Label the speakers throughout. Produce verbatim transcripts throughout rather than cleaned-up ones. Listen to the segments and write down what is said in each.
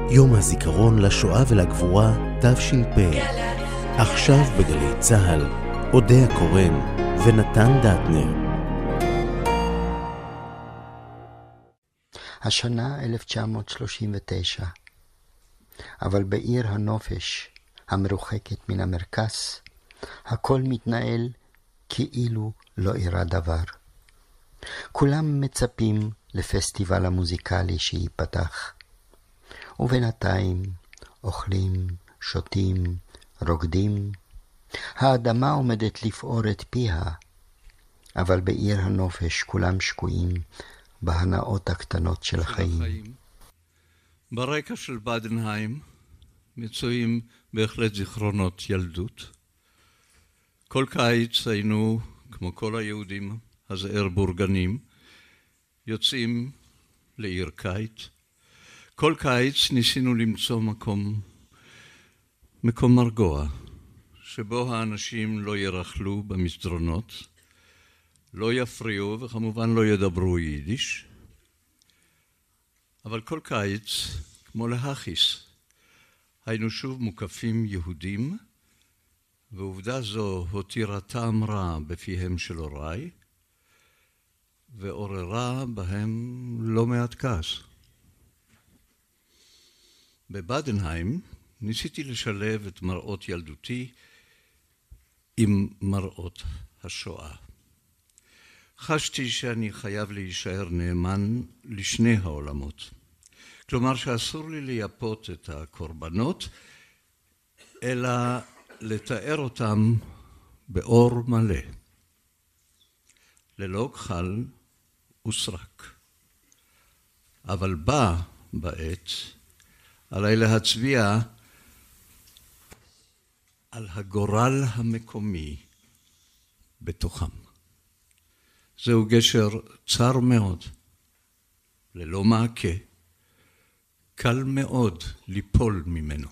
Speaker 1: יום הזיכרון לשואה ולגבורה תש"פ. עכשיו בגלי צהל, אודיה קורן ונתן דטנר.
Speaker 2: השנה אלף תשע מאות שלושים ותשע, אבל בעיר הנופש המרוחקת מן המרכז, הכל מתנהל כאילו לא אירע דבר. כולם מצפים לפסטיבל המוזיקלי שיפתח, ובינתיים אוכלים, שותים, רוקדים. האדמה עומדת לפעור את פיה, אבל בעיר הנופש כולם שקועים בהנאות הקטנות של החיים. החיים.
Speaker 3: ברקע של בדנהיים מצויים בהחלט זיכרונות ילדות. כל קיץ היינו, כמו כל היהודים הזעיר בורגנים, יוצאים לעיר קיץ. כל קיץ ניסינו למצוא מקום, מקום מרגוע, שבו האנשים לא ירחלו במסדרונות, לא יפריעו וכמובן לא ידברו יידיש. אבל כל קיץ, כמו להכיס, היינו שוב מוקפים יהודים, ועובדה זו הותירה טעם רע בפיהם של הוריי, ועוררה בהם לא מעט כעס. בבדנהיים ניסיתי לשלב את מראות ילדותי עם מראות השואה. חשתי שאני חייב להישאר נאמן לשני העולמות. כלומר שאסור לי לייפות את הקורבנות, אלא לתאר אותם באור מלא, ללא כחל וסרק. אבל בא בעת עליי להצביע על הגורל המקומי בתוכם. זהו גשר צר מאוד, ללא מעקה, קל מאוד ליפול ממנו.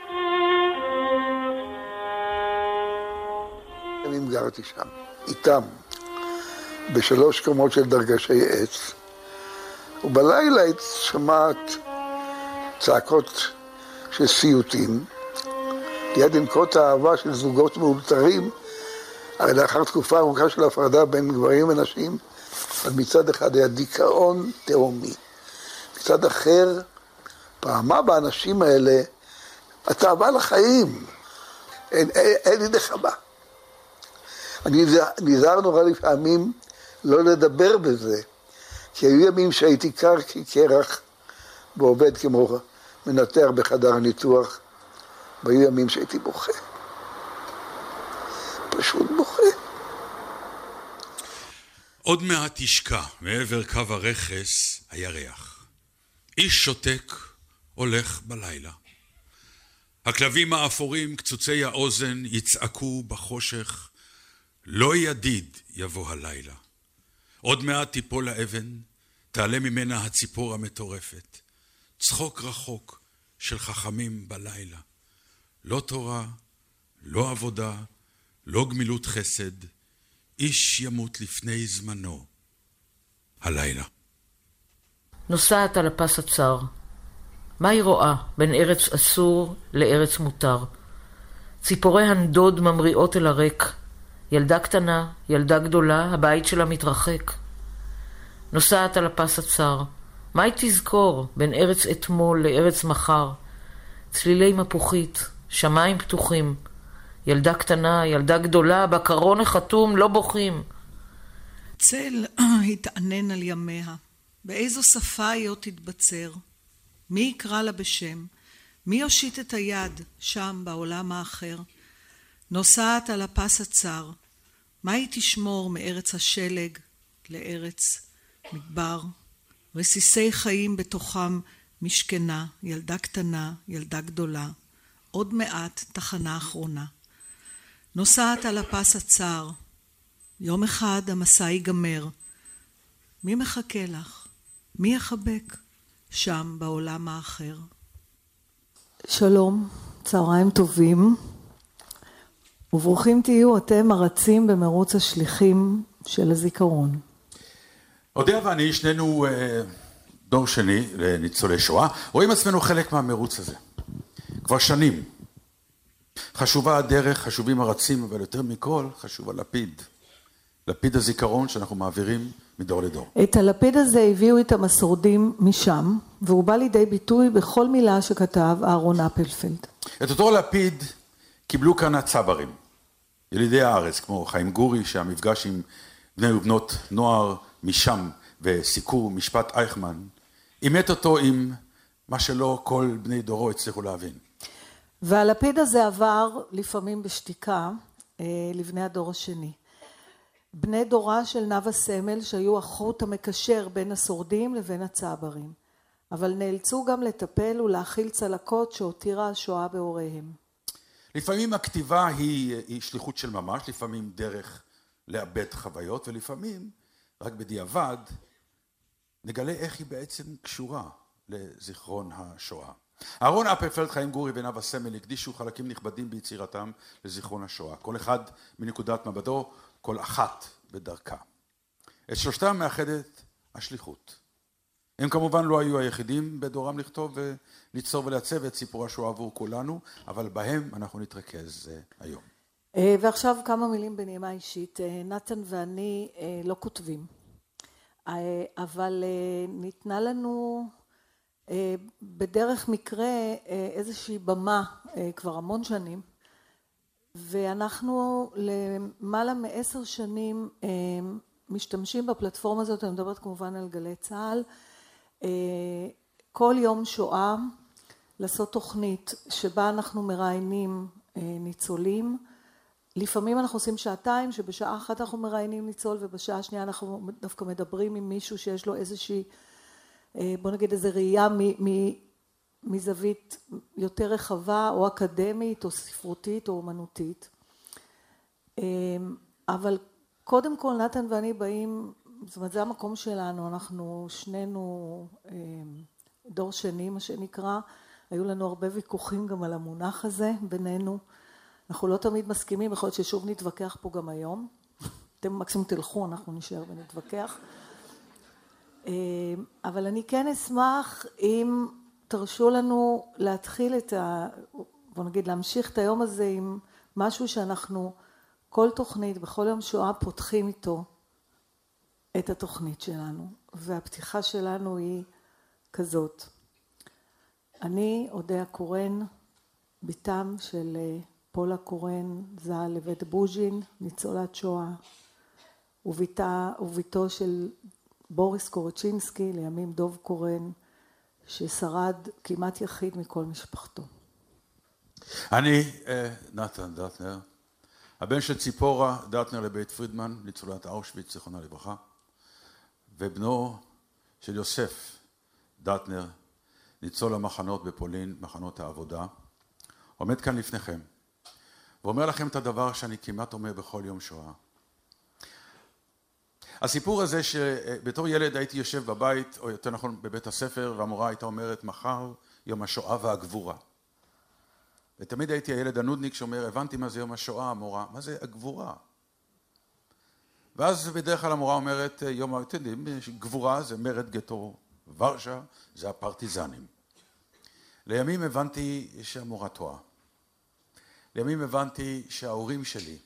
Speaker 4: אני גרתי שם, איתם, בשלוש קומות של דרגשי עץ, ובלילה שמעת צעקות של סיוטים, ליד עמקות האהבה של זוגות מאולתרים, הרי לאחר תקופה ארוכה של הפרדה בין גברים ונשים, אז מצד אחד היה דיכאון תאומי. מצד אחר, פעמה באנשים האלה, התאווה לחיים, אין, אין, אין לי נחמה. אני נזהר נורא לפעמים לא לדבר בזה, כי היו ימים שהייתי קר כקרח, ועובד כמו מנתח בחדר הניתוח, והיו ימים שהייתי בוכה. פשוט בוכה.
Speaker 5: עוד מעט תשקע מעבר קו הרכס הירח. איש שותק הולך בלילה. הכלבים האפורים קצוצי האוזן יצעקו בחושך, לא ידיד יבוא הלילה. עוד מעט תיפול האבן, תעלה ממנה הציפור המטורפת. צחוק רחוק של חכמים בלילה. לא תורה, לא עבודה, לא גמילות חסד. איש ימות לפני זמנו. הלילה.
Speaker 6: נוסעת על הפס הצר. מה היא רואה בין ארץ אסור לארץ מותר? ציפורי הנדוד ממריאות אל הריק. ילדה קטנה, ילדה גדולה, הבית שלה מתרחק. נוסעת על הפס הצר. מה היא תזכור בין ארץ אתמול לארץ מחר? צלילי מפוחית, שמיים פתוחים. ילדה קטנה, ילדה גדולה, בקרון החתום לא בוכים.
Speaker 7: צל התענן על ימיה. באיזו שפה היא עוד תתבצר? מי יקרא לה בשם? מי יושיט את היד שם בעולם האחר? נוסעת על הפס הצר. מה היא תשמור מארץ השלג לארץ מדבר? רסיסי חיים בתוכם משכנה, ילדה קטנה, ילדה גדולה. עוד מעט תחנה אחרונה. נוסעת על הפס הצר. יום אחד המסע ייגמר. מי מחכה לך? מי יחבק שם בעולם האחר?
Speaker 8: שלום, צהריים טובים. וברוכים תהיו אתם הרצים במרוץ השליחים של הזיכרון.
Speaker 5: אודיה ואני שנינו דור שני לניצולי שואה, רואים עצמנו חלק מהמרוץ הזה. כבר שנים. חשובה הדרך, חשובים הרצים, אבל יותר מכל חשוב הלפיד. לפיד הזיכרון שאנחנו מעבירים מדור לדור.
Speaker 8: את הלפיד הזה הביאו איתם השורדים משם, והוא בא לידי ביטוי בכל מילה שכתב אהרון אפלפלד.
Speaker 5: את אותו לפיד קיבלו כאן הצברים, ילידי הארץ, כמו חיים גורי, שהמפגש עם בני ובנות נוער משם, וסיכור משפט אייכמן, אימת אותו עם מה שלא כל בני דורו הצליחו להבין.
Speaker 8: והלפיד הזה עבר לפעמים בשתיקה לבני הדור השני. בני דורה של נאוה סמל שהיו החוט המקשר בין השורדים לבין הצברים, אבל נאלצו גם לטפל ולהכיל צלקות שהותירה השואה בהוריהם.
Speaker 5: לפעמים הכתיבה היא, היא שליחות של ממש, לפעמים דרך לאבד חוויות, ולפעמים רק בדיעבד נגלה איך היא בעצם קשורה לזיכרון השואה. אהרון אפלפלד, חיים גורי ונאוה סמל הקדישו חלקים נכבדים ביצירתם לזיכרון השואה. כל אחד מנקודת מבטו, כל אחת בדרכה. את שלושתם מאחדת השליחות. הם כמובן לא היו היחידים בדורם לכתוב וליצור ולעצב את סיפור השואה עבור כולנו, אבל בהם אנחנו נתרכז היום.
Speaker 8: ועכשיו כמה מילים בנימה אישית. נתן ואני לא כותבים, אבל ניתנה לנו בדרך מקרה איזושהי במה כבר המון שנים, ואנחנו למעלה מעשר שנים משתמשים בפלטפורמה הזאת, אני מדברת כמובן על גלי צהל, כל יום שואה לעשות תוכנית שבה אנחנו מראיינים ניצולים. לפעמים אנחנו עושים שעתיים, שבשעה אחת אנחנו מראיינים ניצול, ובשעה השנייה אנחנו דווקא מדברים עם מישהו שיש לו איזושהי, בוא נגיד איזו ראייה מזווית יותר רחבה, או אקדמית, או ספרותית, או אומנותית. אבל קודם כל נתן ואני באים, זאת אומרת זה המקום שלנו, אנחנו שנינו דור שני מה שנקרא, היו לנו הרבה ויכוחים גם על המונח הזה בינינו, אנחנו לא תמיד מסכימים, יכול להיות ששוב נתווכח פה גם היום, אתם מקסימום תלכו, אנחנו נשאר ונתווכח, אבל אני כן אשמח אם תרשו לנו להתחיל את ה... בוא נגיד להמשיך את היום הזה עם משהו שאנחנו כל תוכנית, בכל יום שואה פותחים איתו את התוכנית שלנו, והפתיחה שלנו היא כזאת. אני אודיה קורן, ביתם של פולה קורן, ז"ל לבית בוז'ין, ניצולת שואה, וביתה, וביתו של בוריס קורצ'ינסקי, לימים דוב קורן, ששרד כמעט יחיד מכל משפחתו.
Speaker 5: אני נתן דטנר, הבן של ציפורה דטנר לבית פרידמן, ניצולת אושוויץ, זיכרונה לברכה, ובנו של יוסף דטנר, ניצול המחנות בפולין, מחנות העבודה, עומד כאן לפניכם, ואומר לכם את הדבר שאני כמעט אומר בכל יום שואה. הסיפור הזה שבתור ילד הייתי יושב בבית, או יותר נכון בבית הספר, והמורה הייתה אומרת, מחר יום השואה והגבורה. ותמיד הייתי הילד הנודניק שאומר, הבנתי מה זה יום השואה, המורה, מה זה הגבורה? ואז בדרך כלל המורה אומרת, יום, אתם יודעים, גבורה זה מרד גטו ורשה, זה הפרטיזנים. לימים הבנתי שהמורה טועה. לימים הבנתי שההורים שלי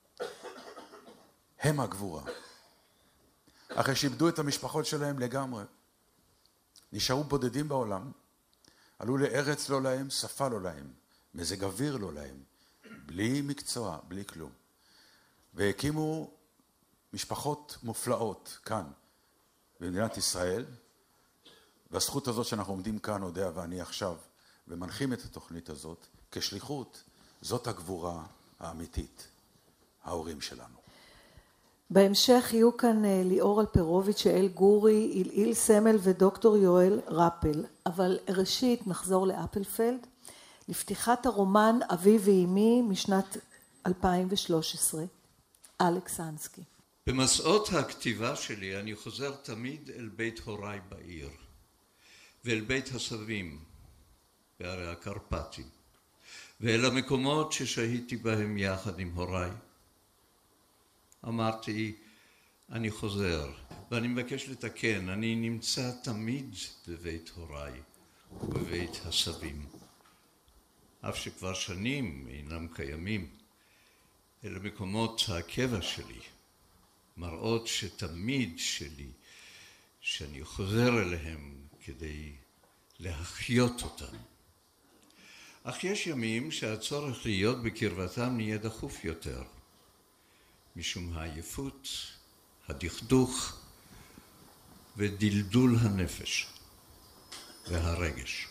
Speaker 5: הם הגבורה. אחרי שאיבדו את המשפחות שלהם לגמרי. נשארו בודדים בעולם, עלו לארץ לא להם, שפה לא להם, מזג אוויר לא להם, בלי מקצוע, בלי כלום. והקימו משפחות מופלאות כאן, במדינת ישראל, והזכות הזאת שאנחנו עומדים כאן, אודיה ואני עכשיו, ומנחים את התוכנית הזאת, כשליחות, זאת הגבורה האמיתית, ההורים שלנו.
Speaker 8: בהמשך יהיו כאן ליאור אלפרוביץ', שאל גורי, איל סמל ודוקטור יואל רפל. אבל ראשית נחזור לאפלפלד, לפתיחת הרומן אבי ואימי משנת אלפיים ושלוש עשרה, אלכס אנסקי.
Speaker 3: במסעות הכתיבה שלי אני חוזר תמיד אל בית הוריי בעיר, ואל בית הסבים בערי הקרפטים, ואל המקומות ששהיתי בהם יחד עם הוריי. אמרתי, אני חוזר, ואני מבקש לתקן, אני נמצא תמיד בבית הוריי ובבית הסבים. אף שכבר שנים אינם קיימים, אלה מקומות הקבע שלי, מראות שתמיד שלי, שאני חוזר אליהם כדי להחיות אותם. אך יש ימים שהצורך להיות בקרבתם נהיה דחוף יותר, משום העייפות, הדכדוך ודלדול הנפש והרגש.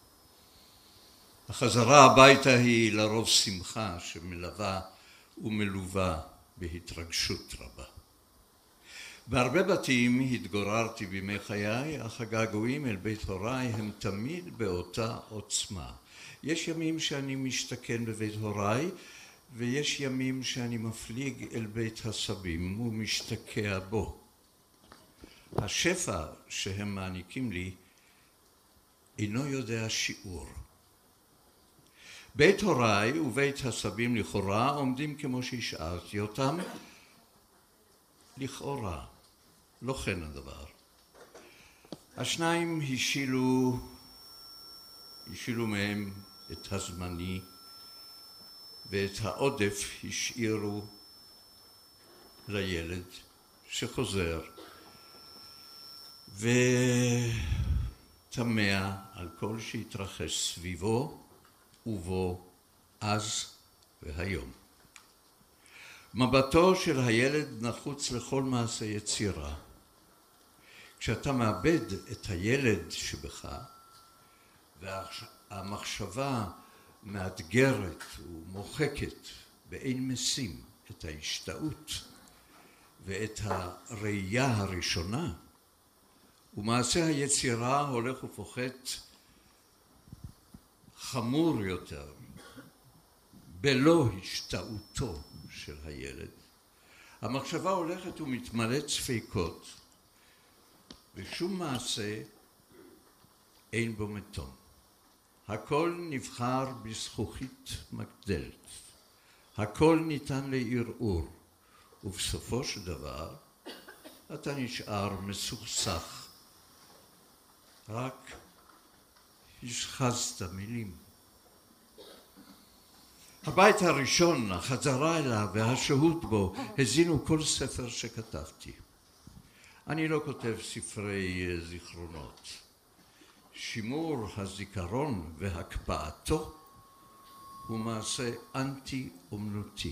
Speaker 3: החזרה הביתה היא לרוב שמחה שמלווה ומלווה בהתרגשות רבה. בהרבה בתים התגוררתי בימי חיי, אך הגעגועים אל בית הוריי הם תמיד באותה עוצמה. יש ימים שאני משתכן בבית הוריי, ויש ימים שאני מפליג אל בית הסבים ומשתקע בו. השפע שהם מעניקים לי אינו יודע שיעור. בית הוריי ובית הסבים לכאורה עומדים כמו שהשארתי אותם, לכאורה, לא כן הדבר. השניים השילו, השילו מהם את הזמני, ואת העודף השאירו לילד שחוזר ותמה על כל שהתרחש סביבו ובו אז והיום. מבטו של הילד נחוץ לכל מעשה יצירה. כשאתה מאבד את הילד שבך והמחשבה מאתגרת ומוחקת באין משים את ההשתאות ואת הראייה הראשונה, ומעשה היצירה הולך ופוחת חמור יותר בלא השתאותו של הילד. המחשבה הולכת ומתמלאת ספקות, ושום מעשה אין בו מתום. הכל נבחר בזכוכית מגדלת, הכל ניתן לערעור, ובסופו של דבר אתה נשאר מסוכסך, רק השחזת מילים. הבית הראשון, החזרה אליו והשהות בו, הזינו כל ספר שכתבתי. אני לא כותב ספרי זיכרונות. שימור הזיכרון והקפאתו הוא מעשה אנטי-אומנותי.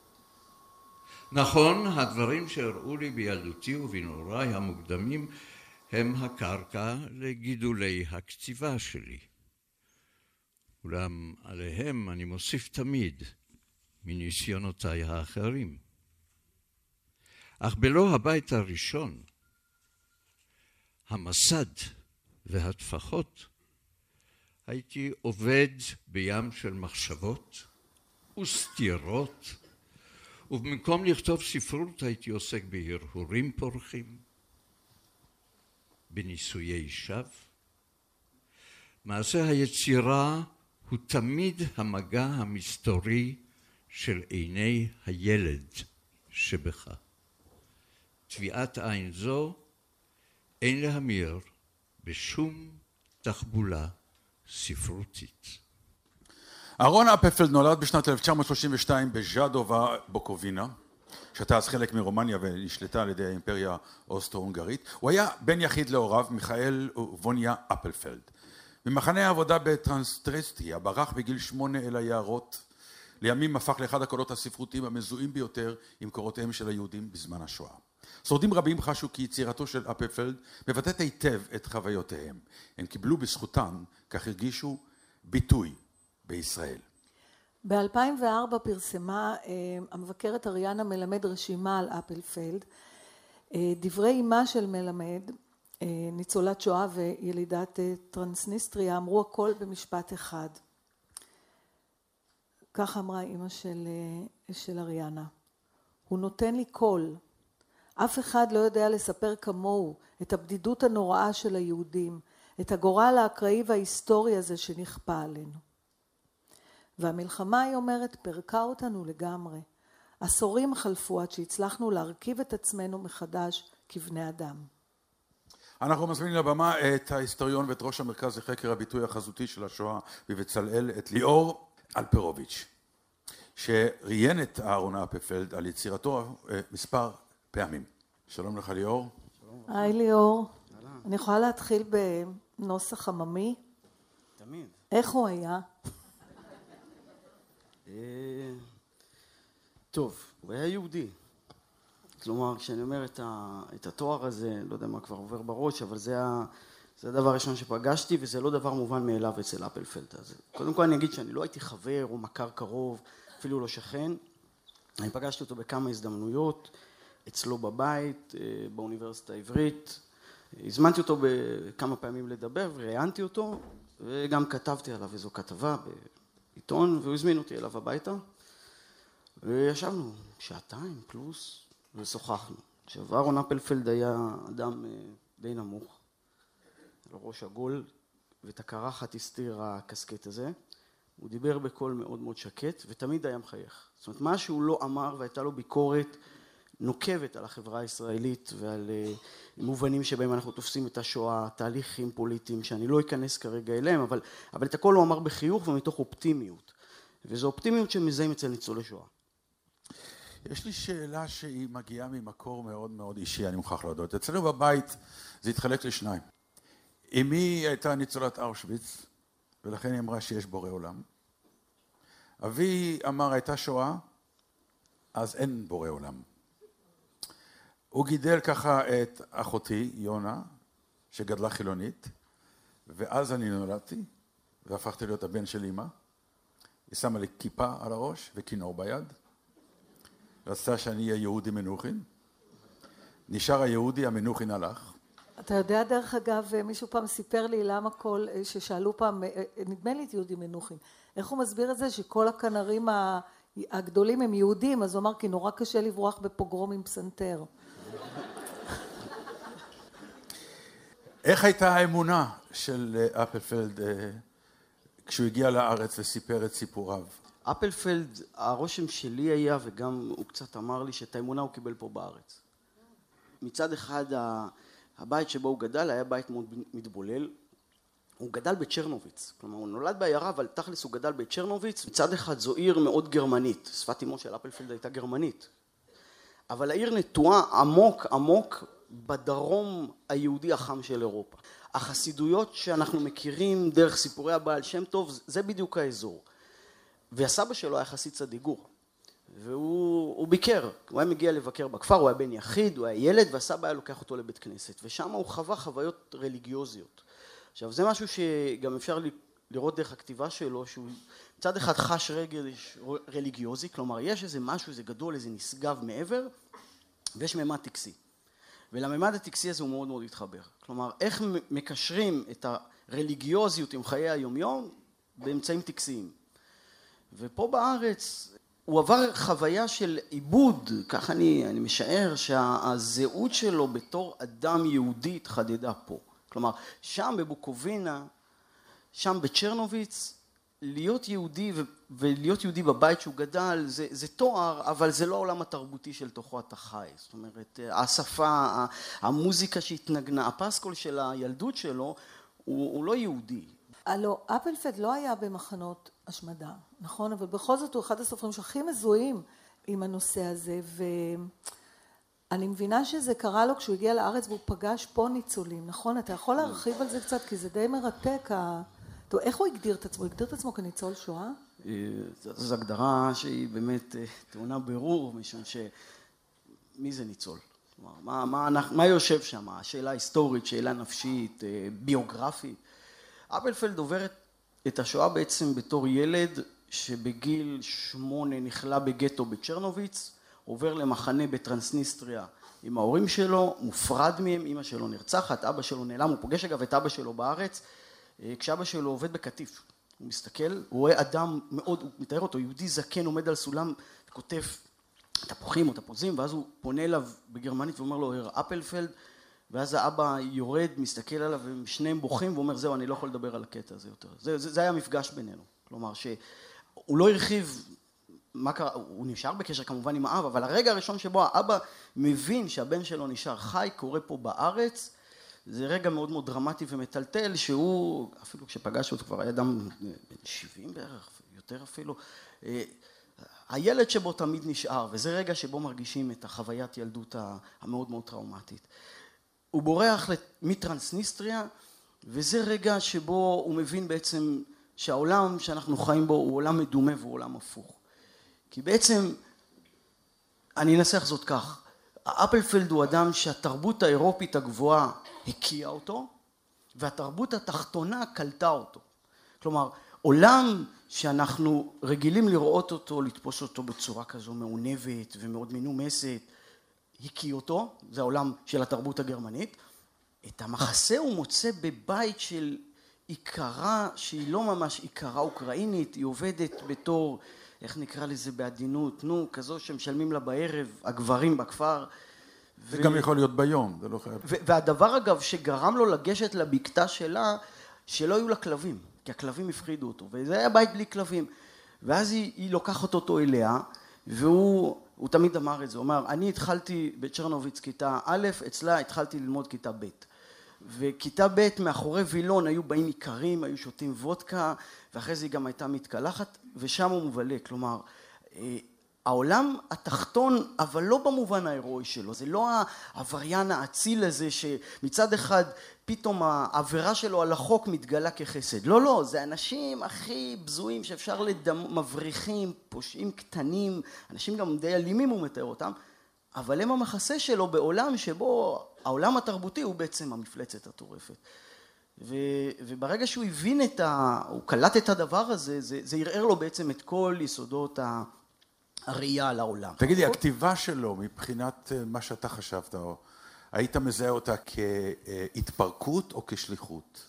Speaker 3: נכון, הדברים שהראו לי בילדותי ובנעוריי המוקדמים הם הקרקע לגידולי הכתיבה שלי. אולם עליהם אני מוסיף תמיד מניסיונותיי האחרים. אך בלא הבית הראשון, המסד והטפחות, הייתי עובד בים של מחשבות וסתירות, ובמקום לכתוב ספרות הייתי עוסק בהרהורים פורחים, בניסויי שווא. מעשה היצירה הוא תמיד המגע המסתורי של עיני הילד שבך. טביעת עין זו אין להמיר בשום תחבולה ספרותית.
Speaker 5: אהרון אפלפלד נולד בשנת אלף תשע מאות שלושים ושתיים בז'אדובה בוקובינה, שהייתה אז חלק מרומניה ונשלטה על ידי האימפריה האוסטרו-הונגרית. הוא היה בן יחיד להוריו, מיכאל וווניה אפלפלד. במחנה העבודה בטרנסטרסטריה ברח בגיל שמונה אל היערות. לימים הפך לאחד הקולות הספרותיים המזוהים ביותר עם קורותיהם של היהודים בזמן השואה. שורדים רבים חשו כי יצירתו של אפלפלד מבטאת היטב את חוויותיהם. הם קיבלו בזכותן, כך הרגישו, ביטוי בישראל.
Speaker 8: ב-אלפיים וארבע פרסמה המבקרת אריאנה מלמד רשימה על אפלפלד. דברי אמה של מלמד, ניצולת שואה וילידת טרנסניסטריה, אמרו הכל במשפט אחד. כך אמרה אמא של, של אריאנה. הוא נותן לי קול. אף אחד לא יודע לספר כמוהו את הבדידות הנוראה של היהודים, את הגורל האקראי וההיסטורי הזה שנכפה עלינו. והמלחמה, היא אומרת, פרקה אותנו לגמרי. עשורים חלפו עד שהצלחנו להרכיב את עצמנו מחדש כבני אדם.
Speaker 5: אנחנו מזמינים לבמה את ההיסטוריון ואת ראש המרכז לחקר הביטוי החזותי של השואה בבצלאל, את ליאור אלפרוביץ', שראיין את אהרון אפלפלד על יצירתו מספר פעמים. שלום לך ליאור.
Speaker 8: היי ליאור. אני יכולה להתחיל בנוסח עממי?
Speaker 9: תמיד.
Speaker 8: איך הוא היה?
Speaker 9: טוב, הוא היה יהודי. כלומר, כשאני אומר את, ה, את התואר הזה, לא יודע מה כבר עובר בראש, אבל זה, ה, זה הדבר הראשון שפגשתי, וזה לא דבר מובן מאליו אצל אפלפלד. אז קודם כל אני אגיד שאני לא הייתי חבר או מכר קרוב, אפילו לא שכן. אני פגשתי אותו בכמה הזדמנויות, אצלו בבית, באוניברסיטה העברית. הזמנתי אותו בכמה פעמים לדבר וראיינתי אותו, וגם כתבתי עליו איזו כתבה בעיתון, והוא הזמין אותי אליו הביתה. וישבנו שעתיים פלוס, ושוחחנו. עכשיו, אהרון אפלפלד היה אדם די נמוך, על ראש עגול, ואת הקרחת הסתיר הקסקט הזה. הוא דיבר בקול מאוד מאוד שקט, ותמיד היה מחייך. זאת אומרת, מה שהוא לא אמר, והייתה לו ביקורת נוקבת על החברה הישראלית, ועל מובנים שבהם אנחנו תופסים את השואה, תהליכים פוליטיים, שאני לא אכנס כרגע אליהם, אבל, אבל את הכל הוא אמר בחיוך ומתוך אופטימיות. וזו אופטימיות שמזהים אצל ניצולי שואה.
Speaker 5: יש לי שאלה שהיא מגיעה ממקור מאוד מאוד אישי, אני מוכרח להודות. אצלנו בבית זה התחלק לשניים. אמי הייתה ניצולת אושוויץ, ולכן היא אמרה שיש בורא עולם. אבי אמר הייתה שואה, אז אין בורא עולם. הוא גידל ככה את אחותי, יונה, שגדלה חילונית, ואז אני נולדתי, והפכתי להיות הבן של אמא. היא שמה לי כיפה על הראש וכינור ביד. רצתה שאני אהיה יהודי מנוחין. נשאר היהודי, המנוחין הלך.
Speaker 8: אתה יודע דרך אגב, מישהו פעם סיפר לי למה כל, ששאלו פעם, נדמה לי את יהודי מנוחין, איך הוא מסביר את זה שכל הכנרים הגדולים הם יהודים, אז הוא אמר כי נורא קשה לברוח בפוגרום עם פסנתר.
Speaker 5: איך הייתה האמונה של אפלפלד כשהוא הגיע לארץ וסיפר את סיפוריו?
Speaker 9: אפלפלד, הרושם שלי היה, וגם הוא קצת אמר לי, שאת האמונה הוא קיבל פה בארץ. מצד אחד, הבית שבו הוא גדל היה בית מאוד מתבולל. הוא גדל בצ'רנוביץ. כלומר, הוא נולד בעיירה, אבל תכלס הוא גדל בצ'רנוביץ. מצד אחד, זו עיר מאוד גרמנית. שפת אמו של אפלפלד הייתה גרמנית. אבל העיר נטועה עמוק עמוק בדרום היהודי החם של אירופה. החסידויות שאנחנו מכירים דרך סיפורי הבעל שם טוב, זה בדיוק האזור. והסבא שלו היה חסיד צדיגור, והוא ביקר, הוא היה מגיע לבקר בכפר, הוא היה בן יחיד, הוא היה ילד, והסבא היה לוקח אותו לבית כנסת, ושם הוא חווה חוויות רליגיוזיות. עכשיו, זה משהו שגם אפשר לראות דרך הכתיבה שלו, שהוא מצד אחד חש רגש רליגיוזי, כלומר, יש איזה משהו, איזה גדול, איזה נשגב מעבר, ויש ממד טקסי. ולממד הטקסי הזה הוא מאוד מאוד התחבר. כלומר, איך מקשרים את הרליגיוזיות עם חיי היומיום באמצעים טקסיים. ופה בארץ הוא עבר חוויה של עיבוד, כך אני, אני משער שהזהות שלו בתור אדם יהודי התחדדה פה. כלומר, שם בבוקובינה, שם בצ'רנוביץ, להיות יהודי ו- ולהיות יהודי בבית שהוא גדל, זה, זה תואר, אבל זה לא העולם התרבותי של תוכו אתה חי. זאת אומרת, השפה, המוזיקה שהתנגנה, הפסקול של הילדות שלו, הוא, הוא לא יהודי.
Speaker 8: הלו, אפלפלד לא היה במחנות השמדה, נכון? אבל בכל זאת הוא אחד הסופרים שהכי מזוהים עם הנושא הזה, ואני מבינה שזה קרה לו כשהוא הגיע לארץ והוא פגש פה ניצולים, נכון? אתה יכול להרחיב על זה קצת, כי זה די מרתק. טוב, איך הוא הגדיר את עצמו? הוא הגדיר את עצמו כניצול שואה?
Speaker 9: זו הגדרה שהיא באמת טעונה בירור, משום ש... מי זה ניצול? מה, מה, מה יושב שם? השאלה היסטורית, שאלה נפשית, ביוגרפית. אפלפלד עובר את השואה בעצם בתור ילד שבגיל שמונה נכלה בגטו בצ'רנוביץ, עובר למחנה בטרנסניסטריה עם ההורים שלו, מופרד מהם, אמא שלו נרצחת, אבא שלו נעלם, הוא פוגש אגב את אבא שלו בארץ, כשאבא שלו עובד בקטיף. הוא מסתכל, הוא רואה אדם מאוד, הוא מתאר אותו, יהודי זקן עומד על סולם וכותב תפוחים או תפוזים, ואז הוא פונה אליו בגרמנית ואומר לו, הרב אפלפלד, ואז האבא יורד, מסתכל עליו, ושניהם בוכים, ואומר, זהו, אני לא יכול לדבר על הקטע הזה יותר. זה, זה, זה היה מפגש בינינו. כלומר, שהוא לא הרחיב מה קרה, הוא נשאר בקשר כמובן עם האב, אבל הרגע הראשון שבו האבא מבין שהבן שלו נשאר חי, קורה פה בארץ, זה רגע מאוד מאוד דרמטי ומטלטל, שהוא, אפילו כשפגש אותו כבר היה אדם בן שבעים בערך, יותר אפילו, הילד שבו תמיד נשאר, וזה רגע שבו מרגישים את החוויית ילדות המאוד מאוד טראומטית. הוא בורח מטרנסניסטריה, וזה רגע שבו הוא מבין בעצם שהעולם שאנחנו חיים בו הוא עולם מדומה והוא עולם הפוך. כי בעצם, אני אנסח זאת כך, אפלפלד הוא אדם שהתרבות האירופית הגבוהה הקיעה אותו, והתרבות התחתונה קלטה אותו. כלומר, עולם שאנחנו רגילים לראות אותו, לתפוס אותו בצורה כזו מעונבת ומאוד מנומסת, הקיא אותו, זה העולם של התרבות הגרמנית. את המחסה הוא מוצא בבית של עיקרה, שהיא לא ממש עיקרה אוקראינית, היא עובדת בתור, איך נקרא לזה בעדינות, נו, כזו שמשלמים לה בערב, הגברים בכפר.
Speaker 5: זה ו... גם יכול להיות ביום, זה לא חייב.
Speaker 9: ו- והדבר אגב שגרם לו לגשת לבקתה שלה, שלא היו לה כלבים, כי הכלבים הפחידו אותו, וזה היה בית בלי כלבים. ואז היא, היא לוקחת אותו אליה, והוא הוא תמיד אמר את זה, הוא אמר, אני התחלתי בצ'רנוביץ כיתה א', אצלה התחלתי ללמוד כיתה ב'. וכיתה ב' מאחורי וילון היו באים עיקרים, היו שותים וודקה, ואחרי זה היא גם הייתה מתקלחת, ושם הוא מבלה. כלומר, העולם התחתון, אבל לא במובן ההירואי שלו, זה לא העבריין האציל הזה שמצד אחד פתאום העבירה שלו על החוק מתגלה כחסד. לא, לא, זה אנשים הכי בזויים שאפשר לדמ... מבריחים, פושעים קטנים, אנשים גם די אלימים הוא מתאר אותם, אבל הם המחסה שלו בעולם שבו העולם התרבותי הוא בעצם המפלצת הטורפת. ו... וברגע שהוא הבין את ה... הוא קלט את הדבר הזה, זה, זה ירער לו בעצם את כל יסודות ה... הראייה על העולם.
Speaker 5: תגידי, הכתיבה שלו מבחינת מה שאתה חשבת, או היית מזהה אותה כהתפרקות או כשליחות?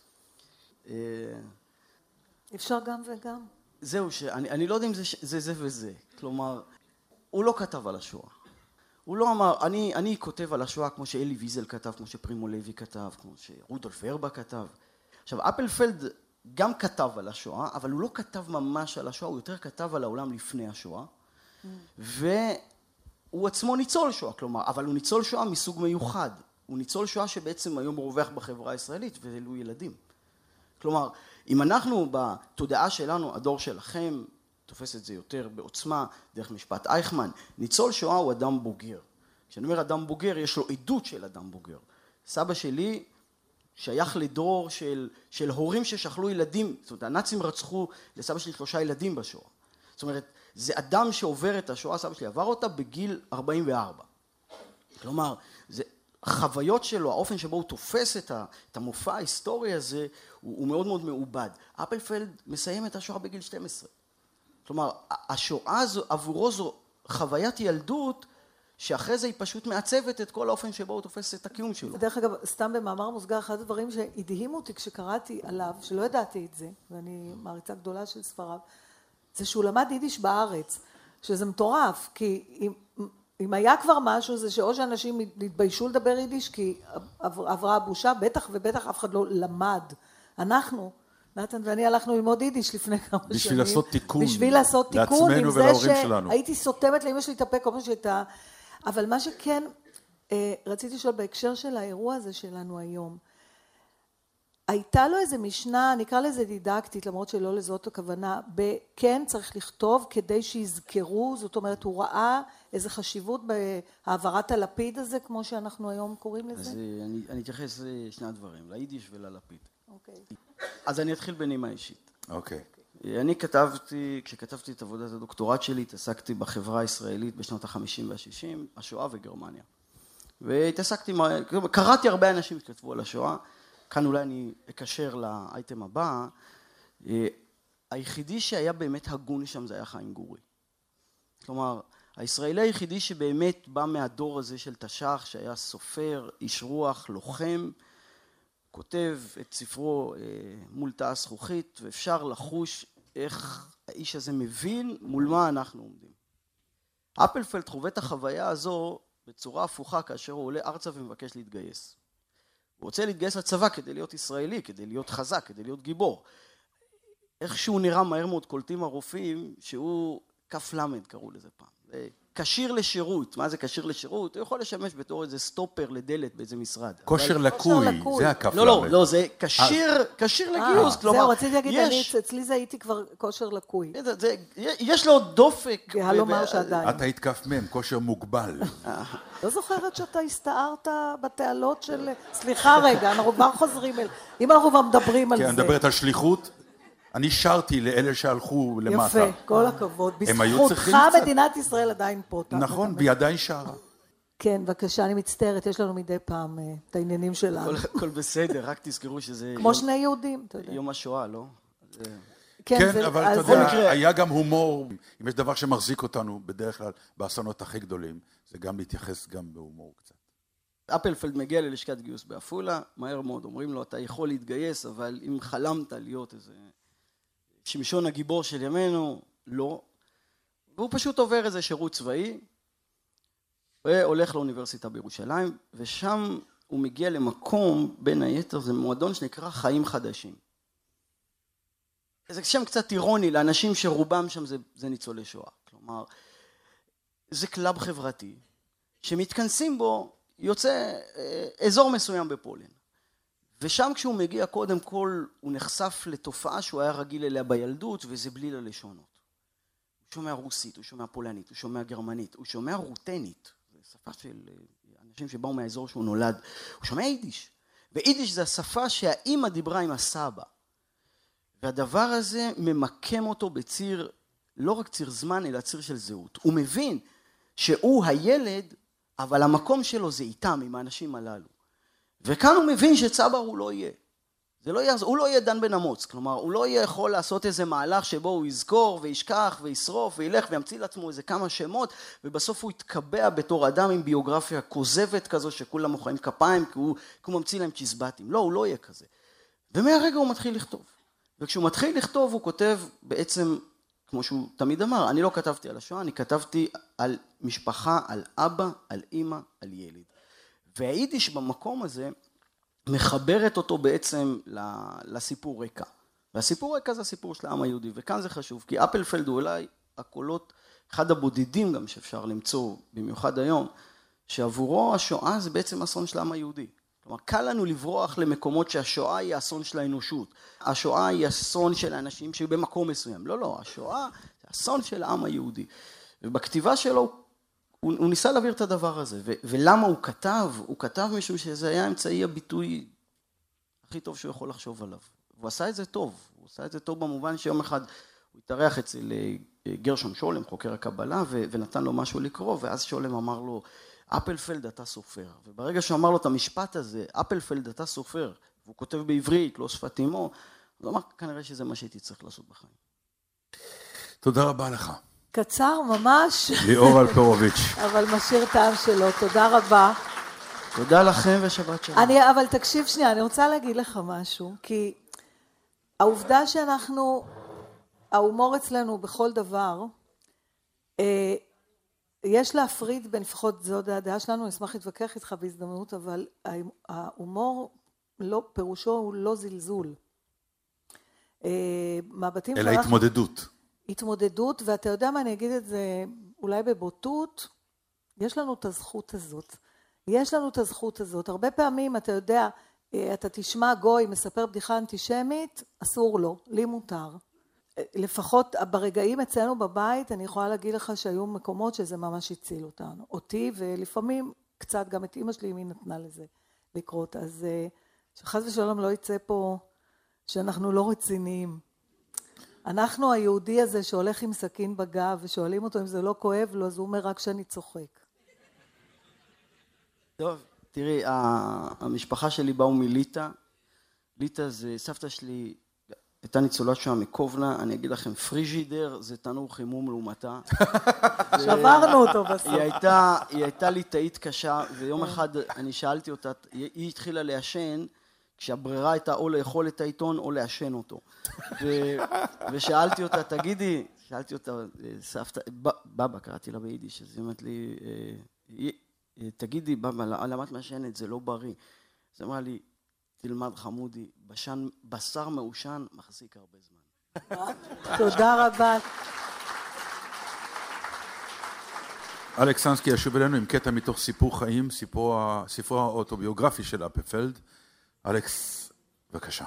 Speaker 8: אפשר גם וגם.
Speaker 9: זהו, שאני, אני לא יודע אם זה, זה זה וזה. כלומר, הוא לא כתב על השואה. הוא לא אמר, אני, אני כותב על השואה כמו שאלי ויזל כתב, כמו שפרימו לוי כתב, כמו שרודולף ורבה כתב. עכשיו, אפלפלד גם כתב על השואה, אבל הוא לא כתב ממש על השואה, הוא יותר כתב על העולם לפני השואה. והוא עצמו ניצול שואה, כלומר, אבל הוא ניצול שואה מסוג מיוחד. הוא ניצול שואה שבעצם היום רווח בחברה הישראלית, ואלו ילדים. כלומר, אם אנחנו בתודעה שלנו, הדור שלכם, תופס את זה יותר בעוצמה, דרך משפט אייכמן, ניצול שואה הוא אדם בוגר. כשאני אומר אדם בוגר, יש לו עדות של אדם בוגר. סבא שלי שייך לדור של, של הורים ששכלו ילדים, זאת אומרת, הנאצים רצחו לסבא שלי שלושה ילדים בשואה. זאת אומרת, זה אדם שעובר את השואה, סבא שלי עבר אותה בגיל ארבעים וארבע. כלומר, זה החוויות שלו, האופן שבו הוא תופס את, ה, את המופע ההיסטורי הזה, הוא, הוא מאוד מאוד מעובד. אפלפלד מסיים את השואה בגיל שתים עשרה. כלומר, השואה הזו, עבורו זו חוויית ילדות, שאחרי זה היא פשוט מעצבת את כל האופן שבו הוא תופס את הקיום שלו.
Speaker 8: דרך אגב, סתם במאמר מוסגר, אחד הדברים שהדהימו אותי כשקראתי עליו, שלא ידעתי את זה, ואני מעריצה גדולה של ספריו, זה שהוא למד יידיש בארץ, שזה מטורף, כי אם, אם היה כבר משהו, זה שאו שאנשים התביישו לדבר יידיש, כי עברה הבושה, בטח ובטח אף אחד לא למד. אנחנו, נתן ואני הלכנו ללמוד יידיש לפני כמה שנים.
Speaker 5: בשביל לעשות תיקון.
Speaker 8: בשביל לעשות תיקון,
Speaker 5: לעצמנו ולהורים שלנו.
Speaker 8: הייתי סותמת לאמא שלי את הפה, כל מה שהייתה. אבל מה שכן, רציתי לשאול בהקשר של האירוע הזה שלנו היום, הייתה לו איזו משנה, נקרא לזה דידקטית, למרות שלא לזאת הכוונה, כן צריך לכתוב כדי שיזכרו, זאת אומרת, הוא ראה איזו חשיבות בהעברת הלפיד הזה, כמו שאנחנו היום קוראים לזה?
Speaker 9: אז אני, אני אתייחס לשני הדברים, ליידיש וללפיד.
Speaker 8: אוקיי.
Speaker 9: אז אני אתחיל בנימה אישית.
Speaker 5: אוקיי.
Speaker 9: אני כתבתי, כשכתבתי את עבודת הדוקטורט שלי, התעסקתי בחברה הישראלית בשנות ה-חמישים וה-שישים, השואה וגרמניה. והתעסקתי, קראתי הרבה אנשים שכתבו על השואה, כאן אולי אני אקשר לאייטם הבא, היחידי שהיה באמת הגון שם זה היה חיים גורי. כלומר, הישראלי היחידי שבאמת בא מהדור הזה של תש"ח, שהיה סופר, איש רוח, לוחם, כותב את ספרו מול תא הזכוכית, ואפשר לחוש איך האיש הזה מבין מול מה אנחנו עומדים. אפלפלד חווה את החוויה הזו בצורה הפוכה כאשר הוא עולה ארצה ומבקש להתגייס. הוא רוצה להתגייס לצבא כדי להיות ישראלי, כדי להיות חזק, כדי להיות גיבור. איך שהוא נראה מהר מאוד קולטים הרופאים שהוא כף למד קראו לזה פעם. כשיר לשירות. מה זה כשיר לשירות? הוא יכול לשמש בתור איזה סטופר לדלת באיזה משרד.
Speaker 5: כושר לקוי, זה הכף למד.
Speaker 9: לא, לא, לא, זה כשיר, כשיר לגיוס.
Speaker 8: זהו, רציתי להגיד, אצלי זה הייתי כבר כושר לקוי.
Speaker 9: יש לו דופק.
Speaker 8: לומר שעדיין.
Speaker 5: אתה היית כף מם, כושר מוגבל.
Speaker 8: לא זוכרת שאתה הסתערת בתעלות של... סליחה רגע, אנחנו כבר חוזרים אל... אם אנחנו כבר מדברים על זה.
Speaker 5: כן, מדברת על שליחות. אני שרתי לאלה שהלכו למטה.
Speaker 8: יפה, כל הכבוד. בזכותך מדינת ישראל עדיין פה.
Speaker 5: נכון, והיא עדיין שרה.
Speaker 8: כן, בבקשה, אני מצטערת, יש לנו מדי פעם את העניינים שלנו.
Speaker 9: הכל בסדר, רק תזכרו שזה...
Speaker 8: כמו שני יהודים, אתה יודע.
Speaker 9: יום השואה, לא?
Speaker 5: כן, אבל אתה יודע, היה גם הומור. אם יש דבר שמחזיק אותנו בדרך כלל באסונות הכי גדולים, זה גם להתייחס גם בהומור קצת.
Speaker 9: אפלפלד מגיע ללשכת גיוס באפולה, מהר מאוד אומרים לו, אתה יכול להתגייס, אבל אם חלמת להיות איזה... שמשון הגיבור של ימינו, לא. והוא פשוט עובר איזה שירות צבאי, והולך לאוניברסיטה בירושלים, ושם הוא מגיע למקום, בין היתר, זה מועדון שנקרא חיים חדשים. זה שם קצת אירוני לאנשים שרובם שם זה, זה ניצולי שואה. כלומר, זה קלאב חברתי, שמתכנסים בו, יוצא אה, אזור מסוים בפולין. ושם כשהוא מגיע, קודם כל, הוא נחשף לתופעה שהוא היה רגיל אליה בילדות, וזה בלי ללשונות. הוא שומע רוסית, הוא שומע פולנית, הוא שומע גרמנית, הוא שומע רוטנית, זו שפה של אנשים שבאו מהאזור שהוא נולד, הוא שומע יידיש. ויידיש זה השפה שהאימא דיברה עם הסבא. והדבר הזה ממקם אותו בציר, לא רק ציר זמן, אלא ציר של זהות. הוא מבין שהוא הילד, אבל המקום שלו זה איתם, עם האנשים הללו. וכאן הוא מבין שצבר הוא לא יהיה. זה לא יהיה, הוא לא יהיה דן בן אמוץ, כלומר, הוא לא יהיה יכול לעשות איזה מהלך שבו הוא יזכור וישכח וישרוף וילך וימציא לעצמו איזה כמה שמות, ובסוף הוא יתקבע בתור אדם עם ביוגרפיה כוזבת כזו שכולם מוחאים כפיים, כי הוא, כי הוא ממציא להם צ'יזבטים. לא, הוא לא יהיה כזה. ומהרגע הוא מתחיל לכתוב. וכשהוא מתחיל לכתוב, הוא כותב בעצם, כמו שהוא תמיד אמר, אני לא כתבתי על השואה, אני כתבתי על משפחה, על אבא, על אמא, על ילד. והיידיש במקום הזה מחברת אותו בעצם לסיפור רקע. והסיפור רקע זה הסיפור של העם היהודי, וכאן זה חשוב, כי אפלפלד הוא אולי הקולות, אחד הבודדים גם שאפשר למצוא, במיוחד היום, שעבורו השואה זה בעצם אסון של העם היהודי. כלומר, קל לנו לברוח למקומות שהשואה היא אסון של האנושות. השואה היא אסון של האנשים שבמקום מסוים. לא, לא, השואה זה אסון של העם היהודי. ובכתיבה שלו, הוא, הוא ניסה להעביר את הדבר הזה. ו, ולמה הוא כתב? הוא כתב משום שזה היה אמצעי הביטוי הכי טוב שהוא יכול לחשוב עליו. הוא עשה את זה טוב. הוא עשה את זה טוב במובן שיום אחד הוא התארח אצל גרשון שולם, חוקר הקבלה, ו, ונתן לו משהו לקרוא, ואז שולם אמר לו, אפלפלד אתה סופר. וברגע שהוא אמר לו את המשפט הזה, אפלפלד אתה סופר, והוא כותב בעברית, לא שפת אמו, הוא אמר, כנראה שזה מה שהייתי צריך לעשות בחיים.
Speaker 5: תודה רבה לך.
Speaker 8: קצר ממש.
Speaker 5: ליאור אלפרוביץ'.
Speaker 8: אבל משאיר טעם שלו, תודה רבה.
Speaker 9: תודה לכם ושבת שלום.
Speaker 8: אני, אבל תקשיב שנייה, אני רוצה להגיד לך משהו, כי העובדה שאנחנו, ההומור אצלנו בכל דבר, אה, יש להפריד בין, לפחות זו הדעה שלנו, אני אשמח להתווכח איתך בהזדמנות, אבל ההומור, לא, פירושו הוא לא זלזול. מבטים
Speaker 5: אלא שאנחנו, התמודדות.
Speaker 8: התמודדות, ואתה יודע מה, אני אגיד את זה אולי בבוטות, יש לנו את הזכות הזאת. יש לנו את הזכות הזאת. הרבה פעמים, אתה יודע, אתה תשמע גוי מספר בדיחה אנטישמית, אסור לו, לי מותר. לפחות ברגעים אצלנו בבית, אני יכולה להגיד לך שהיו מקומות שזה ממש הציל אותנו. אותי, ולפעמים קצת גם את אמא שלי, מי נתנה לזה לקרות. אז שחס ושלום לא יצא פה שאנחנו לא רציניים. אנחנו היהודי הזה שהולך עם סכין בגב, ושואלים אותו אם זה לא כואב לו, אז הוא אומר רק שאני צוחק.
Speaker 9: טוב, תראי, המשפחה שלי באו מליטא. ליטא זה סבתא שלי, הייתה ניצולת שואה מקובנה, אני אגיד לכם, פריג'ידר זה תנור חימום לעומתה.
Speaker 8: שברנו אותו בסוף.
Speaker 9: היא הייתה, היא הייתה ליטאית קשה, ויום אחד אני שאלתי אותה, היא התחילה לעשן, כשהברירה הייתה או לאכול את העיתון או לעשן אותו. ושאלתי אותה, תגידי, שאלתי אותה, סבתא, בבא, קראתי לה ביידיש, אז היא אומרת לי, תגידי, בבא, למה את מעשנת? זה לא בריא. אז אמרה לי, תלמד חמודי, בשן, בשר מעושן מחזיק הרבה זמן.
Speaker 8: תודה רבה.
Speaker 5: אלכס סנסקי ישוב אלינו עם קטע מתוך סיפור חיים, סיפור, סיפור האוטוביוגרפי של אפלפלד. אלכס, בבקשה.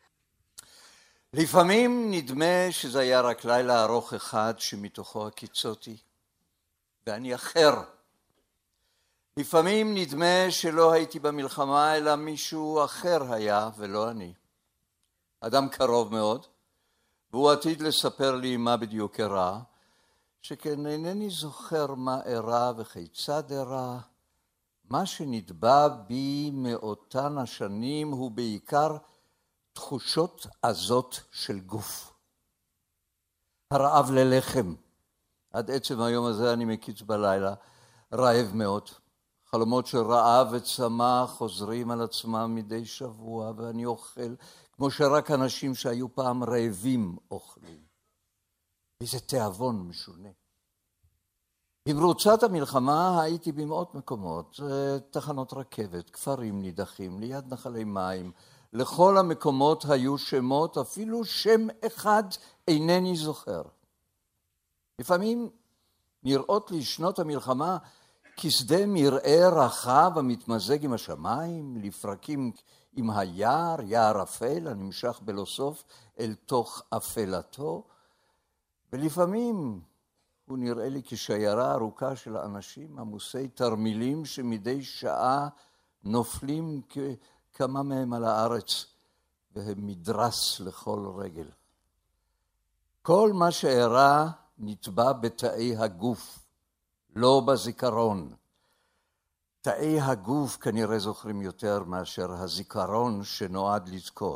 Speaker 3: לפעמים נדמה שזה היה רק לילה ארוך אחד שמתוכו הקיצותי, ואני אחר. לפעמים נדמה שלא הייתי במלחמה, אלא מישהו אחר היה ולא אני. אדם קרוב מאוד, והוא עתיד לספר לי מה בדיוק אירע, שכן אינני זוכר מה אירע וכיצד אירע. מה שנטבע בי מאותן השנים הוא בעיקר תחושות עזות של גוף. הרעב ללחם. עד עצם היום הזה אני מקיץ בלילה, רעב מאוד. חלומות של רעב וצמא חוזרים על עצמם מדי שבוע, ואני אוכל כמו שרק אנשים שהיו פעם רעבים אוכלים. איזה תיאבון משונה. במרוצת המלחמה הייתי במאות מקומות, תחנות רכבת, כפרים נידחים, ליד נחלי מים. לכל המקומות היו שמות, אפילו שם אחד אינני זוכר. לפעמים נראות לי שנות המלחמה כשדה מראה רחב המתמזג עם השמיים, לפרקים עם היער, יער אפל הנמשך בלא סוף אל תוך אפלתו, ולפעמים הוא נראה לי כשיירה ארוכה של אנשים עמוסי תרמילים שמדי שעה נופלים כמה מהם על הארץ והם מדרס לכל רגל. כל מה שאירע נטבע בתאי הגוף, לא בזיכרון. תאי הגוף כנראה זוכרים יותר מאשר הזיכרון שנועד לזכור.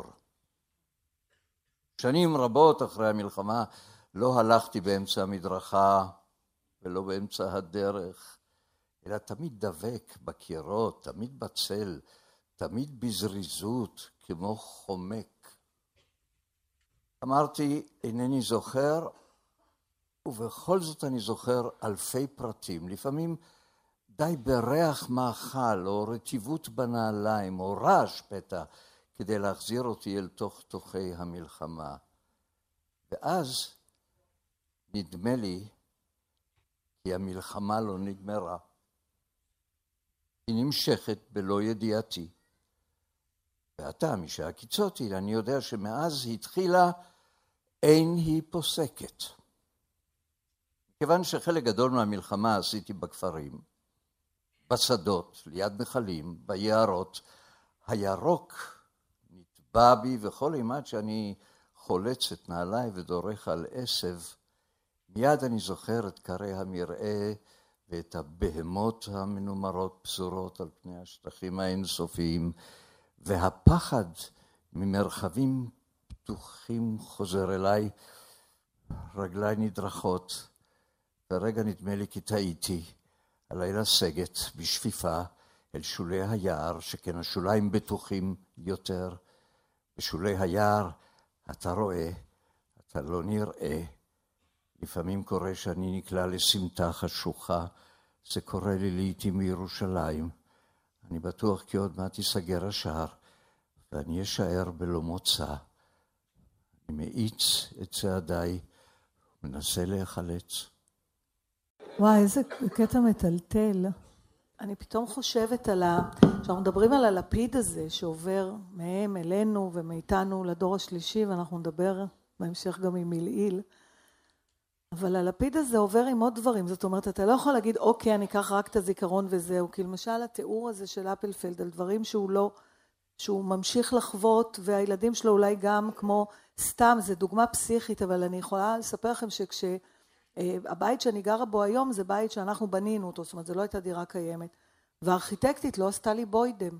Speaker 3: שנים רבות אחרי המלחמה לא הלכתי באמצע המדרכה ולא באמצע הדרך, אלא תמיד דבק בקירות, תמיד בצל, תמיד בזריזות כמו חומק. אמרתי, אינני זוכר, ובכל זאת אני זוכר אלפי פרטים, לפעמים די בריח מאכל או רטיבות בנעליים או רעש פתע כדי להחזיר אותי אל תוך תוכי המלחמה. ואז נדמה לי כי המלחמה לא נגמרה. היא נמשכת בלא ידיעתי. ועתה משהקיצותי, אני יודע שמאז היא התחילה, אין היא פוסקת. כיוון שחלק גדול מהמלחמה עשיתי בכפרים, בשדות, ליד נחלים, ביערות, הירוק נטבע בי, וכל אימת שאני חולץ את נעליי ודורך על עשב, מיד אני זוכר את קרי המרעה ואת הבהמות המנומרות פזורות על פני השטחים האינסופיים, והפחד ממרחבים פתוחים חוזר אליי, רגליי נדרכות, ורגע נדמה לי כי טעיתי, הלילה סגת בשפיפה אל שולי היער, שכן השוליים בטוחים יותר. בשולי היער אתה רואה, אתה לא נראה. לפעמים קורה שאני נקלע לסמטה חשוכה, זה קורה לי לעתים מירושלים. אני בטוח כי עוד מעט יסגר השער, ואני אשאר בלא מוצא. אני מאיץ את צעדיי, מנסה להיחלץ.
Speaker 8: וואי, איזה קטע מטלטל. אני פתאום חושבת על ה... שאנחנו מדברים על הלפיד הזה שעובר מהם אלינו ומאיתנו לדור השלישי, ואנחנו נדבר בהמשך גם עם מלעיל. אבל הלפיד הזה עובר עם עוד דברים. זאת אומרת, אתה לא יכול להגיד, אוקיי, אני אקח רק את הזיכרון וזהו. כי למשל התיאור הזה של אפלפלד על דברים שהוא לא... שהוא ממשיך לחוות, והילדים שלו אולי גם כמו סתם, זה דוגמה פסיכית, אבל אני יכולה לספר לכם שכש... הבית שאני גרה בו היום זה בית שאנחנו בנינו אותו, זאת אומרת, זה לא הייתה דירה קיימת. והארכיטקטית לא עשתה לי בוידם.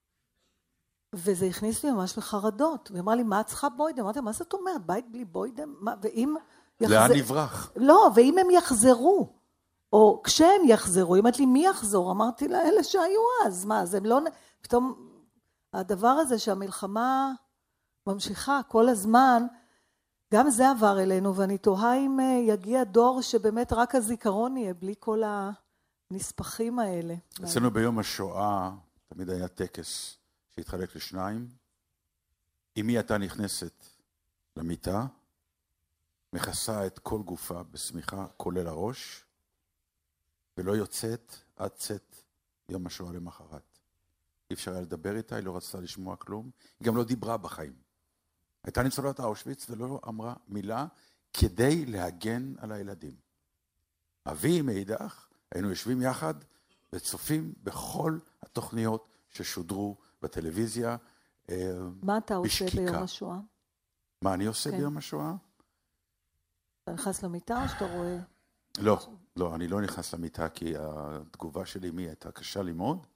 Speaker 8: וזה הכניס לי ממש לחרדות. והיא אמרה לי, מה את צריכה בוידם? אמרתי, מה זאת אומרת? בית בלי בוידם? מה? ואם...
Speaker 5: יחזר... לאן נברח?
Speaker 8: לא, ואם הם יחזרו, או כשהם יחזרו, היא אמרת לי, מי יחזור? אמרתי לה, אלה שהיו אז, מה? אז הם לא... פתאום, הדבר הזה שהמלחמה ממשיכה כל הזמן, גם זה עבר אלינו, ואני תוהה אם יגיע דור שבאמת רק הזיכרון יהיה, בלי כל הנספחים האלה.
Speaker 5: אצלנו ביום השואה, תמיד היה טקס שהתחלק לשניים. אמי הייתה נכנסת למיטה, מכסה את כל גופה בשמיכה, כולל הראש, ולא יוצאת עד צאת יום השואה למחרת. אי אפשר היה לדבר איתה, היא לא רצתה לשמוע כלום, היא גם לא דיברה בחיים. הייתה ניצולת אושוויץ ולא אמרה מילה כדי להגן על הילדים. אבי מאידך, היינו יושבים יחד וצופים בכל התוכניות ששודרו בטלוויזיה
Speaker 8: מה אתה עושה
Speaker 5: בשקיקה.
Speaker 8: ביום השואה?
Speaker 5: מה אני עושה
Speaker 8: כן.
Speaker 5: ביום השואה? אתה
Speaker 8: נכנס למיטה או שאתה רואה?
Speaker 5: לא, לא, אני לא נכנס למיטה כי התגובה שלי מי הייתה קשה ללמוד.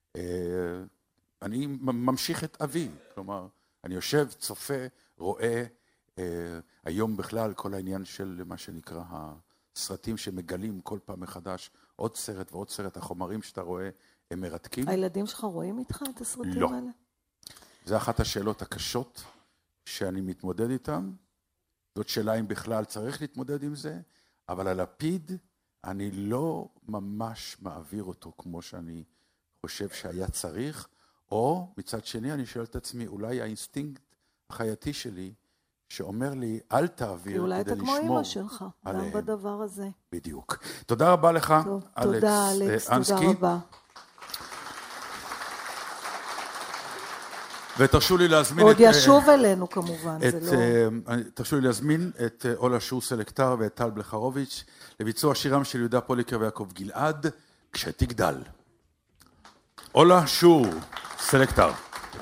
Speaker 5: אני ממשיך את אבי, כלומר, אני יושב, צופה, רואה, היום בכלל כל העניין של מה שנקרא הסרטים שמגלים כל פעם מחדש עוד סרט ועוד סרט, החומרים שאתה רואה הם מרתקים.
Speaker 8: הילדים שלך רואים איתך את הסרטים
Speaker 5: לא.
Speaker 8: האלה?
Speaker 5: זה אחת השאלות הקשות שאני מתמודד איתן. זאת שאלה אם בכלל צריך להתמודד עם זה, אבל הלפיד אני לא ממש מעביר אותו כמו שאני חושב שהיה צריך, או מצד שני אני שואל את עצמי, אולי האינסטינקט החייתי שלי שאומר לי, אל תעביר כדי לשמור עליהם.
Speaker 8: אולי אתה כמו אמא שלך, גם בדבר הזה.
Speaker 5: בדיוק. תודה רבה לך,
Speaker 8: טוב,
Speaker 5: אלכס
Speaker 8: תודה, אלכס,
Speaker 5: אנסקי.
Speaker 8: תודה רבה.
Speaker 5: ותרשו לי להזמין
Speaker 8: עוד
Speaker 5: את...
Speaker 8: ישוב אלינו כמובן,
Speaker 5: את,
Speaker 8: זה לא...
Speaker 5: תרשו לי להזמין את אולה שור סלקטר ואת טל בלחרוביץ' לביצוע שירם של יהודה פוליקר ויעקב גלעד, כשתגדל. אולה שור סלקטר.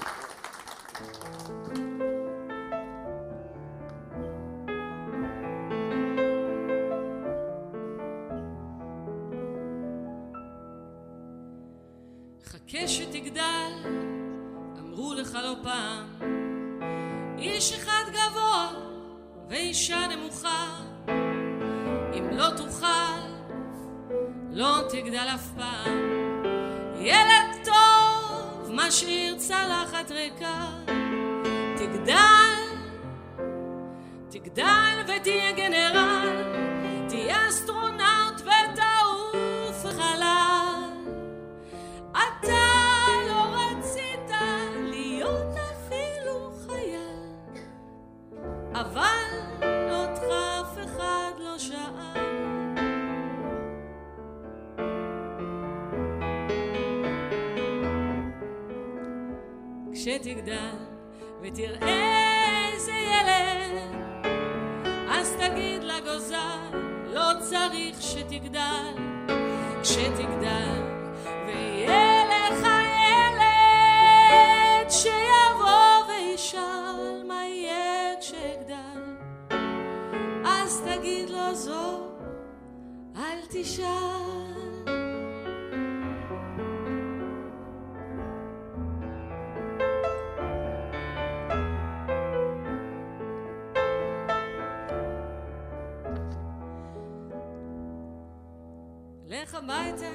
Speaker 10: חכה שתגדל, אמרו לך לא פעם, איש אחד גבוה ואישה נמוכה, אם לא תוכל, לא תגדל אף פעם. ילד טוב משאיר צלחת ריקה, תגדל, תגדל ותהיה גנרל, תהיה אסטרונאוט ותעוף חלל. אתה לא רצית להיות אפילו חייל, אבל אותך אף אחד לא שאל. כשתגדל ותראה איזה ילד, אז תגיד לגוזל, לא צריך שתגדל. כשתגדל ויהיה לך ילד, שיבוא וישאל מה יהיה כשגדל, אז תגיד לו זו, אל תשאל. לך הביתה,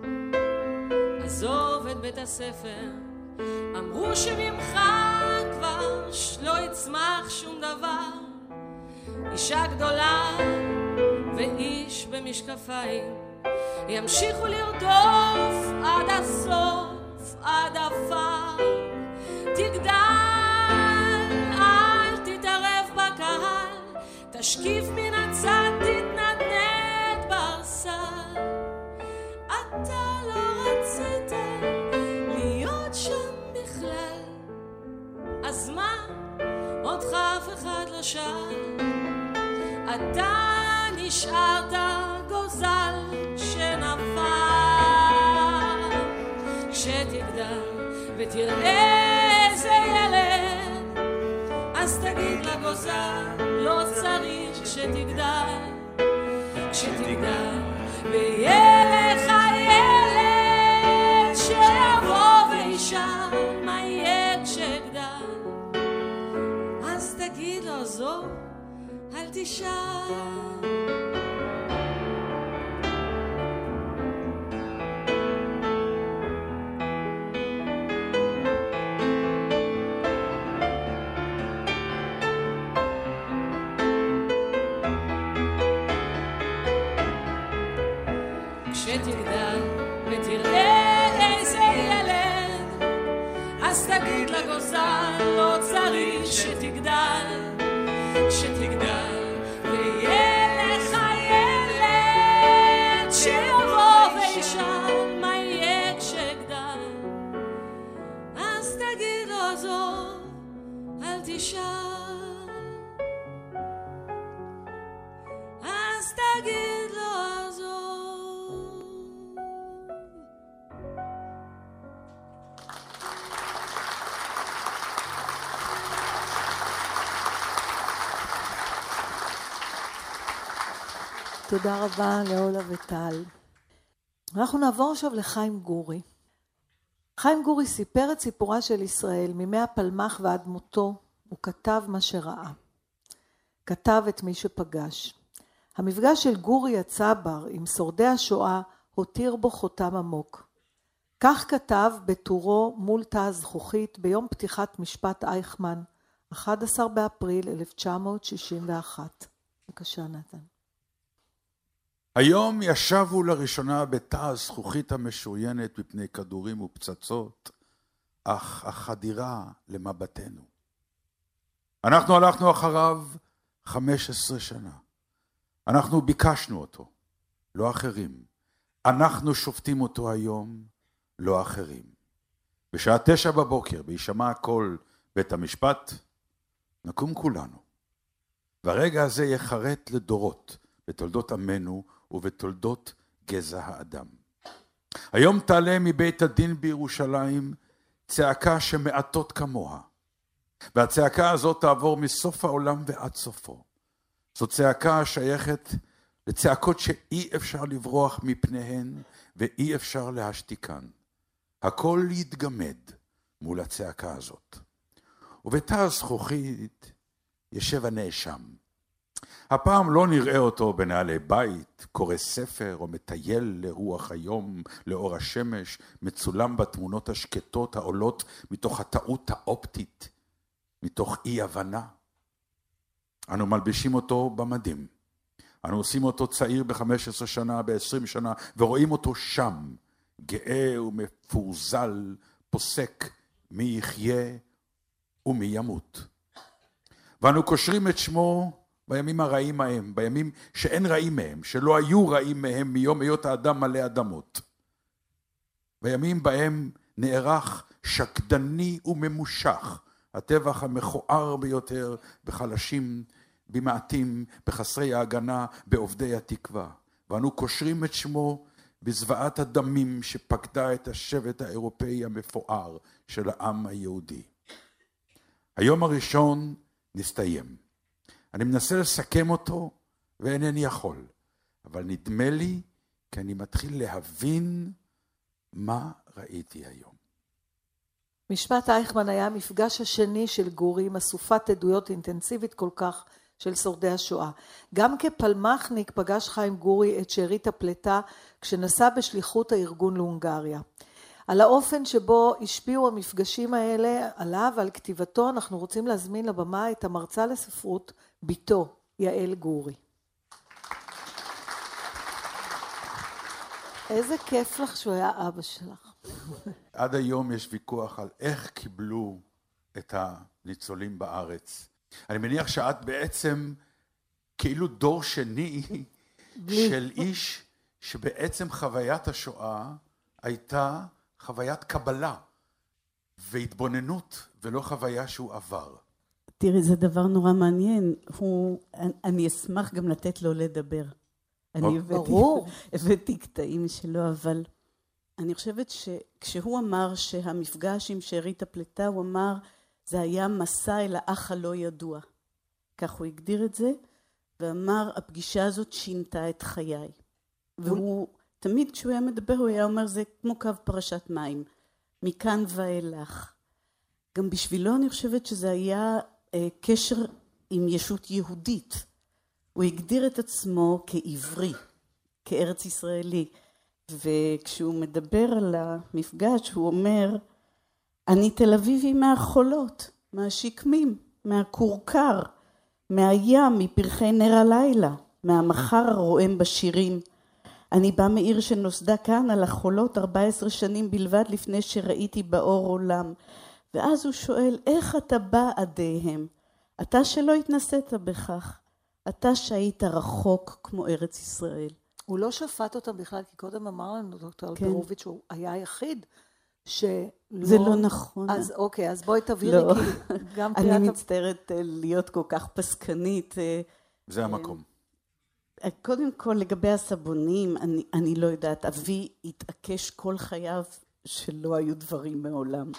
Speaker 10: עזוב את בית הספר, אמרו שממך כבר לא יצמח שום דבר. אישה גדולה ואיש במשקפיים ימשיכו לרדוף עד הסוף, עד הפר. תגדל, אל תתערב בקהל, תשקיף מן הצד, תתנדנד ברסל. אתה לא רצית להיות שם בכלל, אז מה? אותך אף אחד לא שאל. אתה נשארת גוזל שנפל. כשתגדל ותראה איזה ילד, אז תגיד לגוזל, לא צריך שתגדל. כשתגדל ויהיה לך ילד, שיבוא וישאל מה יהיה כשגדל, אז תגיד לו זו, אל תשאל. כשתגדל ותראה איזה ילד, אז תגיד לגוזל, לא צריך שתגדל. כשתגדל ויהיה לך ילד, שיבוא אז תגיד לו עזוב.
Speaker 8: תודה רבה לאולה וטל. אנחנו נעבור עכשיו לחיים גורי. חיים גורי סיפר את סיפורה של ישראל מימי הפלמ"ח ועד מותו. הוא כתב מה שראה. כתב את מי שפגש. המפגש של גורי הצבר עם שורדי השואה הותיר בו חותם עמוק. כך כתב בטורו מול תא הזכוכית ביום פתיחת משפט אייכמן, אחד עשר באפריל אלף תשע מאות שישים ואחת. בבקשה נתן.
Speaker 5: היום ישבו לראשונה בתא הזכוכית המשוריינת מפני כדורים ופצצות, אך החדירה למבטנו. אנחנו הלכנו אחריו חמש עשרה שנה. אנחנו ביקשנו אותו, לא אחרים. אנחנו שופטים אותו היום, לא אחרים. בשעה תשע בבוקר, בהישמע קול בית המשפט, נקום כולנו. והרגע הזה יחרט לדורות בתולדות עמנו ובתולדות גזע האדם. היום תעלה מבית הדין בירושלים צעקה שמעטות כמוה. והצעקה הזאת תעבור מסוף העולם ועד סופו. זו צעקה השייכת לצעקות שאי אפשר לברוח מפניהן ואי אפשר להשתיקן. הכל יתגמד מול הצעקה הזאת. ובתא הזכוכית ישב הנאשם. הפעם לא נראה אותו בנעלי בית, קורא ספר או מטייל לרוח היום, לאור השמש, מצולם בתמונות השקטות העולות מתוך הטעות האופטית, מתוך אי הבנה. אנו מלבישים אותו במדים. אנו עושים אותו צעיר ב-חמש עשרה שנה, ב-עשרים שנה, ורואים אותו שם, גאה ומפורזל, פוסק מי יחיה ומי ימות. ואנו קושרים את שמו בימים הרעים מהם, בימים שאין רעים מהם, שלא היו רעים מהם מיום היות האדם מלא אדמות. בימים בהם נערך שקדני וממושך, הטבח המכוער ביותר בחלשים, במעטים, בחסרי ההגנה, בעובדי התקווה. ואנו קושרים את שמו בזוועת הדמים שפקדה את השבט האירופאי המפואר של העם היהודי. היום הראשון נסתיים. אני מנסה לסכם אותו ואינני יכול, אבל נדמה לי כי אני מתחיל להבין מה ראיתי היום.
Speaker 8: משפט אייכמן היה המפגש השני של גורי עם אסופת עדויות אינטנסיבית כל כך של שורדי השואה. גם כפלמ"חניק פגש חיים גורי את שארית הפלטה כשנסע בשליחות הארגון להונגריה. על האופן שבו השפיעו המפגשים האלה עליו ועל כתיבתו אנחנו רוצים להזמין לבמה את המרצה לספרות ביתו, יעל גורי. איזה כיף לך שהוא היה אבא שלך.
Speaker 5: עד היום יש ויכוח על איך קיבלו את הניצולים בארץ. אני מניח שאת בעצם כאילו דור שני של איש שבעצם חוויית השואה הייתה חוויית קבלה והתבוננות ולא חוויה שהוא עבר.
Speaker 11: תראי, זה דבר נורא מעניין. הוא, אני אשמח גם לתת לו לדבר. אני
Speaker 8: ברור.
Speaker 11: הבאתי קטעים שלו, אבל אני חושבת שכשהוא אמר שהמפגש עם שארית הפלטה, הוא אמר, זה היה מסע אל האח הלא ידוע. כך הוא הגדיר את זה, ואמר, הפגישה הזאת שינתה את חיי. והוא, תמיד כשהוא היה מדבר, הוא היה אומר, זה כמו קו פרשת מים, מכאן ואילך. גם בשבילו אני חושבת שזה היה אה, קשר עם ישות יהודית. הוא הגדיר את עצמו כעברי, כארץ ישראלי. וכשהוא מדבר על המפגש, הוא אומר, אני תל אביבי מהחולות, מהשקמים, מהקורקר, מהים, מפרחי נר הלילה, מהמחר הרועם בשירים. אני בא מעיר שנוסדה כאן על החולות ארבע עשרה שנים בלבד לפני שראיתי באור עולם. ואז הוא שואל, איך אתה בא עדיהם? אתה שלא התנסית בכך. אתה שהיית רחוק כמו ארץ ישראל.
Speaker 8: הוא לא שפט אותם בכלל, כי קודם אמר לנו דוקטור אלפרוביץ' שהוא היה היחיד שלא...
Speaker 11: זה לא נכון.
Speaker 8: אז אוקיי, אז בואי תבהירי,
Speaker 11: לא.
Speaker 8: כי גם...
Speaker 11: אני מצטערת להיות כל כך פסקנית.
Speaker 5: זה המקום.
Speaker 11: קודם כל, לגבי הסבונים, אני, אני לא יודעת, אבי התעקש כל חייו שלא היו דברים מעולם.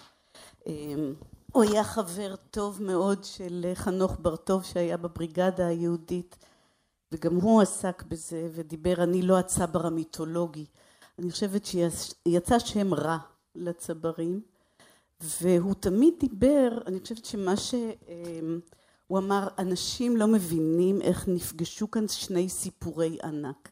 Speaker 11: הוא היה חבר טוב מאוד של חנוך בר-טוב שהיה בבריגדה היהודית, וגם הוא עסק בזה ודיבר, אני לא הצבר המיתולוגי. אני חושבת שיצא שם רע לצברים, והוא תמיד דיבר, אני חושבת שמה שהוא אמר, אנשים לא מבינים איך נפגשו כאן שני סיפורי ענק.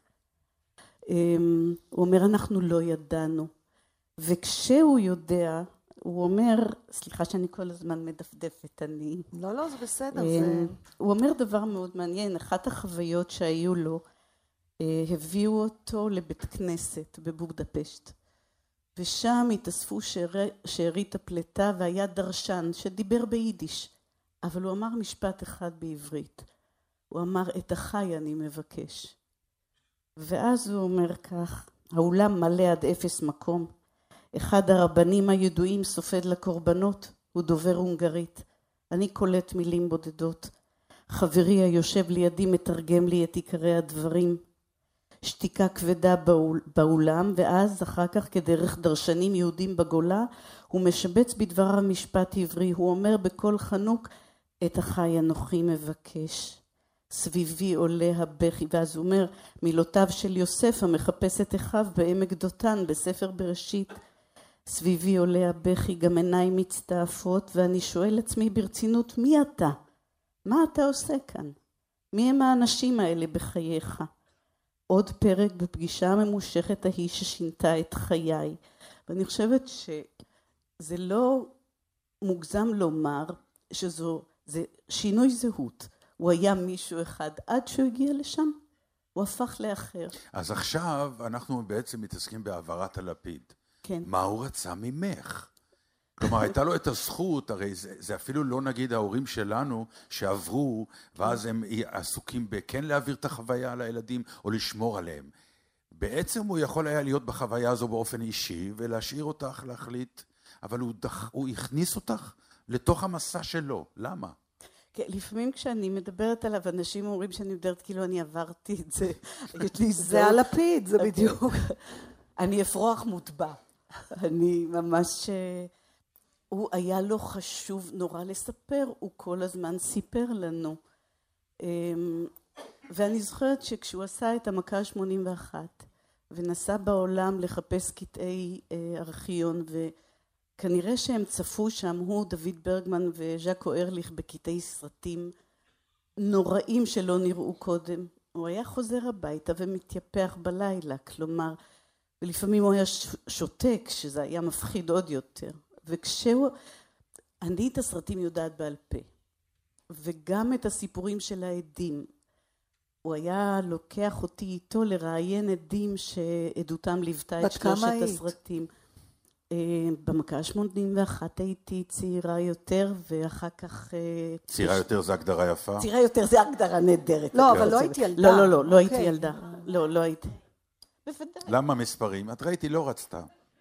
Speaker 11: הוא אומר, אנחנו לא ידענו. וכשהוא יודע, הוא אומר, סליחה שאני כל הזמן מדפדפת, אני...
Speaker 8: לא, לא, זה בסדר. זה...
Speaker 11: הוא אומר דבר מאוד מעניין, אחת החוויות שהיו לו, הביאו אותו לבית כנסת בבודפשט, ושם התאספו שארית הפלטה והיה דרשן שדיבר ביידיש, אבל הוא אמר משפט אחד בעברית, הוא אמר, את החי אני מבקש. ואז הוא אומר כך, האולם מלא עד אפס מקום, אחד הרבנים הידועים סופד לקורבנות, הוא דובר הונגרית. אני קולט מילים בודדות. חברי היושב לידי מתרגם לי את עיקרי הדברים. שתיקה כבדה באול, באולם, ואז אחר כך כדרך דרשנים יהודים בגולה, הוא משבץ בדבר המשפט עברי. הוא אומר בקול חנוק, את החי אנוכי מבקש. סביבי עולה הבכי, ואז הוא אומר, מילותיו של יוסף המחפש את אחיו בעמק דותן בספר בראשית. סביבי עולה הבכי, גם עיניים מצטעפות, ואני שואל עצמי ברצינות, מי אתה? מה אתה עושה כאן? מי הם האנשים האלה בחייך? עוד פרק בפגישה הממושכת ההיא ששינתה את חיי. ואני חושבת שזה לא מוגזם לומר שזו זה שינוי זהות. הוא היה מישהו אחד עד שהוא הגיע לשם, הוא הפך לאחר.
Speaker 5: אז עכשיו אנחנו בעצם מתעסקים בהעברת הלפיד.
Speaker 11: כן.
Speaker 5: מה הוא רצה ממך? כלומר, הייתה לו את הזכות, הרי זה, זה אפילו לא נגיד ההורים שלנו שעברו, ואז הם עסוקים בכן להעביר את החוויה על הילדים, או לשמור עליהם. בעצם הוא יכול היה להיות בחוויה הזו באופן אישי, ולהשאיר אותך להחליט, אבל הוא, דח, הוא הכניס אותך לתוך המסע שלו. למה?
Speaker 11: כן, לפעמים כשאני מדברת עליו, אנשים אומרים שאני מדברת כאילו אני עברתי את זה. יש לי
Speaker 8: זה הלפיד, זה בדיוק.
Speaker 11: אני אפרוח מוטבע. אני ממש... הוא היה לו חשוב נורא לספר, הוא כל הזמן סיפר לנו. ואני זוכרת שכשהוא עשה את המכה ה-שמונים ואחת, ונסע בעולם לחפש קטעי ארכיון, וכנראה שהם צפו שם, הוא, דוד ברגמן וז'אקו ארליך, בקטעי סרטים נוראים שלא נראו קודם. הוא היה חוזר הביתה ומתייפח בלילה, כלומר, ולפעמים הוא היה שותק, שזה היה מפחיד עוד יותר. וכשהוא, אני את הסרטים יודעת בעל פה, וגם את הסיפורים של העדים. הוא היה לוקח אותי איתו לראיין עדים שעדותם ליוותה את שלושת הסרטים. במכה ה-שמונים ואחת הייתי צעירה יותר, ואחר כך...
Speaker 5: צעירה יותר זה הגדרה יפה?
Speaker 11: צעירה יותר זה הגדרה נהדרת.
Speaker 8: לא, אבל לא הייתי ילדה.
Speaker 11: לא, לא, לא, לא הייתי ילדה. לא, לא הייתי. בוודאי.
Speaker 5: למה מספרים? את ראיתי לא רצתה.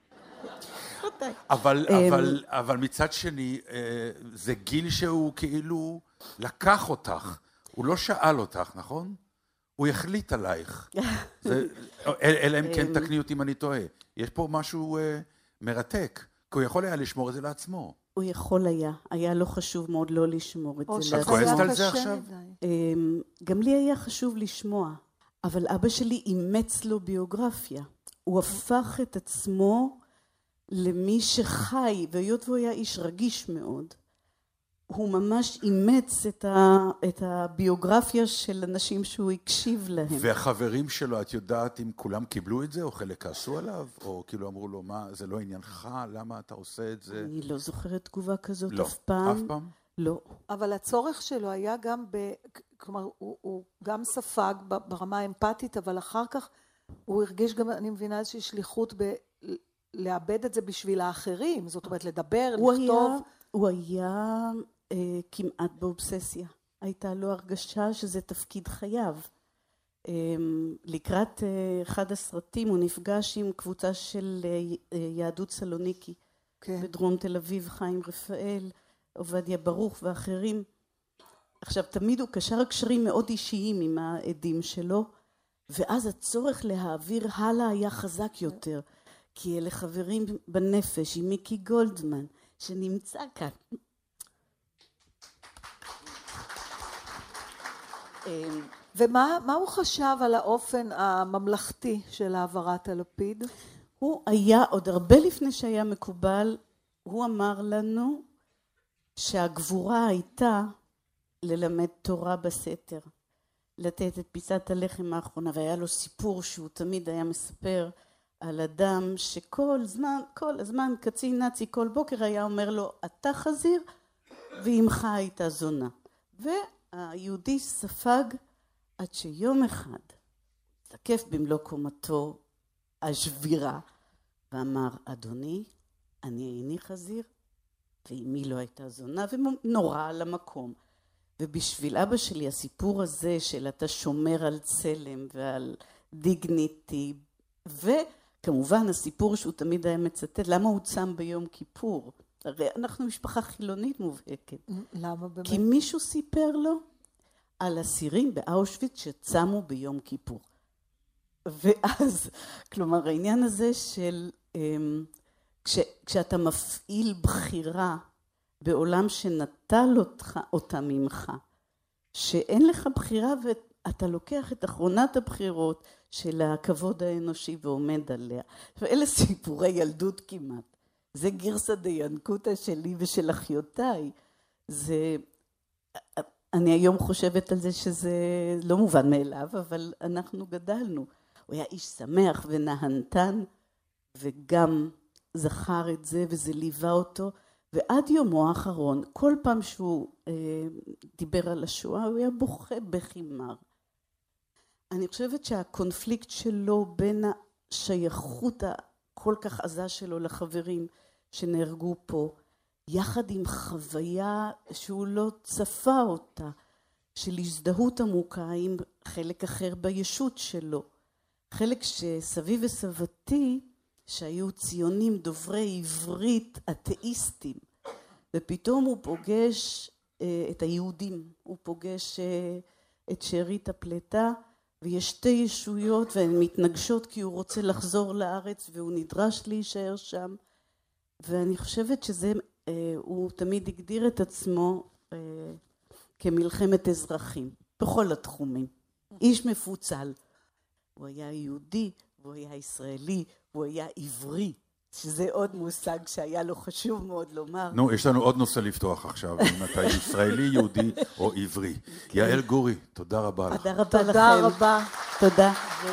Speaker 5: אבל, אבל, אבל מצד שני, זה גיל שהוא כאילו לקח אותך. הוא לא שאל אותך, נכון? הוא החליט עלייך. אלא אם כן תקני אותי אם אני טועה. יש פה משהו מרתק, כי הוא יכול היה לשמור את זה לעצמו.
Speaker 11: הוא יכול היה. היה לו חשוב מאוד לא לשמור את זה לעצמו.
Speaker 5: את כועסת על זה עכשיו?
Speaker 11: גם לי היה חשוב לשמוע. אבל אבא שלי אימץ לו ביוגרפיה. הוא הפך את עצמו למי שחי, והיות והוא היה איש רגיש מאוד, הוא ממש אימץ את, ה, את הביוגרפיה של אנשים שהוא הקשיב להם.
Speaker 5: והחברים שלו, את יודעת אם כולם קיבלו את זה, או חלק כעסו עליו, או כאילו אמרו לו, מה, זה לא עניינך, למה אתה עושה את זה?
Speaker 11: אני לא זוכרת תגובה כזאת
Speaker 5: לא.
Speaker 11: אף פעם.
Speaker 5: אף פעם?
Speaker 11: לא.
Speaker 8: אבל הצורך שלו היה גם, ב, כלומר, הוא, הוא גם ספג ברמה האמפתית, אבל אחר כך הוא הרגיש גם, אני מבינה איזושהי שליחות ב... לאבד את זה בשביל האחרים, זאת אומרת, לדבר,
Speaker 11: הוא
Speaker 8: לכתוב.
Speaker 11: היה, הוא היה אה, כמעט באובססיה. הייתה לו הרגשה שזה תפקיד חייו. אה, לקראת אה, אחד הסרטים הוא נפגש עם קבוצה של אה, יהדות סלוניקי, כן. בדרום תל אביב, חיים רפאל, עובדיה ברוך ואחרים. עכשיו, תמיד הוא קשר קשרים מאוד אישיים עם העדים שלו, ואז הצורך להעביר הלאה היה חזק יותר, כי אלה חברים בנפש עם מיקי גולדמן, שנמצא כאן.
Speaker 8: ומה מה הוא חשב על האופן הממלכתי של העברת הלפיד?
Speaker 11: הוא היה, עוד הרבה לפני שהיה מקובל, הוא אמר לנו שהגבורה הייתה ללמד תורה בסתר, לתת את פיסת הלחם האחרונה, והיה לו סיפור שהוא תמיד היה מספר על אדם שכל זמן, כל הזמן קצין נאצי כל בוקר היה אומר לו, אתה חזיר ואמך הייתה זונה. והיהודי ספג עד שיום אחד תקף במלוא קומתו השבירה ואמר, אדוני, אני איני חזיר ואמי לא הייתה זונה, ונורא על המקום. ובשביל אבא שלי הסיפור הזה של אתה שומר על צלם ועל דיגניטי, וכמובן הסיפור שהוא תמיד היה מצטט, למה הוא צם ביום כיפור? הרי אנחנו משפחה חילונית מובהקת.
Speaker 8: למה באמת?
Speaker 11: כי מישהו סיפר לו על אסירים באושוויץ שצמו ביום כיפור. ואז, כלומר, העניין הזה של כש, כשאתה מפעיל בחירה בעולם שנטל אותך, אותה ממך, שאין לך בחירה ואתה לוקח את אחרונת הבחירות של הכבוד האנושי ועומד עליה. ואלה סיפורי ילדות כמעט. זה גרסא דינקותא שלי ושל אחיותיי. זה, אני היום חושבת על זה שזה לא מובן מאליו, אבל אנחנו גדלנו. הוא היה איש שמח ונהנתן, וגם זכר את זה, וזה ליווה אותו, ועד יומו האחרון, כל פעם שהוא אה, דיבר על השואה, הוא היה בוכה בחימר. אני חושבת שהקונפליקט שלו בין השייכות הכל כך עזה שלו לחברים שנהרגו פה, יחד עם חוויה שהוא לא צפה אותה, של הזדהות עמוקה עם חלק אחר בישות שלו. חלק שסבי וסבתי, שהיו ציונים דוברי עברית אתאיסטים, ופתאום הוא פוגש אה, את היהודים, הוא פוגש אה, את שארית הפלטה, ויש שתי ישויות והן מתנגשות כי הוא רוצה לחזור לארץ והוא נדרש להישאר שם, ואני חושבת שזה, אה, הוא תמיד הגדיר את עצמו אה, כמלחמת אזרחים, בכל התחומים. איש מפוצל. הוא היה יהודי, הוא היה ישראלי, הוא היה עברי, שזה עוד מושג שהיה לו חשוב מאוד לומר.
Speaker 5: נו, יש לנו עוד נושא לפתוח עכשיו, אם אתה ישראלי, יהודי או עברי. יעל גורי, תודה רבה לך.
Speaker 11: תודה רבה לכם.
Speaker 8: תודה רבה.
Speaker 11: תודה.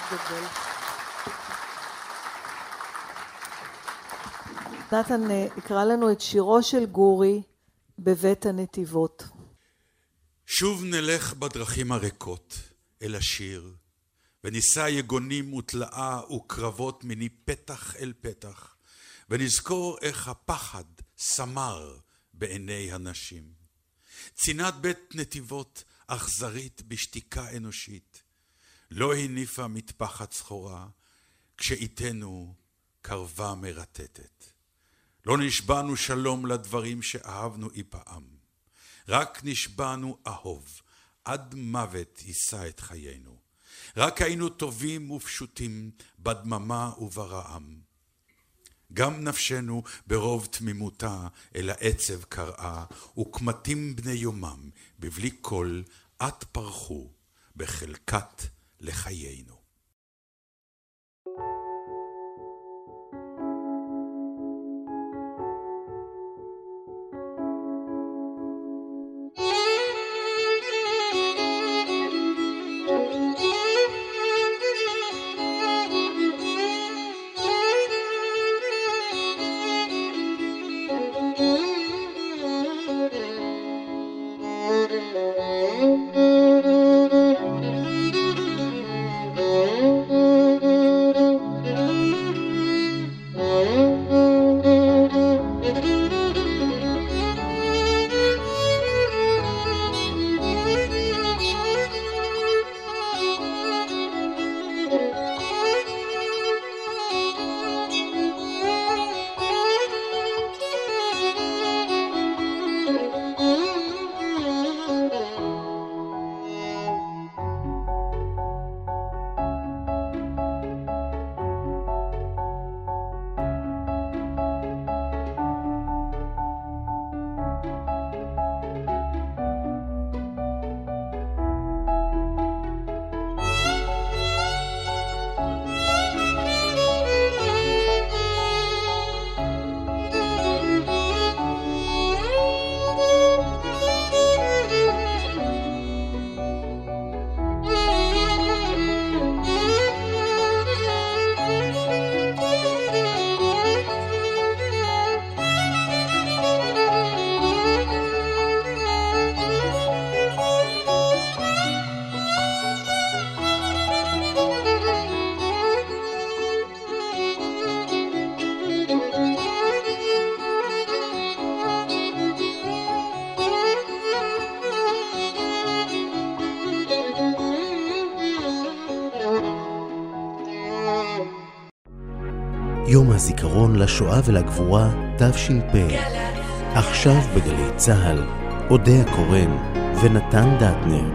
Speaker 8: נתן, יקרא לנו את שירו של גורי בבית הנתיבות.
Speaker 5: שוב נלך בדרכים הריקות אל השיר, וניסע יגונים ותלאה וקרבות מני פתח אל פתח, ונזכור איך הפחד סמר בעיני הנשים. צינת בית נתיבות אכזרית בשתיקה אנושית, לא הניפה מטפחת סחורה, כשאיתנו קרבה מרטטת. לא נשבענו שלום לדברים שאהבנו אי פעם, רק נשבענו אהוב, עד מוות יישא את חיינו. רק היינו טובים ופשוטים בדממה וברעם. גם נפשנו ברוב תמימותה אל העצב קראה, וקמטים בני יומם בבלי קול את פרחו בחלקת לחיינו.
Speaker 10: Thank you.
Speaker 1: יום הזיכרון לשואה ולגבורה תש"פ. עכשיו בגלי צהל, אודיה קורן ונתן דטנר.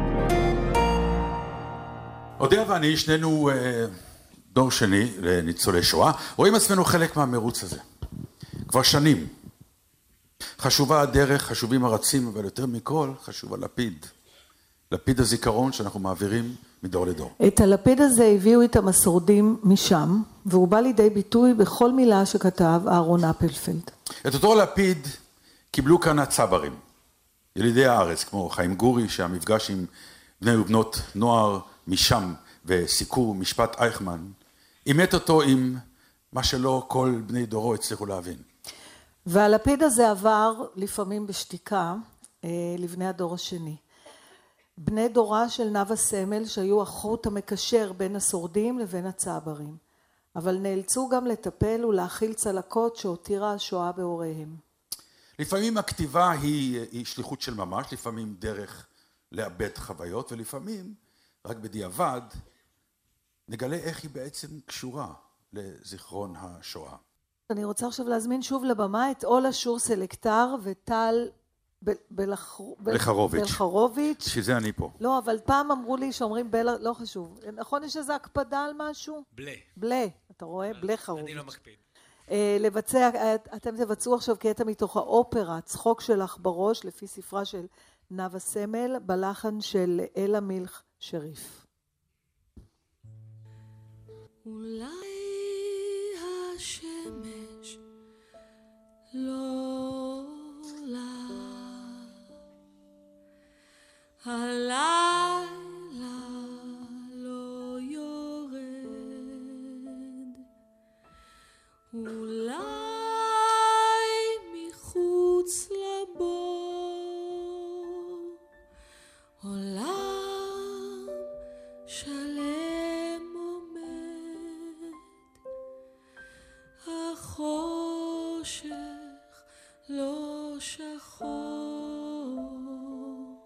Speaker 5: אודיה ואני שנינו אה, דור שני לניצולי שואה, רואים עצמנו חלק מהמרוץ הזה. כבר שנים. חשובה הדרך, חשובים הרצים, אבל יותר מכל חשוב הלפיד. לפיד הזיכרון שאנחנו מעבירים מדור לדור.
Speaker 8: את הלפיד הזה הביאו איתם השורדים משם, והוא בא לידי ביטוי בכל מילה שכתב אהרון אפלפלד.
Speaker 5: את אותו לפיד קיבלו כאן הצברים, ילידי הארץ, כמו חיים גורי, שהמפגש עם בני ובנות נוער משם, וסיקור משפט אייכמן, אימת אותו עם מה שלא כל בני דורו הצליחו להבין.
Speaker 8: והלפיד הזה עבר לפעמים בשתיקה לבני הדור השני. בני דורה של נאוה סמל שהיו החוט המקשר בין השורדים לבין הצברים, אבל נאלצו גם לטפל ולהכיל צלקות שהותירה השואה בהוריהם.
Speaker 5: לפעמים הכתיבה היא, היא שליחות של ממש, לפעמים דרך לאבד חוויות, ולפעמים רק בדיעבד נגלה איך היא בעצם קשורה לזיכרון השואה.
Speaker 8: אני רוצה עכשיו להזמין שוב לבמה את אולה שור סלקטר וטל
Speaker 5: לחרוביץ'.
Speaker 8: בלחרוביץ'.
Speaker 5: שזה אני פה.
Speaker 8: לא, אבל פעם אמרו לי שאומרים בלה, לא חשוב. נכון, יש איזו הקפדה על משהו?
Speaker 12: בלה.
Speaker 8: בלה, אתה רואה? בלה חרוביץ'.
Speaker 12: אני לא מקפיד.
Speaker 8: לבצע, אתם תבצעו עכשיו קטע מתוך האופרה, צחוק שלך בראש, לפי ספרה של נאוה סמל, בלחן של אלה מילך שריף.
Speaker 10: אולי השמש לא עולה, הלילה לא יורד, אולי מחוץ לבור עולם שלם עומד, החושך לא שחור,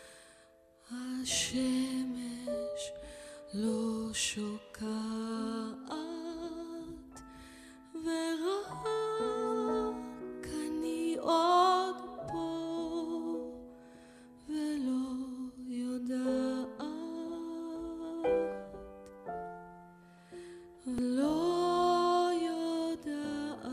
Speaker 10: השמש לא שוקעת, ורק אני עוד פה ולא יודעת, ולא יודעת.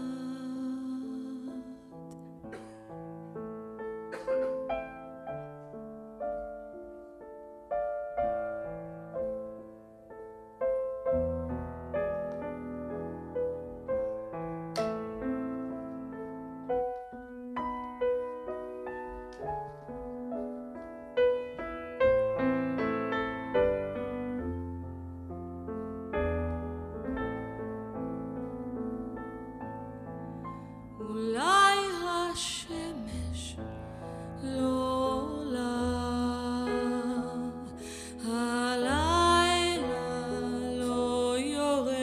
Speaker 10: אולי השמש לא עולה, הלילה לא יורד,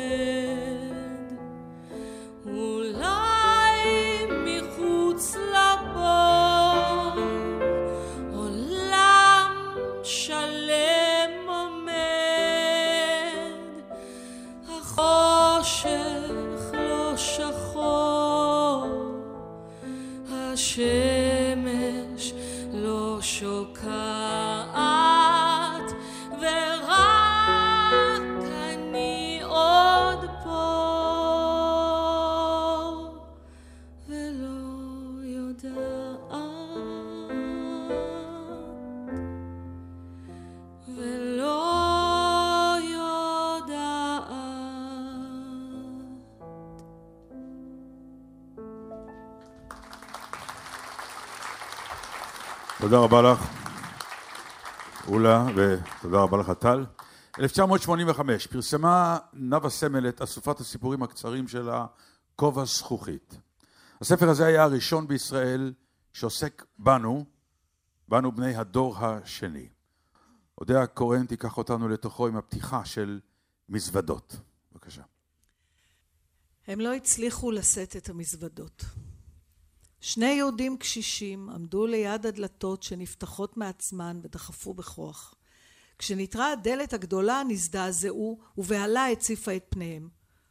Speaker 10: אולי מחוץ לבור עולם שלם עומד, החושך לא שחור, השמש לא שוקעת, ורק אני עוד פה ולא יודעת, ולא יודעת.
Speaker 5: תודה רבה לך, אולה, ותודה רבה לך, טל. אלף תשע מאות שמונים וחמש פרסמה נאוה סמל את אסופת הסיפורים הקצרים שלה, כובע זכוכית. הספר הזה היה הראשון בישראל שעוסק בנו, בנו בני הדור השני. אודיה קורן תיקח אותנו לתוכו עם הפתיחה של מזוודות. בבקשה.
Speaker 7: הם לא הצליחו לשאת את המזוודות. שני יהודים קשישים עמדו ליד הדלתות שנפתחות מעצמן ודחפו בכוח. כשנתרה הדלת הגדולה נזדעזעו ובהלה הציפה את פניהם.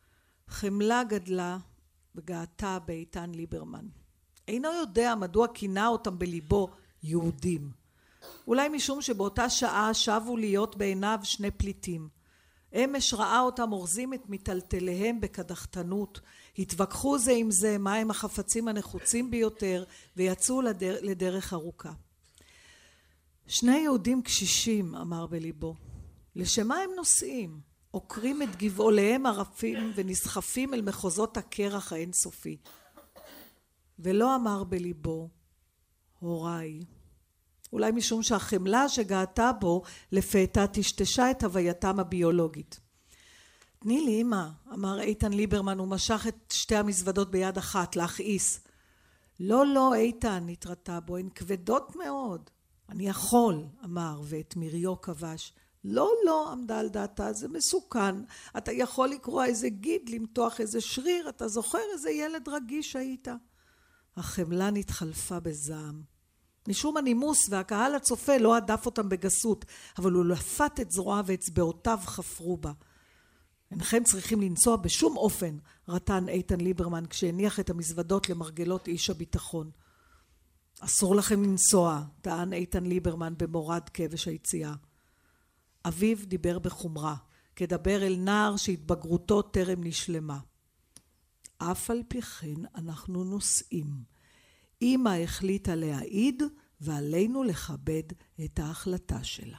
Speaker 7: חמלה גדלה וגאתה באיתן ליברמן. אינו יודע מדוע כינה אותם בליבו יהודים. אולי משום שבאותה שעה שבו להיות בעיניו שני פליטים. אמש ראה אותם אורזים את מטלטליהם בקדחתנות, התווכחו זה עם זה מהם החפצים הנחוצים ביותר ויצאו לדר... לדרך ארוכה. שני יהודים קשישים, אמר בליבו, לשמה הם נוסעים, עוקרים את גבעוליהם הרפים ונסחפים אל מחוזות הקרח האינסופי. ולא אמר בליבו, הוריי. אולי משום שהחמלה שגעתה בו לפתע טשטשה את הווייתם הביולוגית. תני לי אמא, אמר איתן ליברמן ומשך את שתי המזוודות ביד אחת להכעיס. לא לא איתן, נתרתה בו, הן כבדות מאוד. אני יכול, אמר, ואת מיריו כבש. לא לא, עמדה על דעתה, זה מסוכן. אתה יכול לקרוא איזה גיד, למתוח איזה שריר, אתה זוכר איזה ילד רגיש היית? החמלה נתחלפה בזעם. משום הנימוס והקהל הצופה לא עדף אותם בגסות, אבל הוא לפת את זרועה ואצבעותיו חפרו בה. אינכם צריכים לנסוע בשום אופן, רטן איתן ליברמן כשהניח את המזוודות למרגלות איש הביטחון. אסור לכם לנסוע, טען איתן ליברמן במורד כבש היציאה. אביו דיבר בחומרה, כדבר אל נער שהתבגרותו טרם נשלמה. אף על פי כן אנחנו נוסעים. אמא החליטה להעיד ועלינו לכבד את ההחלטה שלה.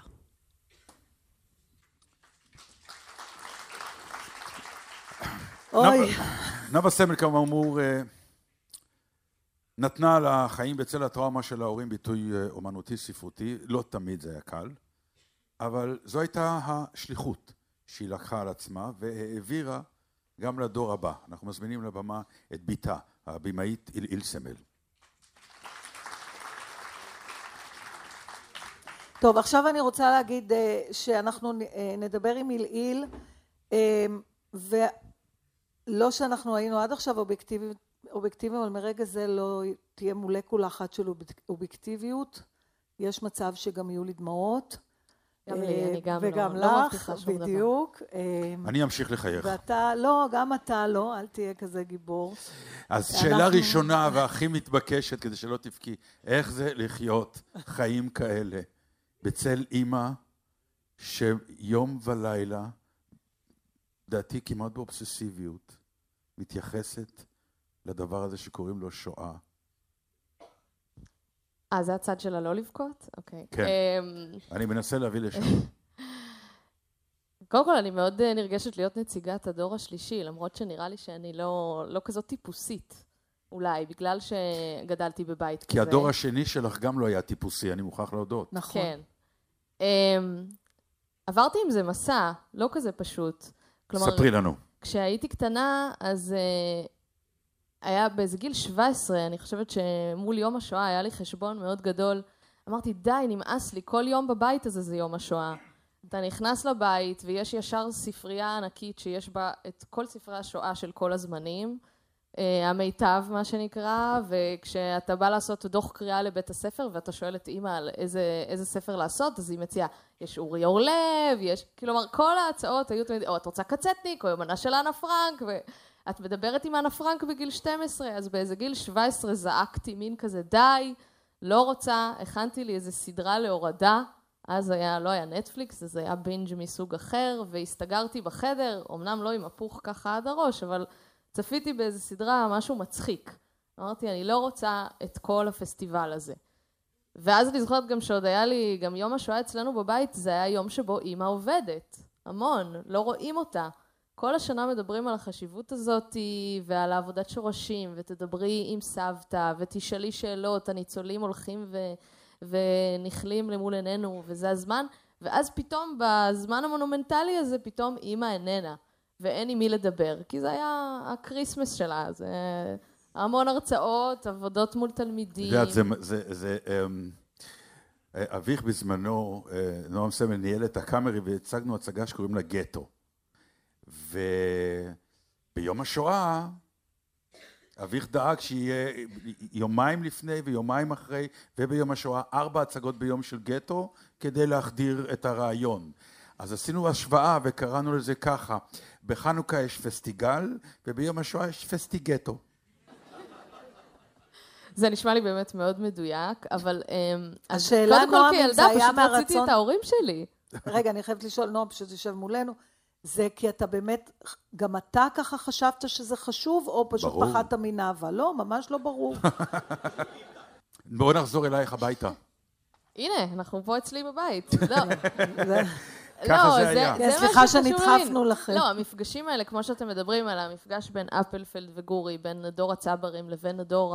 Speaker 7: אוי.
Speaker 5: נאוה סמל כאמור נתנה לחיים בצל הטראומה של ההורים ביטוי אומנותי ספרותי, לא תמיד זה היה קל, אבל זו הייתה השליחות שהיא לקחה על עצמה והעבירה גם לדור הבא. אנחנו מזמינים לבמה את ביתה, הבימאית איל סמל.
Speaker 8: טוב, עכשיו אני רוצה להגיד שאנחנו נדבר עם איל, ולא שאנחנו היינו עד עכשיו אובייקטיביים, אובייקטיביים, אבל מרגע זה לא תהיה מולקולה אחת של אובייקטיביות. יש מצב שגם יהיו לי דמעות.
Speaker 12: גם לי, אני גם
Speaker 8: וגם
Speaker 12: לא, לא
Speaker 8: לך, בדיוק.
Speaker 5: אני אמשיך לחייך.
Speaker 8: ואתה, לא, גם אתה לא, אל תהיה כזה גיבור.
Speaker 5: אז שאלה ראשונה והכי מתבקשת כדי שלא תבכי, איך זה לחיות חיים כאלה? בצל אימא שיום ולילה, דעתי כמעט באובססיביות, מתייחסת לדבר הזה שקוראים לו שואה.
Speaker 12: אה, זה הצד שלה לא לבכות? אוקיי.
Speaker 5: כן, אני מנסה להביא לשם.
Speaker 12: קודם כל, אני מאוד נרגשת להיות נציגת הדור השלישי, למרות שנראה לי שאני לא, לא כזאת טיפוסית. אולי, בגלל שגדלתי בבית כזה.
Speaker 5: כי הדור השני שלך גם לא היה טיפוסי, אני מוכרח להודות.
Speaker 12: נכון. כן. עברתי עם זה מסע, לא כזה פשוט. כלומר,
Speaker 5: ספרי לנו.
Speaker 12: כשהייתי קטנה, אז היה באיזה גיל שבע עשרה, אני חושבת שמול יום השואה היה לי חשבון מאוד גדול. אמרתי, די, נמאס לי, כל יום בבית הזה זה יום השואה. אתה נכנס לבית ויש ישר ספרייה ענקית שיש בה את כל ספרי השואה של כל הזמנים, המיטב מה שנקרא, וכשאתה בא לעשות דוח קריאה לבית הספר ואתה שואל את אמא על איזה, איזה ספר לעשות, אז היא מציעה, יש אורי אורלב, יש, כלומר כל ההצעות היו תמיד, או את רוצה קצטניק, או יומנה של אנה פרנק, ואת מדברת עם אנה פרנק בגיל שתים עשרה, אז באיזה גיל שבע עשרה זעקתי מין כזה, די, לא רוצה, הכנתי לי איזה סדרה להורדה, אז היה, לא היה נטפליקס, אז היה בינג' מסוג אחר, והסתגרתי בחדר, אמנם לא עם הפוך ככה עד הראש, אבל צפיתי באיזו סדרה, משהו מצחיק. אמרתי, אני לא רוצה את כל הפסטיבל הזה. ואז אני זוכרת גם שעוד היה לי, גם יום השואה אצלנו בבית, זה היה יום שבו אמא עובדת. המון, לא רואים אותה. כל השנה מדברים על החשיבות הזאת, ועל העבודת שורשים, ותדברי עם סבתא, ותשאלי שאלות, הניצולים הולכים ו... ונכלים למול עינינו, וזה הזמן. ואז פתאום, בזמן המונומנטלי הזה, פתאום אמא איננה. ואין עם מי לדבר, כי זה היה הקריסמס שלה, זה המון הרצאות, עבודות מול תלמידים.
Speaker 5: יודעת, זה, זה, זה, אביך בזמנו, נועם סמל ניהל את הקאמרי, והצגנו הצגה שקוראים לה גטו. וביום השואה, אביך דאג שיהיה יומיים לפני ויומיים אחרי, וביום השואה ארבע הצגות ביום של גטו, כדי להחדיר את הרעיון. אז עשינו השוואה וקראנו לזה ככה, בחנוכה יש פסטיגל, וביום השואה יש פסטיגטו.
Speaker 12: זה נשמע לי באמת מאוד מדויק, אבל
Speaker 8: השאלה, נועם, אם זה היה מהרצון...
Speaker 12: פשוט רציתי את ההורים שלי.
Speaker 8: רגע, אני חייבת לשאול, נועם, פשוט יושב מולנו, זה כי אתה באמת, גם אתה ככה חשבת שזה חשוב, או פשוט פחדת מנאווה? לא, ממש לא ברור.
Speaker 5: בואו נחזור אלייך הביתה.
Speaker 12: הנה, אנחנו פה אצלי בבית. לא.
Speaker 5: ככה זה היה.
Speaker 8: סליחה שנדחפנו לכם.
Speaker 12: לא, המפגשים האלה, כמו שאתם מדברים על המפגש בין אפלפלד וגורי, בין דור הצברים לבין הדור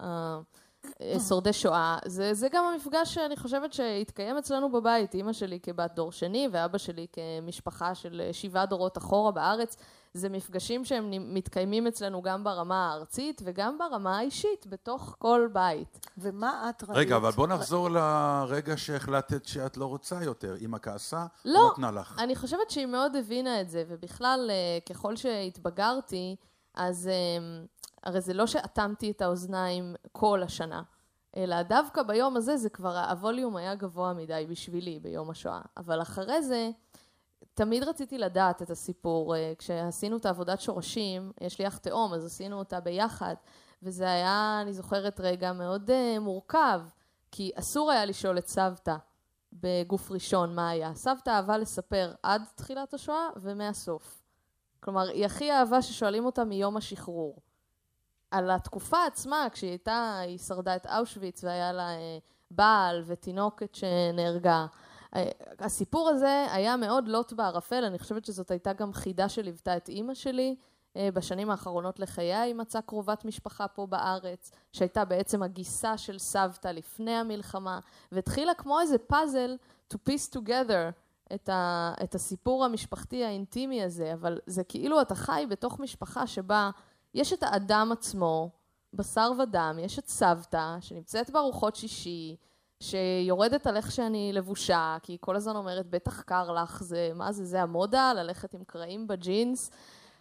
Speaker 12: שורדי שואה, זה גם המפגש שאני חושבת שהתקיים אצלנו בבית, אמא שלי כבת דור שני ואבא שלי כמשפחה של שבעה דורות אחורה בארץ. זה מפגשים שהם מתקיימים אצלנו גם ברמה הארצית וגם ברמה האישית, בתוך כל בית.
Speaker 8: ומה את ראית?
Speaker 5: רגע, אבל בוא נחזור לרגע שהחלטת שאת לא רוצה יותר. אמא כעסה,
Speaker 12: לא,
Speaker 5: נתנה לך.
Speaker 12: אני חושבת שהיא מאוד הבינה את זה, ובכלל, ככל שהתבגרתי, אז הרי זה לא שאטמתי את האוזניים כל השנה, אלא דווקא ביום הזה, זה כבר, הווליום היה גבוה מדי בשבילי ביום השואה. אבל אחרי זה, תמיד רציתי לדעת את הסיפור. כשעשינו את העבודת שורשים, יש לי אח תאום, אז עשינו אותה ביחד, וזה היה, אני זוכרת, רגע מאוד מורכב, כי אסור היה לשאול את סבתא בגוף ראשון מה היה. סבתא אהבה לספר עד תחילת השואה ומהסוף. כלומר, היא הכי אהבה ששואלים אותה מיום השחרור. על התקופה עצמה, כשהיא הייתה, היא שרדה את אושוויץ, והיה לה בעל ותינוקת שנהרגה. הסיפור הזה היה מאוד לוט בערפל, אני חושבת שזאת הייתה גם חידה שליוותה את אימא שלי, בשנים האחרונות לחייה היא מצאה קרובת משפחה פה בארץ, שהייתה בעצם הגיסה של סבתא לפני המלחמה, והתחילה כמו איזה פאזל to piece together את, ה, את הסיפור המשפחתי האינטימי הזה, אבל זה כאילו אתה חי בתוך משפחה שבה יש את האדם עצמו, בשר ודם, יש את סבתא שנמצאת בארוחות שישי, שיורדת על איך שאני לבושה, כי היא כל הזמן אומרת, בטח קר לך, זה, מה זה, זה המודה, ללכת עם קרעים בג'ינס.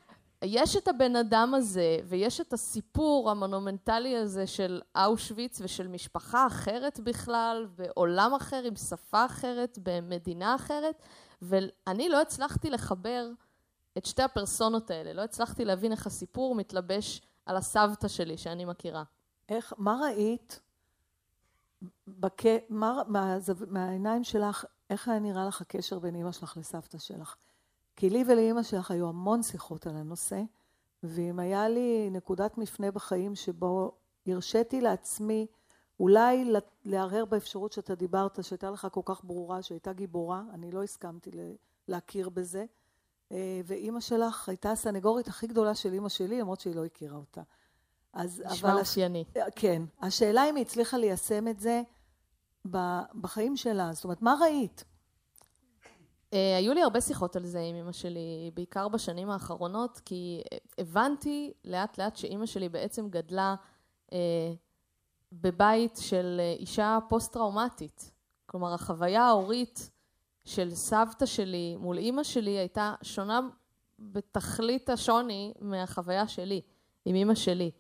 Speaker 12: יש את הבן אדם הזה, ויש את הסיפור המונומנטלי הזה של אושוויץ, ושל משפחה אחרת בכלל, בעולם אחר, עם שפה אחרת, במדינה אחרת, ואני לא הצלחתי לחבר את שתי הפרסונות האלה, לא הצלחתי להבין איך הסיפור מתלבש על הסבתא שלי, שאני מכירה.
Speaker 8: איך, מה ראית? בק... מה, מה, מהעיניים שלך, איך היה נראה לך הקשר בין אמא שלך לסבתא שלך? כי לי ולאמא שלך היו המון שיחות על הנושא, ואם היה לי נקודת מפנה בחיים שבו הרשיתי לעצמי, אולי להרהר באפשרות שאתה דיברת, שהייתה לך כל כך ברורה, שהייתה גיבורה, אני לא הסכמתי להכיר בזה, ואמא שלך הייתה הסנגורית הכי גדולה של אמא שלי, למרות שהיא לא הכירה אותה.
Speaker 12: נשמע אופייני.
Speaker 8: כן. השאלה אם היא הצליחה ליישם את זה בחיים שלה. זאת אומרת, מה ראית?
Speaker 12: היו לי הרבה שיחות על זה עם אמא שלי, בעיקר בשנים האחרונות, כי הבנתי לאט לאט שאמא שלי בעצם גדלה בבית של אישה פוסט-טראומטית. כלומר, החוויה ההורית של סבתא שלי מול אמא שלי הייתה שונה בתכלית השוני מהחוויה שלי, עם אמא שלי.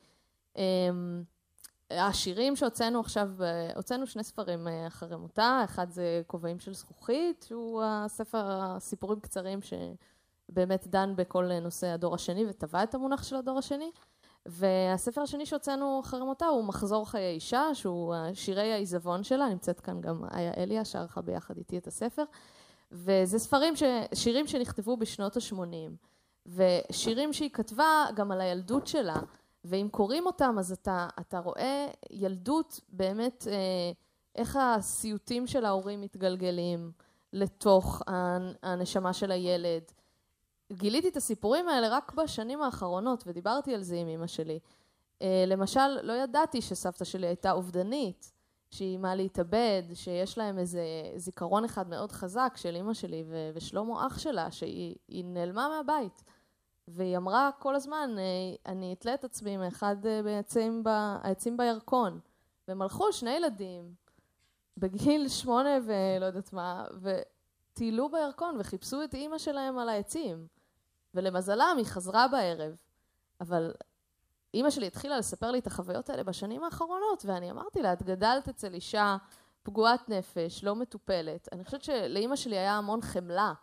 Speaker 12: השירים שהוצאנו עכשיו, הוצאנו שני ספרים אחרי מותה, אחד זה כובעים של זכוכית, שהוא הספר הסיפורים קצרים שבאמת דן בכל נושא הדור השני וטבע את המונח של הדור השני, והספר השני שהוצאנו אחרי מותה הוא מחזור חיי אישה, שהוא שירי העיזבון שלה, נמצאת כאן גם איה אליה שערכה ביחד איתי את הספר, וזה ספרים, ש... שירים שנכתבו בשנות ה-שמונים, ושירים שהיא כתבה גם על הילדות שלה, ואם קוראים אותם, אז אתה, אתה רואה ילדות באמת, אה, איך הסיוטים של ההורים מתגלגלים לתוך הנשמה של הילד. גיליתי את הסיפורים האלה רק בשנים האחרונות, ודיברתי על זה עם אמא שלי. אה, למשל, לא ידעתי שסבתא שלי הייתה אובדנית, שהיא מה להתאבד, שיש להם איזה זיכרון אחד מאוד חזק של אמא שלי ו- ושלמה אח שלה, שהיא נעלמה מהבית. והיא אמרה כל הזמן, אני אתלה את עצמי מאחד בעצים, העצים בירקון. והם הלכו שני ילדים, בגיל שמונה ולא יודעת מה, וטיילו בירקון וחיפשו את אמא שלהם על העצים. ולמזלם היא חזרה בערב. אבל אמא שלי התחילה לספר לי את החוויות האלה בשנים האחרונות, ואני אמרתי לה, את גדלת אצל אישה פגועת נפש, לא מטופלת. אני חושבת שלאמא שלי היה המון חמלה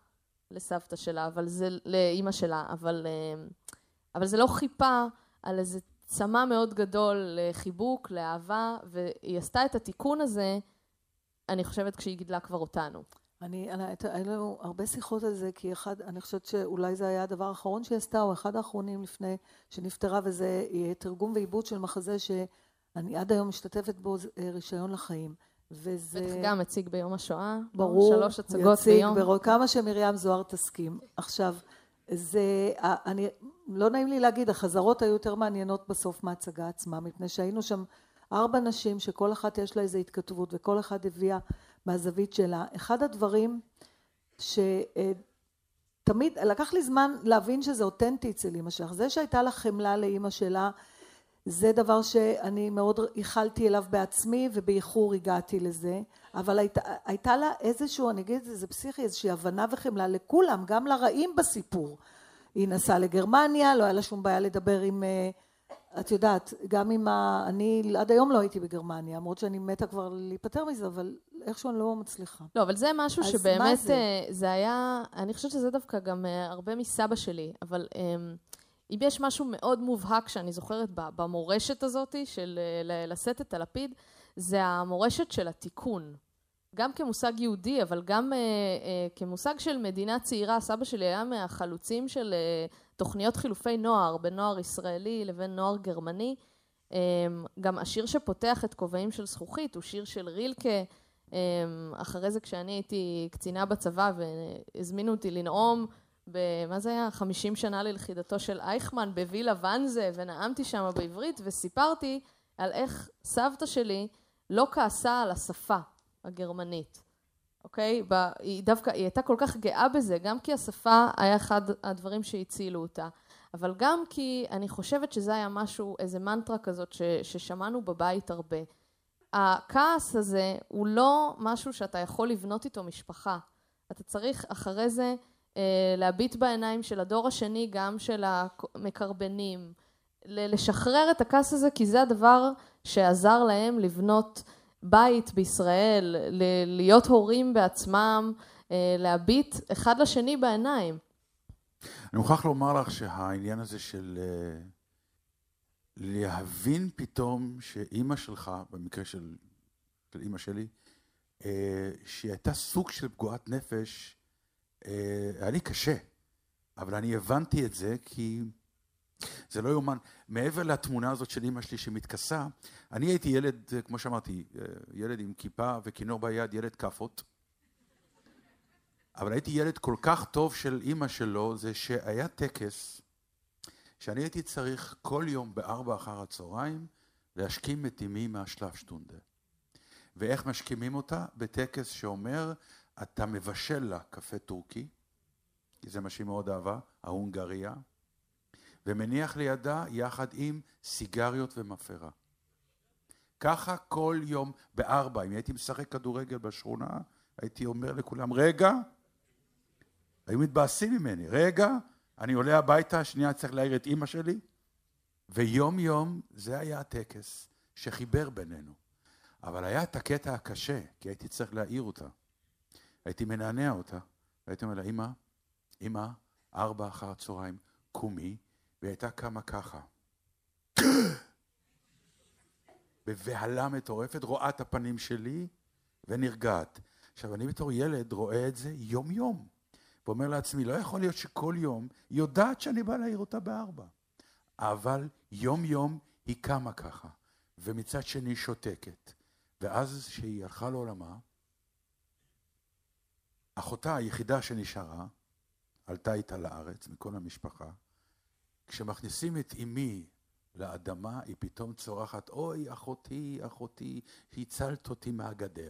Speaker 12: לסבתא שלה, אבל זה, לאמא שלה, אבל, אבל זה לא חיפה על איזה צמא מאוד גדול לחיבוק, לאהבה, והיא עשתה את התיקון הזה, אני חושבת, כשהיא גידלה כבר אותנו.
Speaker 8: אני, אני, היה לנו הרבה שיחות על זה, כי אחד, אני חושבת שאולי זה היה הדבר האחרון שהיא עשתה, או אחד האחרונים לפני שנפטרה, וזה תרגום ועיבוד של מחזה שאני עד היום משתתפת בו, רישיון לחיים. וזה...
Speaker 12: בטח גם הציג ביום השואה,
Speaker 8: ברור,
Speaker 12: שלוש הצגות ביום.
Speaker 8: ברור, כמה שמרים זוהר תסכים. עכשיו, זה, אני, לא נעים לי להגיד, החזרות היו יותר מעניינות בסוף מההצגה עצמה, מפני שהיינו שם ארבע נשים שכל אחת יש לה איזו התכתבות, וכל אחת הביאה מהזווית שלה. אחד הדברים שתמיד, לקח לי זמן להבין שזה אותנטי אצל אמא שלך, זה שהייתה לה חמלה לאמא שלה, זה דבר שאני מאוד איחלתי אליו בעצמי, ובאיחור הגעתי לזה, אבל הייתה, הייתה לה איזשהו, אני אגיד, זה פסיכי, איזושהי הבנה וחמלה לכולם, גם לרעים בסיפור. היא נסעה לגרמניה, לא היה לה שום בעיה לדבר עם, את יודעת, גם עם ה... אני עד היום לא הייתי בגרמניה, למרות שאני מתה כבר להיפטר מזה, אבל איכשהו אני לא מצליחה.
Speaker 12: לא, אבל זה משהו שבאמת, זה? זה היה, אני חושבת שזה דווקא גם הרבה מסבא שלי, אבל... אם יש משהו מאוד מובהק שאני זוכרת במורשת הזאת של לשאת את הלפיד, זה המורשת של התיקון. גם כמושג יהודי, אבל גם כמושג של מדינה צעירה. סבא שלי היה מהחלוצים של תוכניות חילופי נוער, בין נוער ישראלי לבין נוער גרמני. גם השיר שפותח את כובעים של זכוכית הוא שיר של רילקה. אחרי זה כשאני הייתי קצינה בצבא והזמינו אותי לנאום, במה זה היה? חמישים שנה ללכידתו של אייכמן בווילה ואנזה, ונאמתי שם בעברית, וסיפרתי על איך סבתא שלי לא כעסה על השפה הגרמנית. אוקיי? היא דווקא, היא הייתה כל כך גאה בזה, גם כי השפה היה אחד הדברים שהצילו אותה, אבל גם כי אני חושבת שזה היה משהו, איזה מנטרה כזאת ש, ששמענו בבית הרבה. הכעס הזה הוא לא משהו שאתה יכול לבנות איתו משפחה. אתה צריך אחרי זה להביט בעיניים של הדור השני, גם של המקרבנים, לשחרר את הכעס הזה, כי זה הדבר שעזר להם לבנות בית בישראל, להיות הורים בעצמם, להביט אחד לשני בעיניים.
Speaker 5: אני מוכרח לומר לך שהעניין הזה של להבין פתאום שאימא שלך, במקרה של, של אימא שלי, שהיא הייתה סוג של פגועת נפש, היה לי קשה, אבל אני הבנתי את זה כי זה לא יומן. מעבר לתמונה הזאת של אמא שלי שמתכסה, אני הייתי ילד, כמו שאמרתי, ילד עם כיפה וכינור ביד, ילד כפות. אבל הייתי ילד כל כך טוב של אמא שלו, זה שהיה טקס שאני הייתי צריך כל יום בארבע אחר הצהריים להשכים את אמי מהשלב שטונדה. ואיך משכימים אותה? בטקס שאומר, אתה מבשל לה קפה טורקי, כי זה מה שהיא מאוד אהבה, ההונגריה, ומניח לידה יחד עם סיגריות ומפרה. ככה כל יום בארבע, אם הייתי משחק כדורגל בשכונה, הייתי אומר לכולם, רגע, היו מתבאסים ממני, רגע, אני עולה הביתה, שנייה צריך להעיר את אמא שלי, ויום יום זה היה הטקס שחיבר בינינו. אבל היה את הקטע הקשה, כי הייתי צריך להעיר אותה. הייתי מנענע אותה, והייתי אומר לה, אמא, אמא, ארבע אחר הצהריים, קומי, והיא הייתה קמה ככה. בבהלה מטורפת, רואה את הפנים שלי ונרגעת. עכשיו, אני בתור ילד רואה את זה יום יום, ואומר לעצמי, לא יכול להיות שכל יום היא יודעת שאני בא להעיר אותה בארבע. אבל יום יום היא קמה ככה, ומצד שני שותקת. ואז שהיא הלכה לעולמה, אחותה היחידה שנשארה, עלתה איתה לארץ מכל המשפחה, כשמכניסים את אמי לאדמה, היא פתאום צורחת, אוי, אחותי, אחותי, הצלת אותי מהגדר.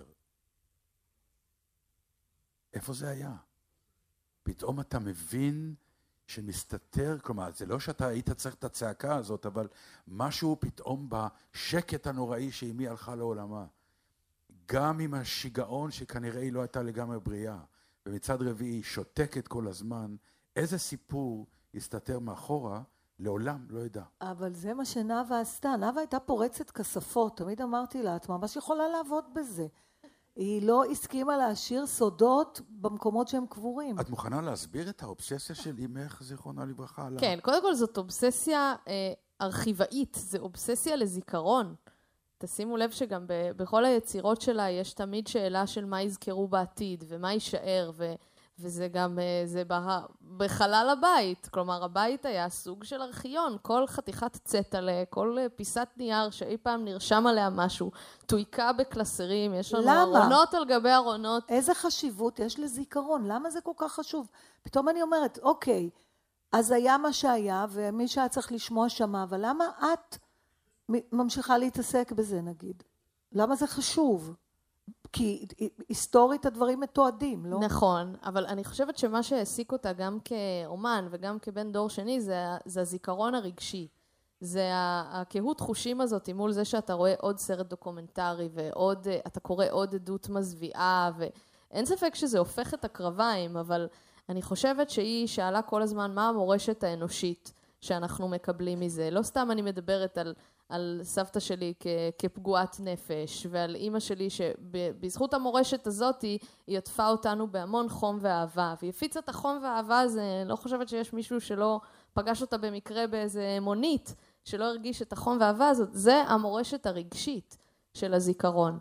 Speaker 5: איפה זה היה? פתאום אתה מבין שמסתתר, כלומר, זה לא שאתה היית צריך את הצעקה הזאת, אבל משהו פתאום בשקט הנוראי שאמי הלכה לעולמה. גם עם השיגעון שכנראה היא לא הייתה לגמרי בריאה, ומצד רביעי שותקת כל הזמן, איזה סיפור הסתתר מאחורה, לעולם לא ידע.
Speaker 8: אבל זה מה שנאווה עשתה. נאווה הייתה פורצת כספות, תמיד אמרתי לה, את ממש יכולה לעבוד בזה. היא לא הסכימה להשאיר סודות במקומות שהם קבורים.
Speaker 5: את מוכנה להסביר את האובססיה של אמך, זיכרונה לברכה?
Speaker 12: כן, קודם כל זאת אובססיה אה, ארכיבאית, זה אובססיה לזיכרון. תשימו לב שגם ב- בכל היצירות שלה יש תמיד שאלה של מה יזכרו בעתיד ומה יישאר, ו- וזה גם אה, זה בה- בחלל הבית. כלומר, הבית היה סוג של ארכיון, כל חתיכת צטלה, כל אה, פיסת נייר שאי פעם נרשם עליה משהו, תויקה בקלסרים, יש לנו
Speaker 8: למה?
Speaker 12: ארונות על גבי ארונות.
Speaker 8: איזה חשיבות יש לזיכרון? למה זה כל כך חשוב? פתאום אני אומרת, אוקיי, אז היה מה שהיה, ומי שהיה צריך לשמוע שמה, אבל למה את ממשיכה להתעסק בזה, נגיד? למה זה חשוב? כי היסטורית הדברים מתועדים, לא?
Speaker 12: נכון, אבל אני חושבת שמה שהעסיק אותה גם כאומן וגם כבן דור שני, זה, זה הזיכרון הרגשי. זה הקהות חושים הזאת מול זה שאתה רואה עוד סרט דוקומנטרי ועוד, אתה קורא עוד עדות מזוויעה, ואין ספק שזה הופך את הקרביים, אבל אני חושבת שהיא שאלה כל הזמן מה המורשת האנושית שאנחנו מקבלים מזה. לא סתם אני מדברת על, על סבתא שלי כ, כפגועת נפש, ועל אימא שלי שבזכות המורשת הזאת היא עטפה אותנו בהמון חום ואהבה, והיא הפיצה את החום והאהבה הזה. לא חושבת שיש מישהו שלא פגש אותה במקרה באיזה מונית, שלא הרגיש את החום והאהבה הזאת. זה המורשת הרגשית של הזיכרון.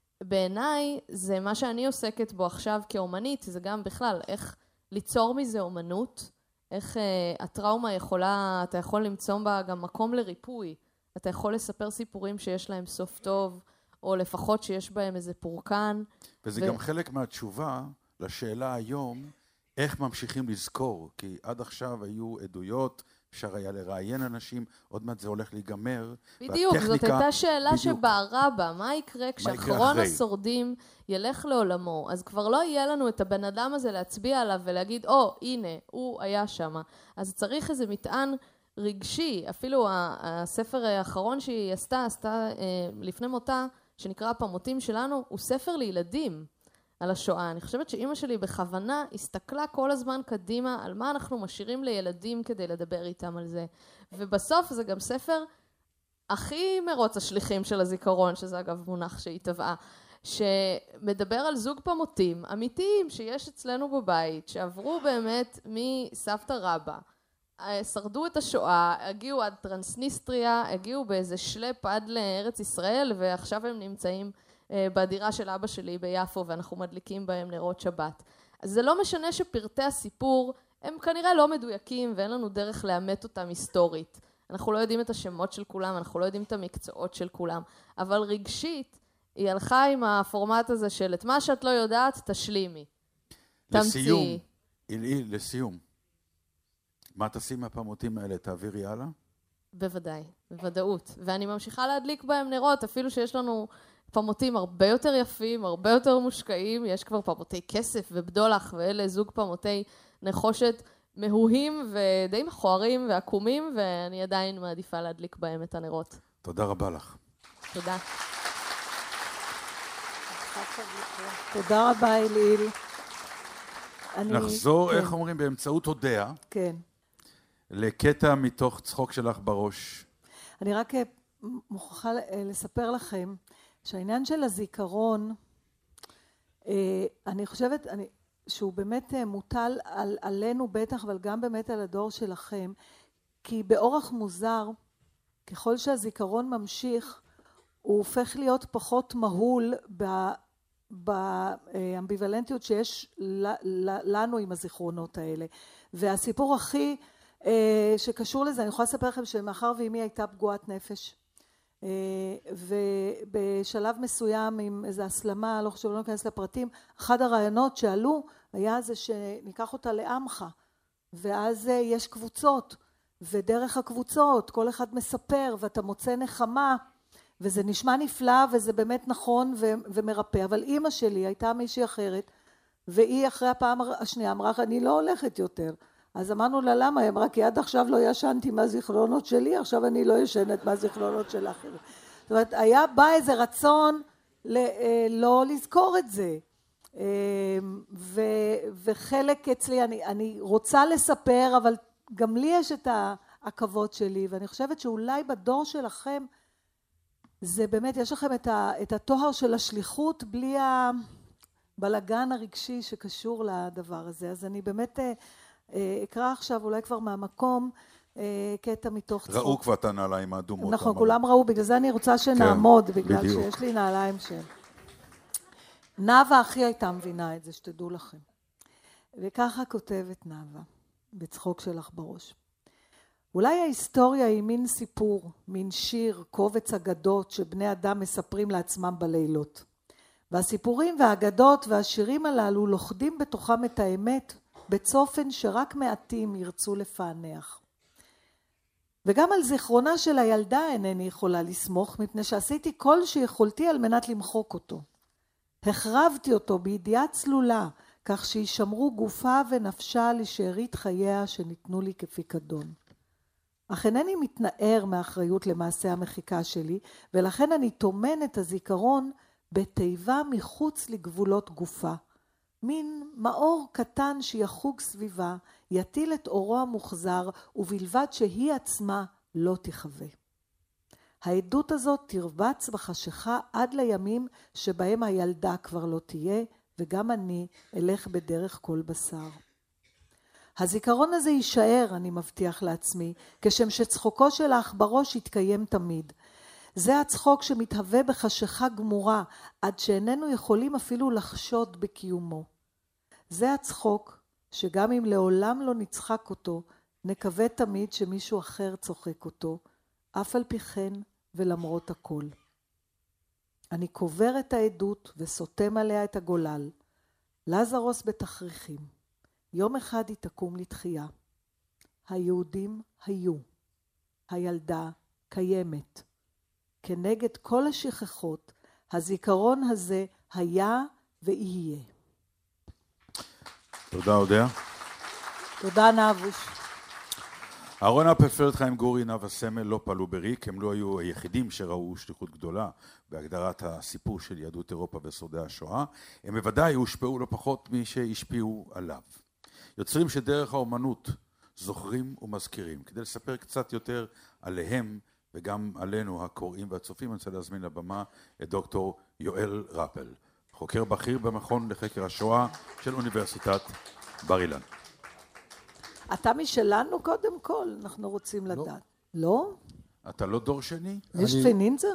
Speaker 12: בעיניי זה מה שאני עוסקת בו עכשיו כאומנית, זה גם בכלל איך ליצור מזה אומנות, איך uh, הטראומה יכולה, אתה יכול למצוא בה גם מקום לריפוי, אתה יכול לספר סיפורים שיש להם סוף טוב, או לפחות שיש בהם איזה פורקן.
Speaker 5: וזה ו... גם חלק מהתשובה לשאלה היום, איך ממשיכים לזכור, כי עד עכשיו היו עדויות, אפשר היה לראיין אנשים, עוד מעט זה הולך להיגמר.
Speaker 12: בדיוק, זאת הייתה שאלה שבערה בה, מה יקרה כשאחרון השורדים ילך לעולמו, אז כבר לא יהיה לנו את הבן אדם הזה להצביע עליו ולהגיד, או, הנה, הוא היה שם. אז צריך איזה מטען רגשי, אפילו הספר האחרון שהיא עשתה, עשתה לפני מותה, שנקרא הפמוטים שלנו, הוא ספר לילדים. על השואה. אני חושבת שאמא שלי בכוונה הסתכלה כל הזמן קדימה על מה אנחנו משאירים לילדים כדי לדבר איתם על זה. ובסוף זה גם ספר הכי מרוץ השליחים של הזיכרון, שזה אגב מונח שהיא טבעה, שמדבר על זוג פמוטים אמיתיים שיש אצלנו בבית, שעברו באמת מסבתא רבא, שרדו את השואה, הגיעו עד טרנסניסטריה, הגיעו באיזה שלפ עד לארץ ישראל, ועכשיו הם נמצאים בדירה של אבא שלי ביפו, ואנחנו מדליקים בהם נרות שבת. אז זה לא משנה שפרטי הסיפור הם כנראה לא מדויקים, ואין לנו דרך לאמת אותם היסטורית. אנחנו לא יודעים את השמות של כולם, אנחנו לא יודעים את המקצועות של כולם, אבל רגשית היא הלכה עם הפורמט הזה של את מה שאת לא יודעת, תשלימי.
Speaker 5: לסיום, אילאי, לסיום. מה תשים מהפמוטים האלה? תעבירי הלאה?
Speaker 12: בוודאי, בוודאות. ואני ממשיכה להדליק בהם נרות, אפילו שיש לנו פמוטים הרבה יותר יפים, הרבה יותר מושקעים, יש כבר פמוטי כסף ובדולח, ואלה זוג פמוטי נחושת מהוהים ודי מכוערים ועקומים, ואני עדיין מעדיפה להדליק בהם את הנרות.
Speaker 5: תודה רבה לך.
Speaker 12: תודה.
Speaker 8: תודה רבה, אליל.
Speaker 5: נחזור, איך אומרים, באמצעות הודיה.
Speaker 8: כן.
Speaker 5: לקטע מתוך צחוק שלך בראש.
Speaker 8: אני רק מוכרחה לספר לכם שהעניין של הזיכרון, אני חושבת שהוא באמת מוטל על, עלינו בטח, אבל גם באמת על הדור שלכם, כי באורח מוזר, ככל שהזיכרון ממשיך, הוא הופך להיות פחות מהול באמביוולנטיות שיש לנו עם הזיכרונות האלה. והסיפור הכי שקשור לזה, אני יכולה לספר לכם שמאחר ואמי הייתה פגועת נפש, ובשלב מסוים עם איזו הסלמה, לא חושב, לא נכנס לפרטים, אחד הרעיונות שעלו היה זה שניקח אותה לעמך, ואז יש קבוצות, ודרך הקבוצות כל אחד מספר ואתה מוצא נחמה, וזה נשמע נפלא וזה באמת נכון ומרפא. אבל אמא שלי הייתה מישהי אחרת, והיא אחרי הפעם השנייה אמרה, אני לא הולכת יותר. אז אמרנו לה, למה? היא אמרה, כי עד עכשיו לא ישנתי מהזיכרונות שלי, עכשיו אני לא ישנת מהזיכרונות של אחרים. זאת אומרת, היה בא איזה רצון לא לזכור את זה. וחלק אצלי, אני, אני רוצה לספר, אבל גם לי יש את העכבות שלי, ואני חושבת שאולי בדור שלכם, זה באמת, יש לכם את, ה, את התואר של השליחות בלי הבלגן הרגשי שקשור לדבר הזה. אז אני באמת אקרא עכשיו, אולי כבר מהמקום, קטע מתוך צחוק.
Speaker 5: ראו כבר את הנעליים האדומות.
Speaker 8: נכון, כולם ראו, בגלל זה אני רוצה שנעמוד, כן, בגלל בדיוק. שיש לי נעליים של... נאווה הכי הייתה מבינה את זה, שתדעו לכם. וככה כותבת נאווה, בצחוק שלך בראש. אולי ההיסטוריה היא מין סיפור, מין שיר, קובץ אגדות שבני אדם מספרים לעצמם בלילות. והסיפורים והאגדות והשירים הללו לוכדים בתוכם את האמת בצופן שרק מעטים ירצו לפענח. וגם על זיכרונה של הילדה אינני יכולה לסמוך, מפני שעשיתי כל שיכולתי על מנת למחוק אותו. החרבתי אותו בידיעה צלולה, כך שישמרו גופה ונפשה לשארית חייה שניתנו לי כפיקדון. אך אינני מתנער מאחריות למעשה המחיקה שלי, ולכן אני תומן את הזיכרון בתיבה מחוץ לגבולות גופה. מין מאור קטן שיחוג סביבה, יטיל את אורו המוחזר, ובלבד שהיא עצמה לא תחווה. העדות הזאת תרבץ בחשיכה עד לימים שבהם הילדה כבר לא תהיה, וגם אני אלך בדרך כל בשר. הזיכרון הזה יישאר, אני מבטיח לעצמי, כשם שצחוקו של האח בראש יתקיים תמיד. זה הצחוק שמתהווה בחשיכה גמורה, עד שאיננו יכולים אפילו לחשוד בקיומו. זה הצחוק שגם אם לעולם לא נצחק אותו, נקווה תמיד שמישהו אחר צוחק אותו, אף על פי כן ולמרות הכל. אני קובר את העדות וסותם עליה את הגולל. לזרוס בתכריכים. יום אחד היא תקום לתחייה. היהודים היו. הילדה קיימת. כנגד כל השכחות, הזיכרון הזה היה ויהיה.
Speaker 5: תודה, אודיה.
Speaker 8: תודה, נאבוש.
Speaker 5: אהרון אפלפלד, חיים גורי, נאווה סמל לא פעלו בריק, הם לא היו היחידים שראו שליחות גדולה בהגדרת הסיפור של יהדות אירופה ושורדי השואה, הם בוודאי הושפעו לא פחות משהשפיעו עליו. יוצרים שדרך האומנות זוכרים ומזכירים. כדי לספר קצת יותר עליהם וגם עלינו הקוראים והצופים, אני רוצה להזמין לבמה את דוקטור יואל רפל, חוקר בכיר במכון לחקר השואה של אוניברסיטת בר אילן.
Speaker 8: אתה משלנו קודם כל, אנחנו רוצים לדעת. לא?
Speaker 5: אתה לא דור שני?
Speaker 8: יש פנינזרר?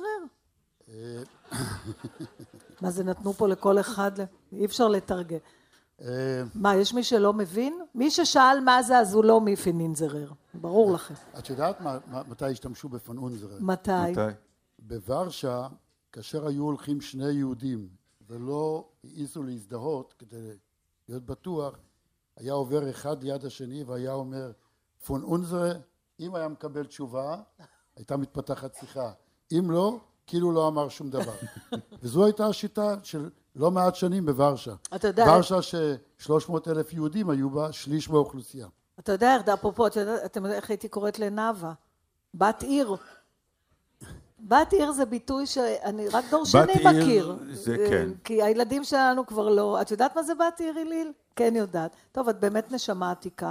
Speaker 8: מה זה נתנו פה לכל אחד? אי אפשר לתרגם. מה, יש מי שלא מבין? מי ששאל מה זה, אז הוא לא מפנינזרר. ברור לכם.
Speaker 13: את יודעת מתי השתמשו בפנינזרר?
Speaker 8: מתי?
Speaker 13: בוורשה, כאשר היו הולכים שני יהודים ולא העיזו להזדהות כדי להיות בטוח, היה עובר אחד ליד השני והיה אומר פון אונזרה, אם היה מקבל תשובה, הייתה מתפתחת שיחה. אם לא, כאילו לא אמר שום דבר. וזו הייתה השיטה של לא מעט שנים בוורשה. אתה יודע... וורשה ש-שלוש מאות אלף יהודים היו בה, שליש באוכלוסייה.
Speaker 8: אתה יודע, אפרופו, אתה יודע, אתם יודעים איך הייתי קוראת לנאווה? בת עיר. בת עיר זה ביטוי שאני רק דור שני מכיר.
Speaker 5: זה כן.
Speaker 8: כי הילדים שלנו כבר לא... את יודעת מה זה בת עיר, איליל? כן יודעת. טוב, את באמת נשמה עתיקה.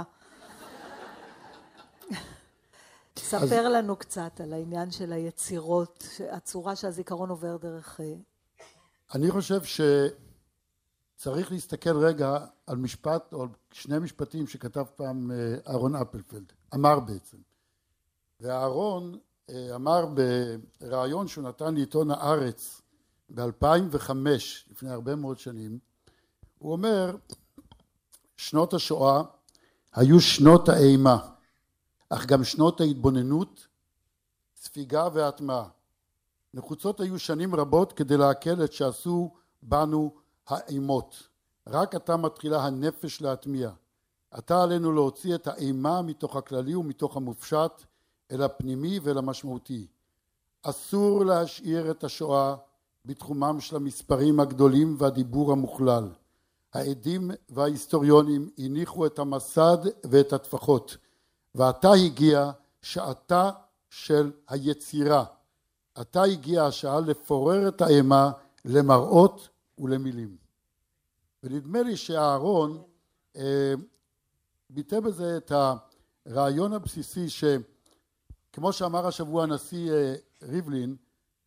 Speaker 8: ספר לנו קצת על העניין של היצירות, הצורה שהזיכרון עובר דרך...
Speaker 13: אני חושב שצריך להסתכל רגע על משפט, או על שני משפטים שכתב פעם אהרון אפלפלד. אמר בעצם. ואהרון אמר ברעיון שהוא נתן לעיתון הארץ ב-אלפיים וחמש, לפני הרבה מאוד שנים, הוא אומר, שנות השואה היו שנות האימה, אך גם שנות ההתבוננות, ספיגה והטמעה. נחוצות היו שנים רבות כדי להקל את שעשו בנו האימות. רק עתה מתחילה הנפש להטמיע. עתה עלינו להוציא את האימה מתוך הכללי ומתוך המופשט אל הפנימי ואל המשמעותי. אסור להשאיר את השואה בתחומם של המספרים הגדולים והדיבור המוכלל. העדים וההיסטוריונים הניחו את המסד ואת הטפחות, ועתה הגיעה שעתה של היצירה. עתה הגיעה השעה לפורר את האימה למראות ולמילים. ונדמה לי שאהרון אה, ביטא בזה את הרעיון הבסיסי שכמו שאמר השבוע הנשיא אה, ריבלין,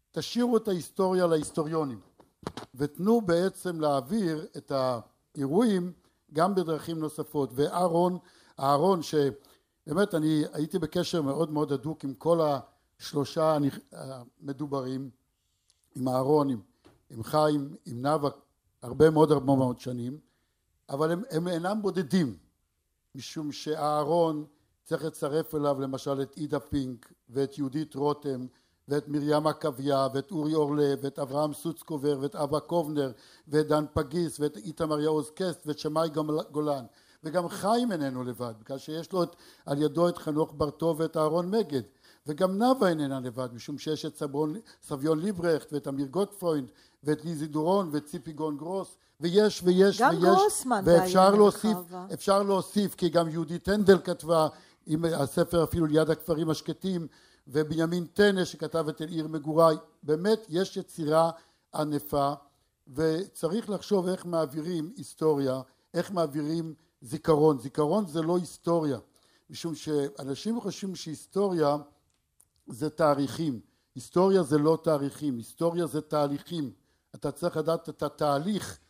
Speaker 13: תשאירו את ההיסטוריה להיסטוריונים, ותנו בעצם להעביר את האירועים גם בדרכים נוספות. ואהרון, אהרון שבאמת אני הייתי בקשר מאוד מאוד הדוק עם כל השלושה המדוברים, עם אהרון, עם, עם חיים, עם נאוה, הרבה מאוד הרבה מאוד שנים, אבל הם, הם אינם בודדים, משום שאהרון צריך לצרף אליו למשל את עידה פינק ואת יהודית רותם ואת מרים עקביה ואת אורי אורלב ואת אברהם סוצקובר ואת אבא קובנר ואת דן פגיס ואת איתמר יעוז קסט ואת שמאי גולן. וגם חיים איננו לבד, בגלל שיש לו את, על ידו את חנוך ברטוב ואת אהרון מגד. וגם נאוה איננה לבד, משום שיש את סביון, סביון ליברכט ואת אמיר גוטפרוינד ואת ליזי דורון ואת ציפי גון גרוס, ויש ויש
Speaker 8: גם
Speaker 13: ויש.
Speaker 8: גם גרוסמן.
Speaker 13: ואפשר להוסיף, אפשר להוסיף, כי גם יהודית הנדל כתבה עם הספר אפילו ליד הכפרים השקטים, ובנימין טנא שכתב את אל עיר מגוריי. באמת יש יצירה ענפה, וצריך לחשוב איך מעבירים היסטוריה, איך מעבירים זיכרון. זיכרון זה לא היסטוריה, משום שאנשים חושבים שהיסטוריה זה תאריכים. היסטוריה זה לא תאריכים, היסטוריה זה תהליכים. אתה צריך לדעת את התהליך,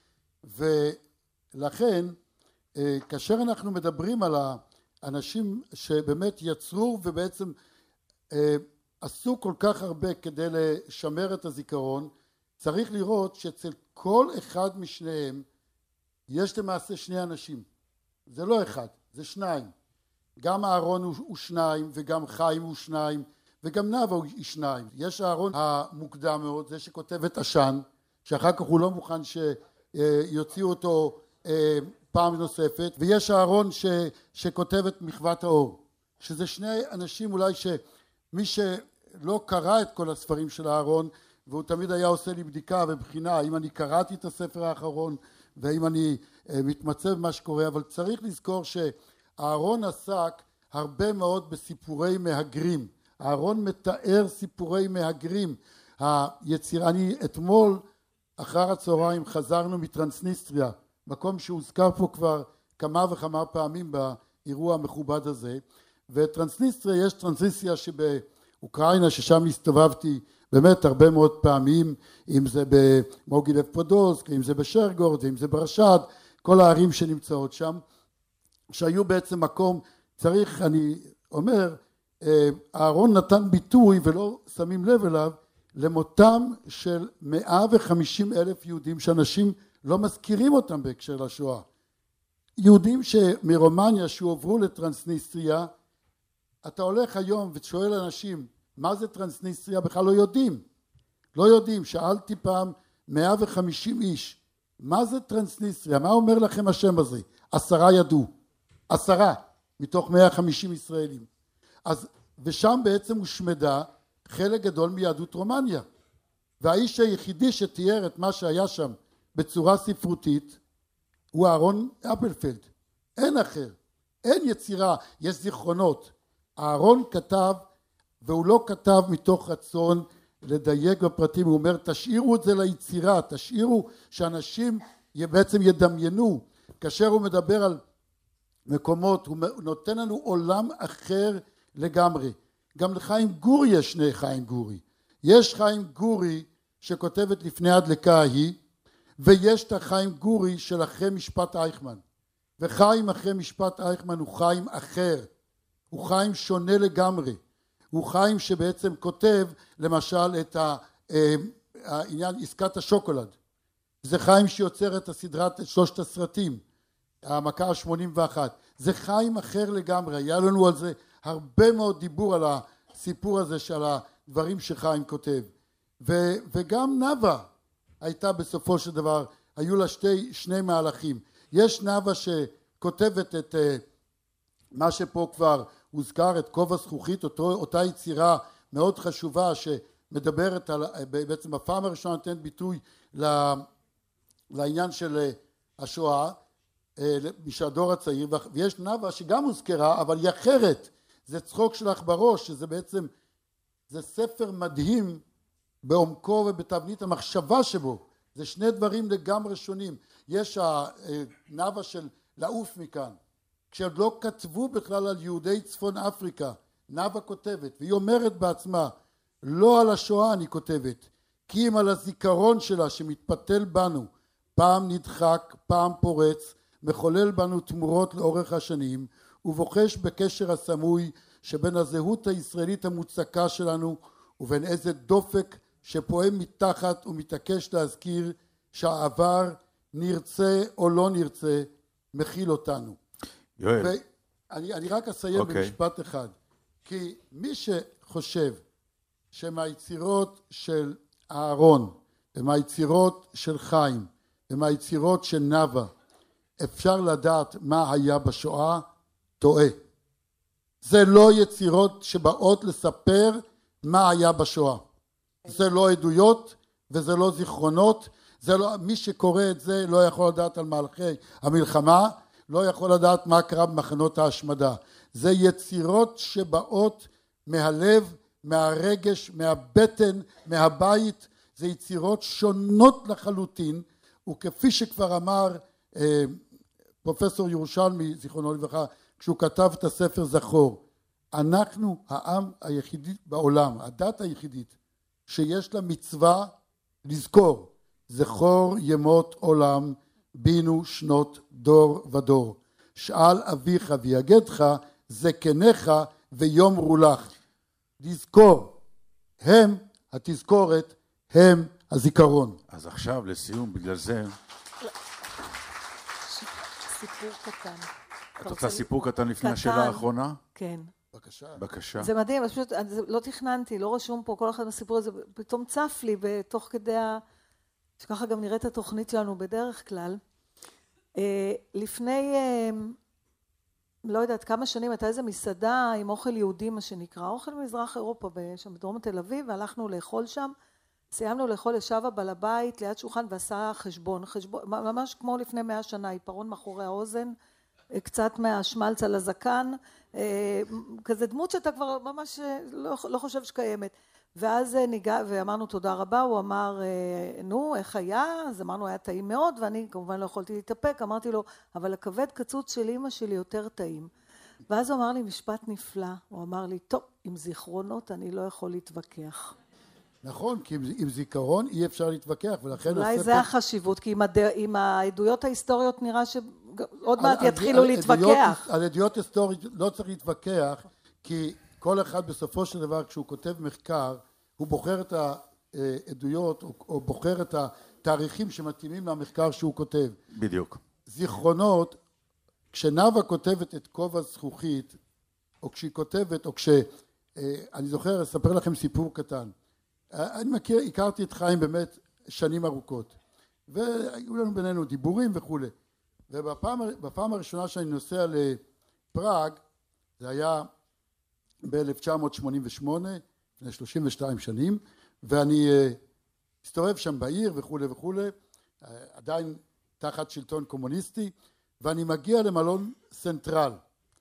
Speaker 13: ולכן כאשר אנחנו מדברים על האנשים שבאמת יצרו ובעצם עשו כל כך הרבה כדי לשמר את הזיכרון, צריך לראות שאצל כל אחד משניהם יש למעשה שני אנשים. זה לא אחד, זה שניים. גם אהרון הוא שניים, וגם חיים הוא שניים, וגם נאוה הוא שניים. יש אהרון המוקדם מאוד, זה שכותב את עשן, שאחר כך הוא לא מוכן שיוציאו אותו פעם נוספת, ויש אהרון ש, שכותב את מחוות האור, שזה שני אנשים אולי שמי שלא קרא את כל הספרים של אהרון, והוא תמיד היה עושה לי בדיקה ובחינה, האם אני קראתי את הספר האחרון, והאם אני מתמצא במה שקורה, אבל צריך לזכור שאהרון עסק הרבה מאוד בסיפורי מהגרים. אהרון מתאר סיפורי מהגרים. היצירה, אני אתמול אחר הצהריים חזרנו מטרנסניסטריה, מקום שהוזכר פה כבר כמה וכמה פעמים באירוע המכובד הזה, וטרנסניסטריה, יש טרנסניסטריה שבאוקראינה ששם הסתובבתי באמת הרבה מאוד פעמים, אם זה במוגילב פודולסק, אם זה בשרגורד, אם זה ברשד, כל הערים שנמצאות שם, שהיו בעצם מקום, צריך, אני אומר, אהרון נתן ביטוי ולא שמים לב אליו, למותם של מאה וחמישים אלף יהודים שאנשים לא מזכירים אותם בהקשר לשואה. יהודים שמרומניה שהועברו לטרנסניסטריה, אתה הולך היום ושואל אנשים, מה זה טרנסניסטריה? בכלל לא יודעים. לא יודעים. שאלתי פעם מאה וחמישים איש, מה זה טרנסניסטריה? מה אומר לכם השם הזה? עשרה ידעו. עשרה מתוך מאה וחמישים ישראלים. אז, ושם בעצם הושמדה חלק גדול מיהדות רומניה. והאיש היחידי שתיאר את מה שהיה שם בצורה ספרותית, הוא אהרון אפלפלד. אין אחר. אין יצירה, יש זיכרונות. אהרון כתב, והוא לא כתב מתוך רצון לדייק בפרטים, הוא אומר תשאירו את זה ליצירה, תשאירו שאנשים בעצם ידמיינו. כאשר הוא מדבר על מקומות, הוא נותן לנו עולם אחר לגמרי. גם לחיים גורי יש שני חיים גורי. יש חיים גורי שכותבת לפני הדלקה ההיא, ויש את החיים גורי של אחרי משפט אייכמן. וחיים אחרי משפט אייכמן הוא חיים אחר, הוא חיים שונה לגמרי. הוא חיים שבעצם כותב למשל את העניין עסקת השוקולד. זה חיים שיוצר את הסדרת, את שלושת הסרטים, המכה ה-שמונים ואחת. זה חיים אחר לגמרי. היה לנו על זה הרבה מאוד דיבור על הסיפור הזה של הדברים שחיים כותב. ו, וגם נאוה הייתה בסופו של דבר, היו לה שתי, שני מהלכים. יש נאוה שכותבת את מה שפה כבר הוזכר, את כובע זכוכית, אותו, אותה יצירה מאוד חשובה שמדברת על, בעצם בפעם הראשונה נותנת ביטוי לעניין של השואה, משהדור הצעיר, ויש נאוה שגם הוזכרה, אבל היא אחרת, זה צחוק שלך בראש, שזה בעצם, זה ספר מדהים בעומקו ובתבנית המחשבה שבו, זה שני דברים לגמרי שונים. יש הנאוה של לעוף מכאן, כשעוד לא כתבו בכלל על יהודי צפון אפריקה, נאוה כותבת, והיא אומרת בעצמה, לא על השואה אני כותבת, כי אם על הזיכרון שלה שמתפתל בנו, פעם נדחק, פעם פורץ, מחולל בנו תמורות לאורך השנים, ובוחש בקשר הסמוי שבין הזהות הישראלית המוצקה שלנו ובין איזה דופק שפועם מתחת ומתעקש להזכיר שהעבר נרצה או לא נרצה מכיל אותנו.
Speaker 5: יואל.
Speaker 13: ואני אני רק אסיים okay. במשפט אחד, כי מי שחושב שמהיצירות של אהרון ומהיצירות של חיים ומהיצירות של נאוה אפשר לדעת מה היה בשואה, טועה. זה לא יצירות שבאות לספר מה היה בשואה. זה לא עדויות וזה לא זיכרונות. זה לא, מי שקורא את זה לא יכול לדעת על מהלכי המלחמה, לא יכול לדעת מה קרה במחנות ההשמדה. זה יצירות שבאות מהלב, מהרגש, מהבטן, מהבית. זה יצירות שונות לחלוטין, וכפי שכבר אמר אה, פרופסור ירושלמי, זיכרונו לברכה, כשהוא כתב את הספר זכור, אנחנו העם היחידי בעולם, הדת היחידית, שיש לה מצווה לזכור, זכור ימות עולם, בינו שנות דור ודור. שאל אביך ויגדך, זקניך ויאמרו לך. לזכור, הם התזכורת, הם הזיכרון.
Speaker 5: אז עכשיו לסיום, בגלל זה...
Speaker 8: סיפור קטן.
Speaker 5: את רוצה סיפור קטן לפני השאלה האחרונה?
Speaker 8: כן.
Speaker 13: בבקשה.
Speaker 5: בבקשה.
Speaker 8: זה מדהים, פשוט לא תכננתי, לא רשום פה כל אחד מהסיפור הזה, פתאום צף לי בתוך כדי ה... שככה גם נראית התוכנית שלנו בדרך כלל. לפני, לא יודעת, כמה שנים הייתה איזו מסעדה עם אוכל יהודי, מה שנקרא, אוכל מזרח אירופה, שם בדרום תל אביב, והלכנו לאכול שם, סיימנו לאכול, ישב הבעל הבית ליד שולחן ועשה חשבון, חשבון, ממש כמו לפני מאה שנה, עיפרון מאחורי האוזן, קצת מהשמלץ על הזקן, כזה דמות שאתה כבר ממש לא, לא חושב שקיימת. ואז ניגע, ואמרנו תודה רבה, הוא אמר, נו, איך היה? אז אמרנו, היה טעים מאוד, ואני כמובן לא יכולתי להתאפק, אמרתי לו, אבל הכבד קצוץ של אמא שלי יותר טעים. ואז הוא אמר לי משפט נפלא, הוא אמר לי, טוב, עם זיכרונות אני לא יכול להתווכח.
Speaker 13: נכון, כי עם זיכרון אי אפשר להתווכח, ולכן...
Speaker 8: אולי
Speaker 13: הספר...
Speaker 8: זה החשיבות, כי עם, הד... עם העדויות ההיסטוריות נראה שעוד מעט יתחילו להתווכח.
Speaker 13: על עדויות היסטוריות לא צריך להתווכח, כי כל אחד בסופו של דבר, כשהוא כותב מחקר, הוא בוחר את העדויות, או בוחר את התאריכים שמתאימים למחקר שהוא כותב.
Speaker 5: בדיוק.
Speaker 13: זיכרונות, כשנאוה כותבת את כובע זכוכית, או כשהיא כותבת, או כש... אני זוכר, אספר לכם סיפור קטן. אני מכיר, הכרתי את חיים באמת שנים ארוכות, והיו לנו בינינו דיבורים וכו'. ובפעם בפעם הראשונה שאני נוסע לפראג, זה היה ב-אלף תשע מאות שמונים ושמונה, לפני שלושים ושתיים שנים, ואני הסתובב שם בעיר וכו' וכו', עדיין תחת שלטון קומוניסטי, ואני מגיע למלון סנטרל,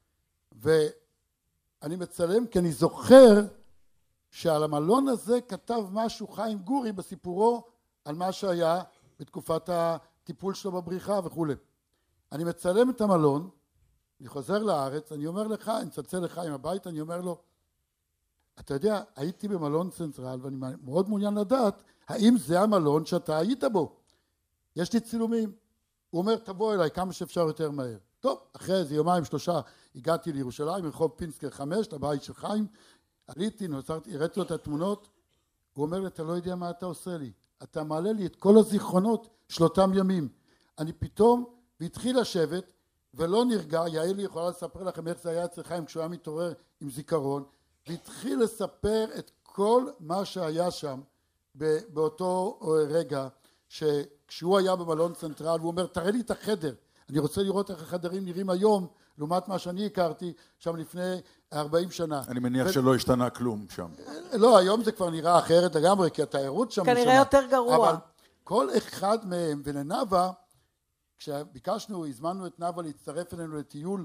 Speaker 13: ואני מצלם כי אני זוכר שעל המלון הזה כתב משהו חיים גורי בסיפורו על מה שהיה בתקופת הטיפול שלו בבריחה וכו'. אני מצלם את המלון, אני חוזר לארץ, אני אומר לך, אני מצלצל לחיים הביתה, אני אומר לו, אתה יודע, הייתי במלון סנטרל ואני מאוד מעוניין לדעת האם זה המלון שאתה היית בו. יש לי צילומים. הוא אומר, תבוא אליי כמה שאפשר יותר מהר. טוב, אחרי איזה יומיים שלושה הגעתי לירושלים, רחוב פינסקר חמש, לבית של חיים, עליתי, נוצרתי, הראיתי לו את התמונות, הוא אומר לי, אתה לא יודע מה אתה עושה לי, אתה מעלה לי את כל הזיכרונות של אותם ימים. אני פתאום, והתחיל לשבת, ולא נרגע, יעלי יכולה לספר לכם איך זה היה אצל חיים כשהוא היה מתעורר עם זיכרון, והתחיל לספר את כל מה שהיה שם באותו רגע, שכשהוא היה במלון סנטרל, הוא אומר, תראה לי את החדר, אני רוצה לראות איך החדרים נראים היום, לעומת מה שאני הכרתי שם לפני ארבעים שנה.
Speaker 5: אני מניח שלא השתנה כלום שם.
Speaker 13: לא, היום זה כבר נראה אחרת לגמרי, כי התיירות שם...
Speaker 8: כנראה יותר גרוע.
Speaker 13: אבל כל אחד מהם, ולנאוה, כשביקשנו, הזמנו את נאוה להצטרף אלינו לטיול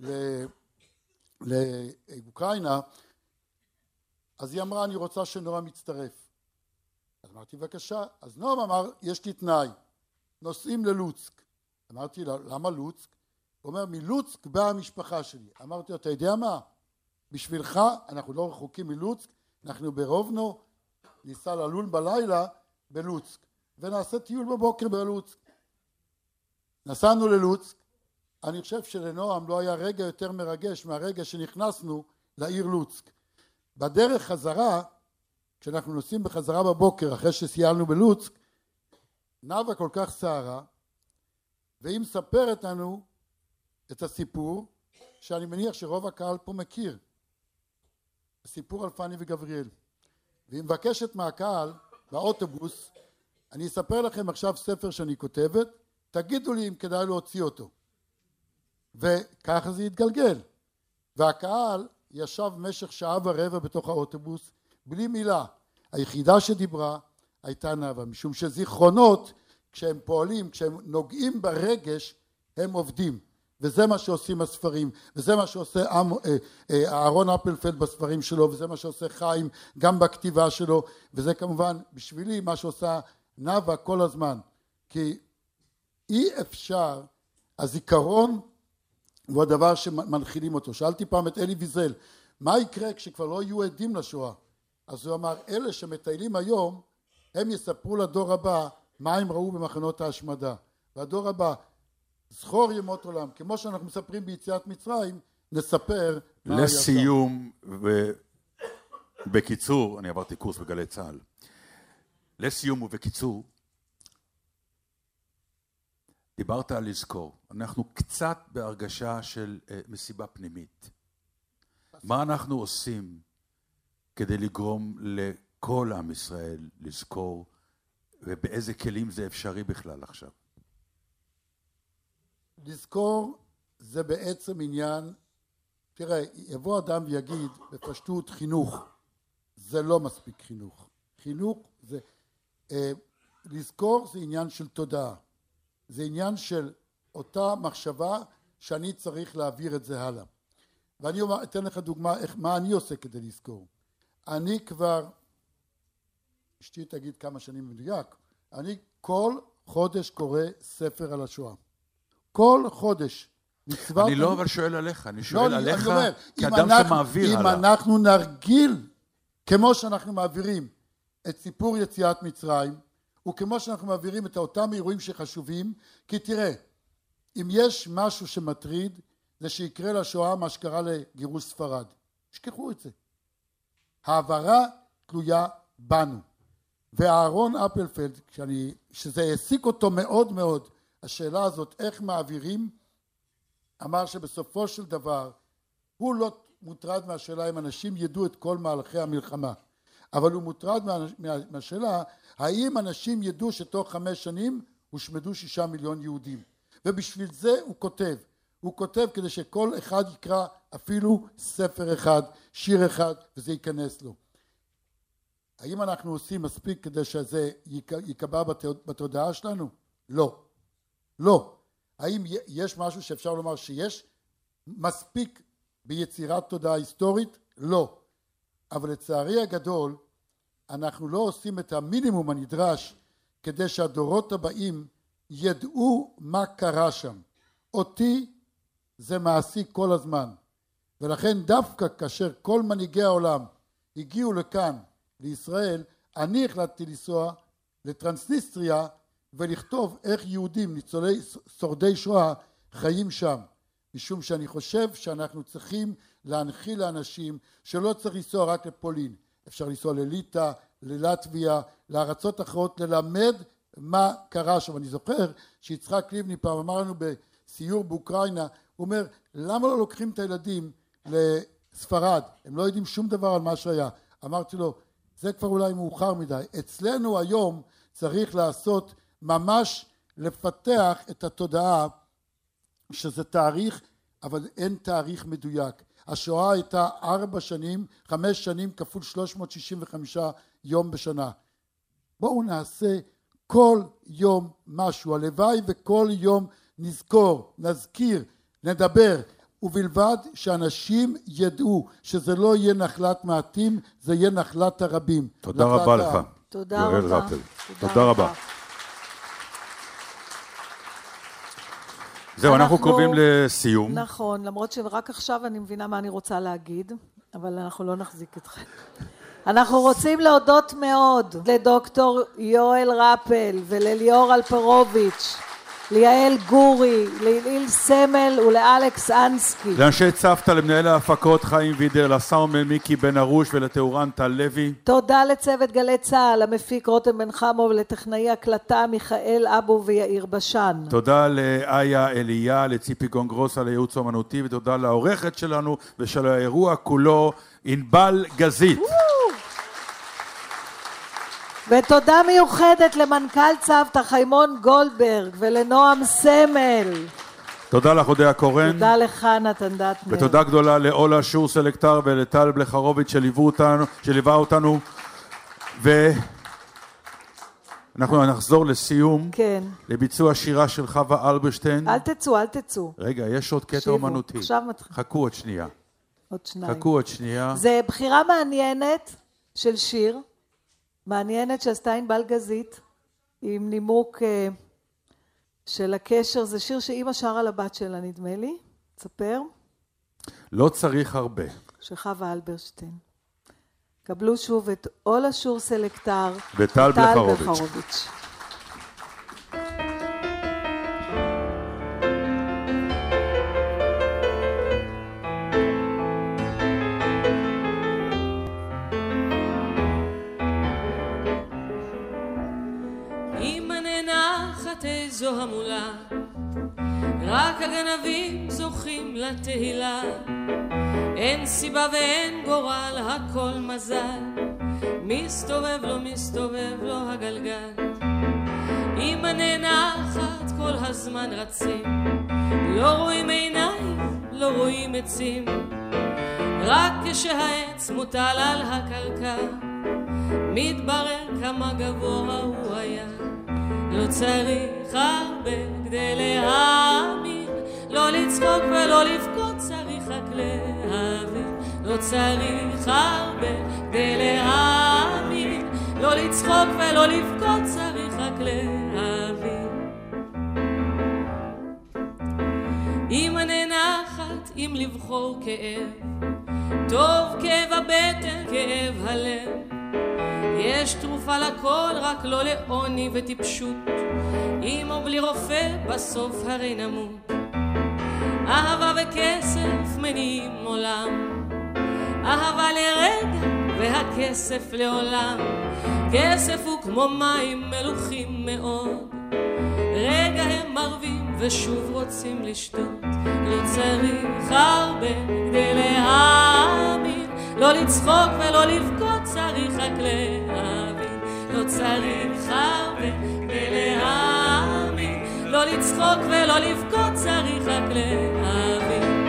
Speaker 13: לאוקראינה, אז היא אמרה, אני רוצה שנועם מצטרף. אז אמרתי, בבקשה. אז נועם אמר, יש לי תנאי, נוסעים ללוצק. אמרתי, למה לוצק? הוא אומר, מלוצק באה המשפחה שלי. אמרתי, אתה יודע מה? בשבילך, אנחנו לא רחוקים מלוצק, אנחנו ברובנו ניסע ללון בלילה בלוצק, ונעשה טיול בבוקר בלוצק. נסענו ללוצק, אני חושב שלנועם לא היה רגע יותר מרגש מהרגע שנכנסנו לעיר לוצק. בדרך חזרה, כשאנחנו נוסעים בחזרה בבוקר אחרי שסיימנו בלוצק, נאוה כל כך סערה, והיא מספרת לנו את הסיפור שאני מניח שרוב הקהל פה מכיר, הסיפור על פני וגבריאל. והיא מבקשת מהקהל באוטובוס, אני אספר לכם עכשיו ספר שאני כותבת, תגידו לי אם כדאי להוציא אותו. וככה זה התגלגל. והקהל ישב במשך שעה ורבע בתוך האוטובוס בלי מילה. היחידה שדיברה הייתה נאוה, משום שזיכרונות כשהם פועלים, כשהם נוגעים ברגש, הם עובדים. וזה מה שעושים הספרים, וזה מה שעושה אהרון אפלפלד בספרים שלו, וזה מה שעושה חיים גם בכתיבה שלו, וזה כמובן בשבילי מה שעושה נאוה כל הזמן. כי אי אפשר, הזיכרון הוא הדבר שמנחילים אותו. שאלתי פעם את אלי ויזל, מה יקרה כשכבר לא יהיו עדים לשואה? אז הוא אמר, אלה שמטיילים היום, הם יספרו לדור הבא מה הם ראו במחנות ההשמדה. והדור הבא, זכור ימות עולם, כמו שאנחנו מספרים ביציאת מצרים, נספר מה היה שם.
Speaker 5: לסיום, ובקיצור, אני עברתי קורס בגלי צה"ל, לסיום ובקיצור, דיברת על לזכור, אנחנו קצת בהרגשה של מסיבה פנימית. מה אנחנו עושים כדי לגרום לכל עם ישראל לזכור, ובאיזה כלים זה אפשרי בכלל עכשיו?
Speaker 13: לזכור זה בעצם עניין, תראה, יבוא אדם ויגיד בפשטות חינוך, זה לא מספיק חינוך. חינוך זה, אה, לזכור זה עניין של תודעה. זה עניין של אותה מחשבה שאני צריך להעביר את זה הלאה. ואני אתן לך דוגמה איך, מה אני עושה כדי לזכור. אני כבר, אשתי תגיד כמה שנים מדויק, אני כל חודש קורא ספר על השואה. כל חודש.
Speaker 5: אני לא אבל שואל עליך, אני שואל עליך כאדם שמעביר
Speaker 13: הלאה. אם אנחנו נרגיל, כמו שאנחנו מעבירים את סיפור יציאת מצרים, וכמו שאנחנו מעבירים את אותם אירועים שחשובים, כי תראה, אם יש משהו שמטריד, זה שיקרה לשואה מה שקרה לגירוש ספרד. שכחו את זה. העברה תלויה בנו. ואהרון אפלפלד, כשאני, שזה העסיק אותו מאוד מאוד, השאלה הזאת, איך מעבירים, אמר שבסופו של דבר, הוא לא מוטרד מהשאלה אם אנשים ידעו את כל מהלכי המלחמה, אבל הוא מוטרד מה, מה, מהשאלה, האם אנשים ידעו שתוך חמש שנים הושמדו שישה מיליון יהודים. ובשביל זה הוא כותב, הוא כותב כדי שכל אחד יקרא אפילו ספר אחד, שיר אחד, וזה ייכנס לו. האם אנחנו עושים מספיק כדי שזה יקבע בתודעה שלנו? לא. לא. האם יש משהו שאפשר לומר שיש מספיק ביצירת תודעה היסטורית? לא. אבל לצערי הגדול, אנחנו לא עושים את המינימום הנדרש כדי שהדורות הבאים ידעו מה קרה שם. אותי זה מעסיק כל הזמן. ולכן דווקא כאשר כל מנהיגי העולם הגיעו לכאן, לישראל, אני החלטתי לנסוע לטרנסניסטריה ולכתוב איך יהודים, ניצולי שורדי שואה, חיים שם. משום שאני חושב שאנחנו צריכים להנחיל לאנשים שלא צריך לנסוע רק לפולין. אפשר לנסוע לליטא, ללטביה, לארצות אחרות, ללמד מה קרה שם. אני זוכר שיצחק לבני פעם אמר לנו בסיור באוקראינה, הוא אומר, למה לא לוקחים את הילדים לספרד? הם לא יודעים שום דבר על מה שהיה. אמרתי לו, זה כבר אולי מאוחר מדי. אצלנו היום צריך לעשות ממש לפתח את התודעה שזה תאריך, אבל אין תאריך מדויק. השואה הייתה ארבע שנים, חמש שנים כפול שלוש מאות שישים וחמישה יום בשנה. בואו נעשה כל יום משהו, הלוואי וכל יום נזכור, נזכיר, נדבר, ובלבד שאנשים ידעו שזה לא יהיה נחלת מעטים, זה יהיה נחלת הרבים.
Speaker 5: תודה רבה לך.
Speaker 8: תודה רבה.
Speaker 5: תודה רבה. זהו, אנחנו קרובים לסיום.
Speaker 8: נכון, למרות שרק עכשיו אני מבינה מה אני רוצה להגיד, אבל אנחנו לא נחזיק אתכם. אנחנו רוצים להודות מאוד לדוקטור יואל רפל ולליאור אלפרוביץ', ליעל גורי, ליליל סמל ולאלכס אנסקי.
Speaker 5: לאנשי צוותא, למנהל ההפקות חיים וידר, לסאונדמן מיקי בן ארוש ולתאורן טל לוי.
Speaker 8: תודה לצוות גלי צה"ל, למפיק רותם בן חמו ולטכנאי הקלטה מיכאל אבו ויאיר בשן.
Speaker 5: תודה לאיה אליה, לציפי גונגרוס על הייעוץ האמנותי, ותודה לעורכת שלנו ושל האירוע כולו, ענבל גזית.
Speaker 8: ותודה מיוחדת למנכ"ל צוותא חיימון גולדברג ולנועם סמל.
Speaker 5: תודה לך אודיה קורן.
Speaker 8: תודה לך נתן דטנר.
Speaker 5: ותודה גדולה לאולה שור סלקטר ולטל בלחרוביץ' שליוו אותנו, שליווה אותנו. ואנחנו נחזור לסיום.
Speaker 8: כן.
Speaker 5: לביצוע שירה של חווה אלברשטיין.
Speaker 8: אל תצאו, אל תצאו.
Speaker 5: רגע, יש עוד קטע אומנותי.
Speaker 8: עכשיו מתחיל.
Speaker 5: חכו עוד שנייה.
Speaker 8: עוד שניים.
Speaker 5: חכו עוד שנייה.
Speaker 8: זה בחירה מעניינת של שיר. מעניינת שעשתה ענבל גזית, עם נימוק uh, של הקשר. זה שיר שאמא שרה לבת שלה, נדמה לי. תספר.
Speaker 5: לא צריך הרבה.
Speaker 8: של חווה אלברשטיין. קבלו שוב את אולה שור סלקטר
Speaker 5: וטל בלחרוביץ'.
Speaker 10: זו המולה, רק הגנבים זוכים לתהילה, אין סיבה ואין גורל, הכל מזל, מסתובב לו מסתובב לו הגלגל. אם הננחת כל הזמן רצים, לא רואים עיניים, לא רואים עצים, רק כשהעץ מוטל על הקרקע, מתברר כמה גבוה הוא היה. לא צריך הרבה כדי להאמין, לא לצחוק ולא לבכות, צריך רק להבין. לא צריך הרבה כדי להאמין, לא לצחוק ולא לבכות, צריך רק להבין. אם הננחת, אם לבחור כאב, טוב כאב הבטן, כאב הלב, יש תרופה לכל, רק לא לעוני וטיפשות. עם או בלי רופא, בסוף הרי נמות. אהבה וכסף מניעים עולם, אהבה לרגע והכסף לעולם. כסף הוא כמו מים מלוכים מאוד, רגע הם מרבים ושוב רוצים לשתות. לא צריך הרבה כדי להאמין, לא לצחוק ולא לבכות, צריך רק להבין. לא צריך הרבה כדי להאמין, לא לצחוק ולא לבכות, צריך רק להבין.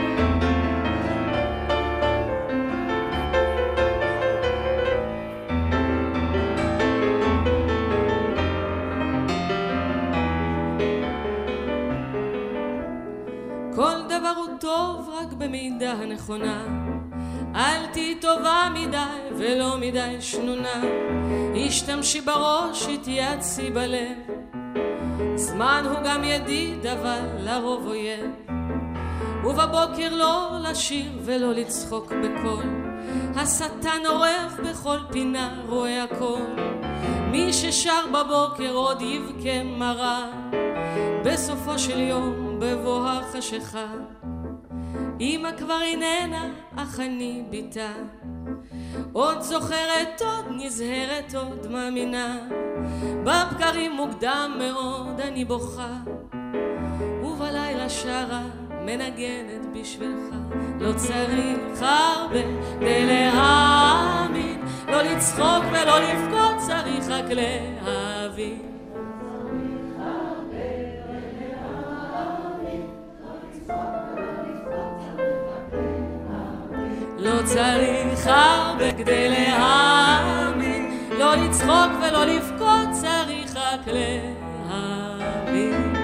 Speaker 10: כל דבר הוא טוב רק במידה הנכונה, אל תהי טובה מדי ולא מדי שנונה. השתמשי בראש, התייעצי בלב, זמן הוא גם ידיד אבל לרוב אויב. ובבוקר לא לשיר ולא לצחוק בקול, השטן עורב בכל פינה, רואה הכל. מי ששר בבוקר עוד יבכה מרה, בסופו של יום בבוא החשיכה. אמא כבר איננה, אך אני ביתה, עוד זוכרת, עוד נזהרת, עוד מאמינה. בבקרים מוקדם מאוד אני בוכה, ובלילה שרה מנגנת בשבילך. לא צריך הרבה כדי להאמין, לא לצחוק ולא לבכות, צריך רק להבין. לא צריך הרבה כדי להאמין, לא לצחוק ולא לבכות, צריך רק להבין.